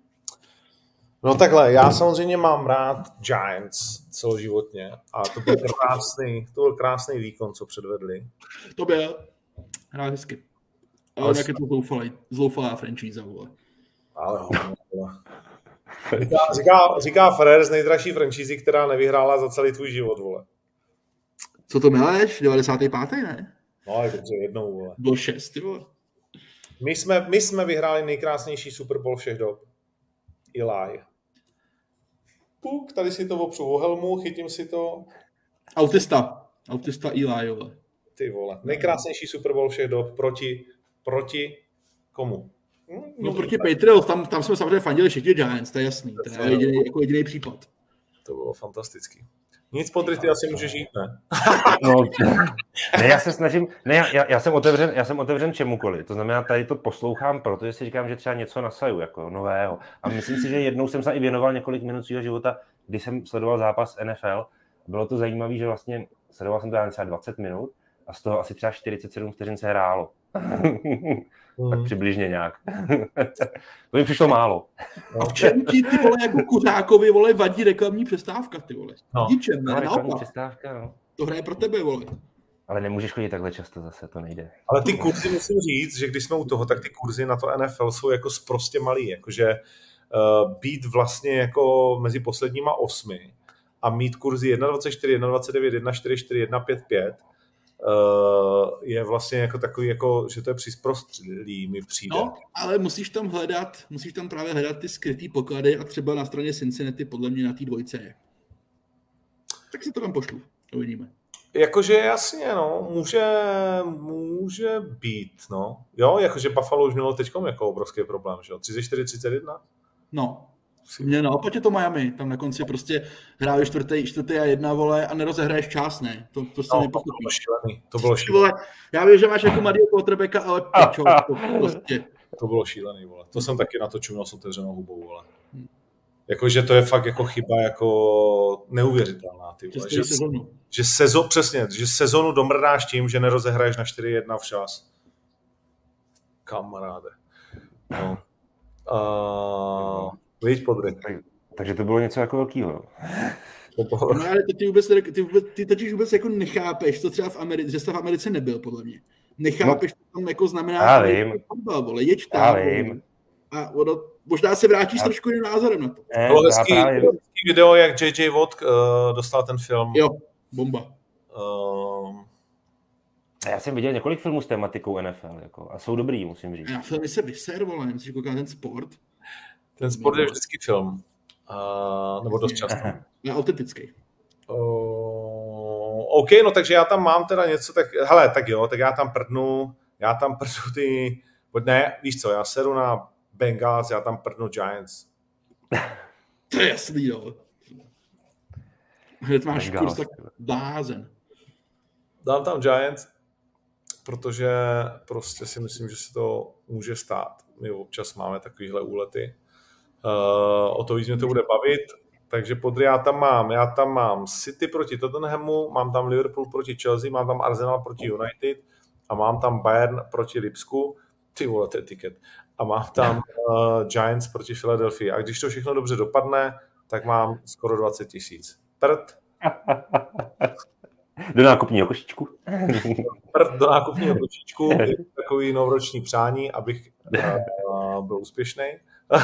Speaker 1: No takhle, já samozřejmě mám rád Giants celoživotně a to byl krásný, to byl krásný výkon, co předvedli.
Speaker 3: To byl. Hrál hezky. Ale jak je to zoufalý, zoufalá franchise, vole.
Speaker 1: Ale ho, vole. Říká, říká, říká Ferrer z nejdražší franchise, která nevyhrála za celý tvůj život, vole.
Speaker 3: Co to mileš? devadesátý pátý ne?
Speaker 1: No, ale dobře, jednou, vole.
Speaker 3: Bylo šest, vole.
Speaker 1: My jsme, my jsme vyhráli nejkrásnější Super Bowl všech dob. Eli. Puk, tady si to opřu o helmu, chytím si to.
Speaker 3: Autista. Autista Eli, vole.
Speaker 1: Ty vole. Nejkrásnější Super Bowl všech dob proti, proti komu?
Speaker 3: Hm, no proti Patriots, tam, tam jsme samozřejmě fandili všichni Giants, to je jasný. To je jediný, jako jediný případ.
Speaker 1: To bylo fantastický. Nic, Podry, ty asi můžeš jít, ne?
Speaker 2: No, ne, já se snažím, ne, já, já, jsem otevřen, já jsem otevřen čemukoliv, to znamená, tady to poslouchám, protože si říkám, že třeba něco nasaju, jako nového. A myslím si, že jednou jsem se i věnoval několik minut svého života, kdy jsem sledoval zápas N F L. Bylo to zajímavé, že vlastně sledoval jsem to třeba dvacet minut a z toho asi třeba čtyřicet sedm vteřin se hrálo. Hmm. Tak přibližně nějak. To mi přišlo málo.
Speaker 3: A v čem ti, ty vole, jako kuřákovi, vole, vadí reklamní přestávka, ty vole?
Speaker 1: No.
Speaker 3: Ničem, ne?
Speaker 2: No, reklamní přestávka, no.
Speaker 3: To hraje pro tebe, vole.
Speaker 2: Ale nemůžeš chodit takhle často zase, to nejde.
Speaker 1: Ale ty kurzy, musím říct, že když jsme u toho, tak ty kurzy na to N F L jsou jako sprostě malý. Jakože uh, být vlastně jako mezi posledníma osmi a mít kurzy jedna dvacet čtyři, jedna dvacet devět, jedna čtyřicet čtyři, jedna padesát pět Uh, je vlastně jako takový, jako, že to je přizprostlý, mi přijde.
Speaker 3: No, ale musíš tam hledat, musíš tam právě hledat ty skrytý poklady a třeba na straně Cincinnati podle mě na té dvojce je. Tak si to tam pošlu, to vidíme.
Speaker 1: Jakože jasně, no, může, může být, no. Jo, jakože Buffalo už mělo teďkom jako obrovský problém, že jo, třicet čtyři třicet jedna?
Speaker 3: No. Mně naopak je to Miami, tam na konci prostě hráli čtvrtý, čtvrtý a jedna, vole, a nerozehraješ čas, ne? To, to se
Speaker 1: no,
Speaker 3: nepochopí.
Speaker 1: To bylo šílený, to bylo šílený. Vole,
Speaker 3: já vím, že máš jako mladýho quarterbacka, ale pičo, to prostě.
Speaker 1: To bylo šílený, vole. To jsem taky na to čuměl s otevřenou hubou, vole. Jakože to je fakt jako chyba jako neuvěřitelná, ty vole. Že, že sezon, přesně, že sezonu domrdáš tím, že nerozehraješ na čtyři jedna včas. Kamaráde. No. Uh... Víš, Podry.
Speaker 2: Tak, takže to bylo něco jako velkýho.
Speaker 3: No, ale ty, vůbec, ty, vůbec, ty totiž vůbec jako nechápeš, to třeba v Americe, že jsi v Americe nebyl, podle mě. Nechápeš, no, to tam jako znamená,
Speaker 2: já vím.
Speaker 3: Fotbal, vole, jeď tam.
Speaker 2: Já vím.
Speaker 3: A ono, možná se vrátíš já... trošku jiným názorem na to.
Speaker 1: Ne, bylo hezký, hezký video, jak J J Watt uh, dostal ten film.
Speaker 3: Jo, bomba.
Speaker 1: Um...
Speaker 2: Já jsem viděl několik filmů s tematikou N F L, jako, a jsou dobrý, musím říct.
Speaker 3: Já filmy se vyser, vole, musíš koukat ten sport.
Speaker 1: Ten sport je vždycky film. Uh, nebo dost často.
Speaker 3: Je autentický.
Speaker 1: Uh, OK, no takže já tam mám teda něco, tak hele, tak jo, tak já tam prdnu, já tam prdnu ty, ne, víš co, já sedu na Bengals, já tam prdnu Giants.
Speaker 3: To je jasný, jo. Hned máš kurz tak blázen.
Speaker 1: Dám tam Giants, protože prostě si myslím, že se to může stát. My občas máme takovýhle úlety. Uh, o to víc mě to bude bavit, takže Podry já tam mám, já tam mám City proti Tottenhamu, mám tam Liverpool proti Chelsea, mám tam Arsenal proti United a mám tam Bayern proti Lipsku, ty vole, to je tiket, a mám tam uh, Giants proti Philadelphia a když to všechno dobře dopadne, tak mám skoro dvacet tisíc. Prd.
Speaker 2: Do nákupního košíčku.
Speaker 1: Prd do nákupního košíčku, je takový novoroční přání, abych uh, byl úspěšnej.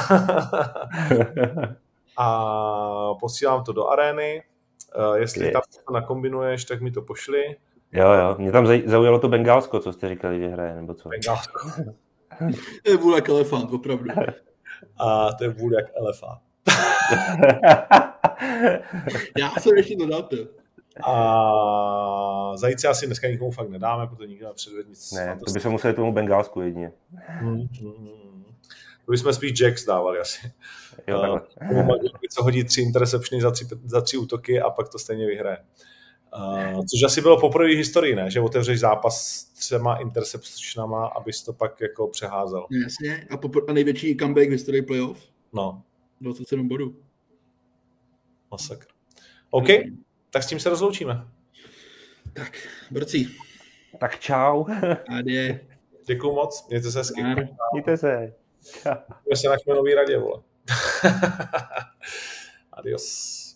Speaker 1: A posílám to do arény. Uh, jestli tam to nakombinuješ, tak mi to pošli.
Speaker 2: Jo, jo. Mě tam zaujalo to Bengálsko, co jste říkali, že hraje, nebo co?
Speaker 1: Bengálsko.
Speaker 3: To je vůl jak elefant, opravdu.
Speaker 1: A to je vůl jak elefant.
Speaker 3: Já jsem ještě dodal to.
Speaker 1: A Zajíce asi dneska nikomu fakt nedáme, protože nikdo nepředvedl nic.
Speaker 2: Ne, to by se museli tomu Bengálsku jedině.
Speaker 1: Hmm, hmm. To bychom spíš Jacks dávali asi.
Speaker 2: Jo, takhle.
Speaker 1: Uh, co hodí tři interceptiony za tři, za tři útoky a pak to stejně vyhraje. Uh, což asi bylo poprvé v historii, ne? Že otevřeš zápas s třema interceptionama, abys to pak jako přeházel.
Speaker 3: Jasně. A, popr- a největší comeback v historii playoff?
Speaker 1: No.
Speaker 3: dvacet sedm bodů.
Speaker 1: Masakr. OK, tak s tím se rozloučíme.
Speaker 3: Tak, borci.
Speaker 2: Tak čau.
Speaker 3: Adě.
Speaker 1: Děkuju moc, mějte se hezky.
Speaker 2: Mějte se.
Speaker 1: Mějte se na Kmenový radě, vole. Adios.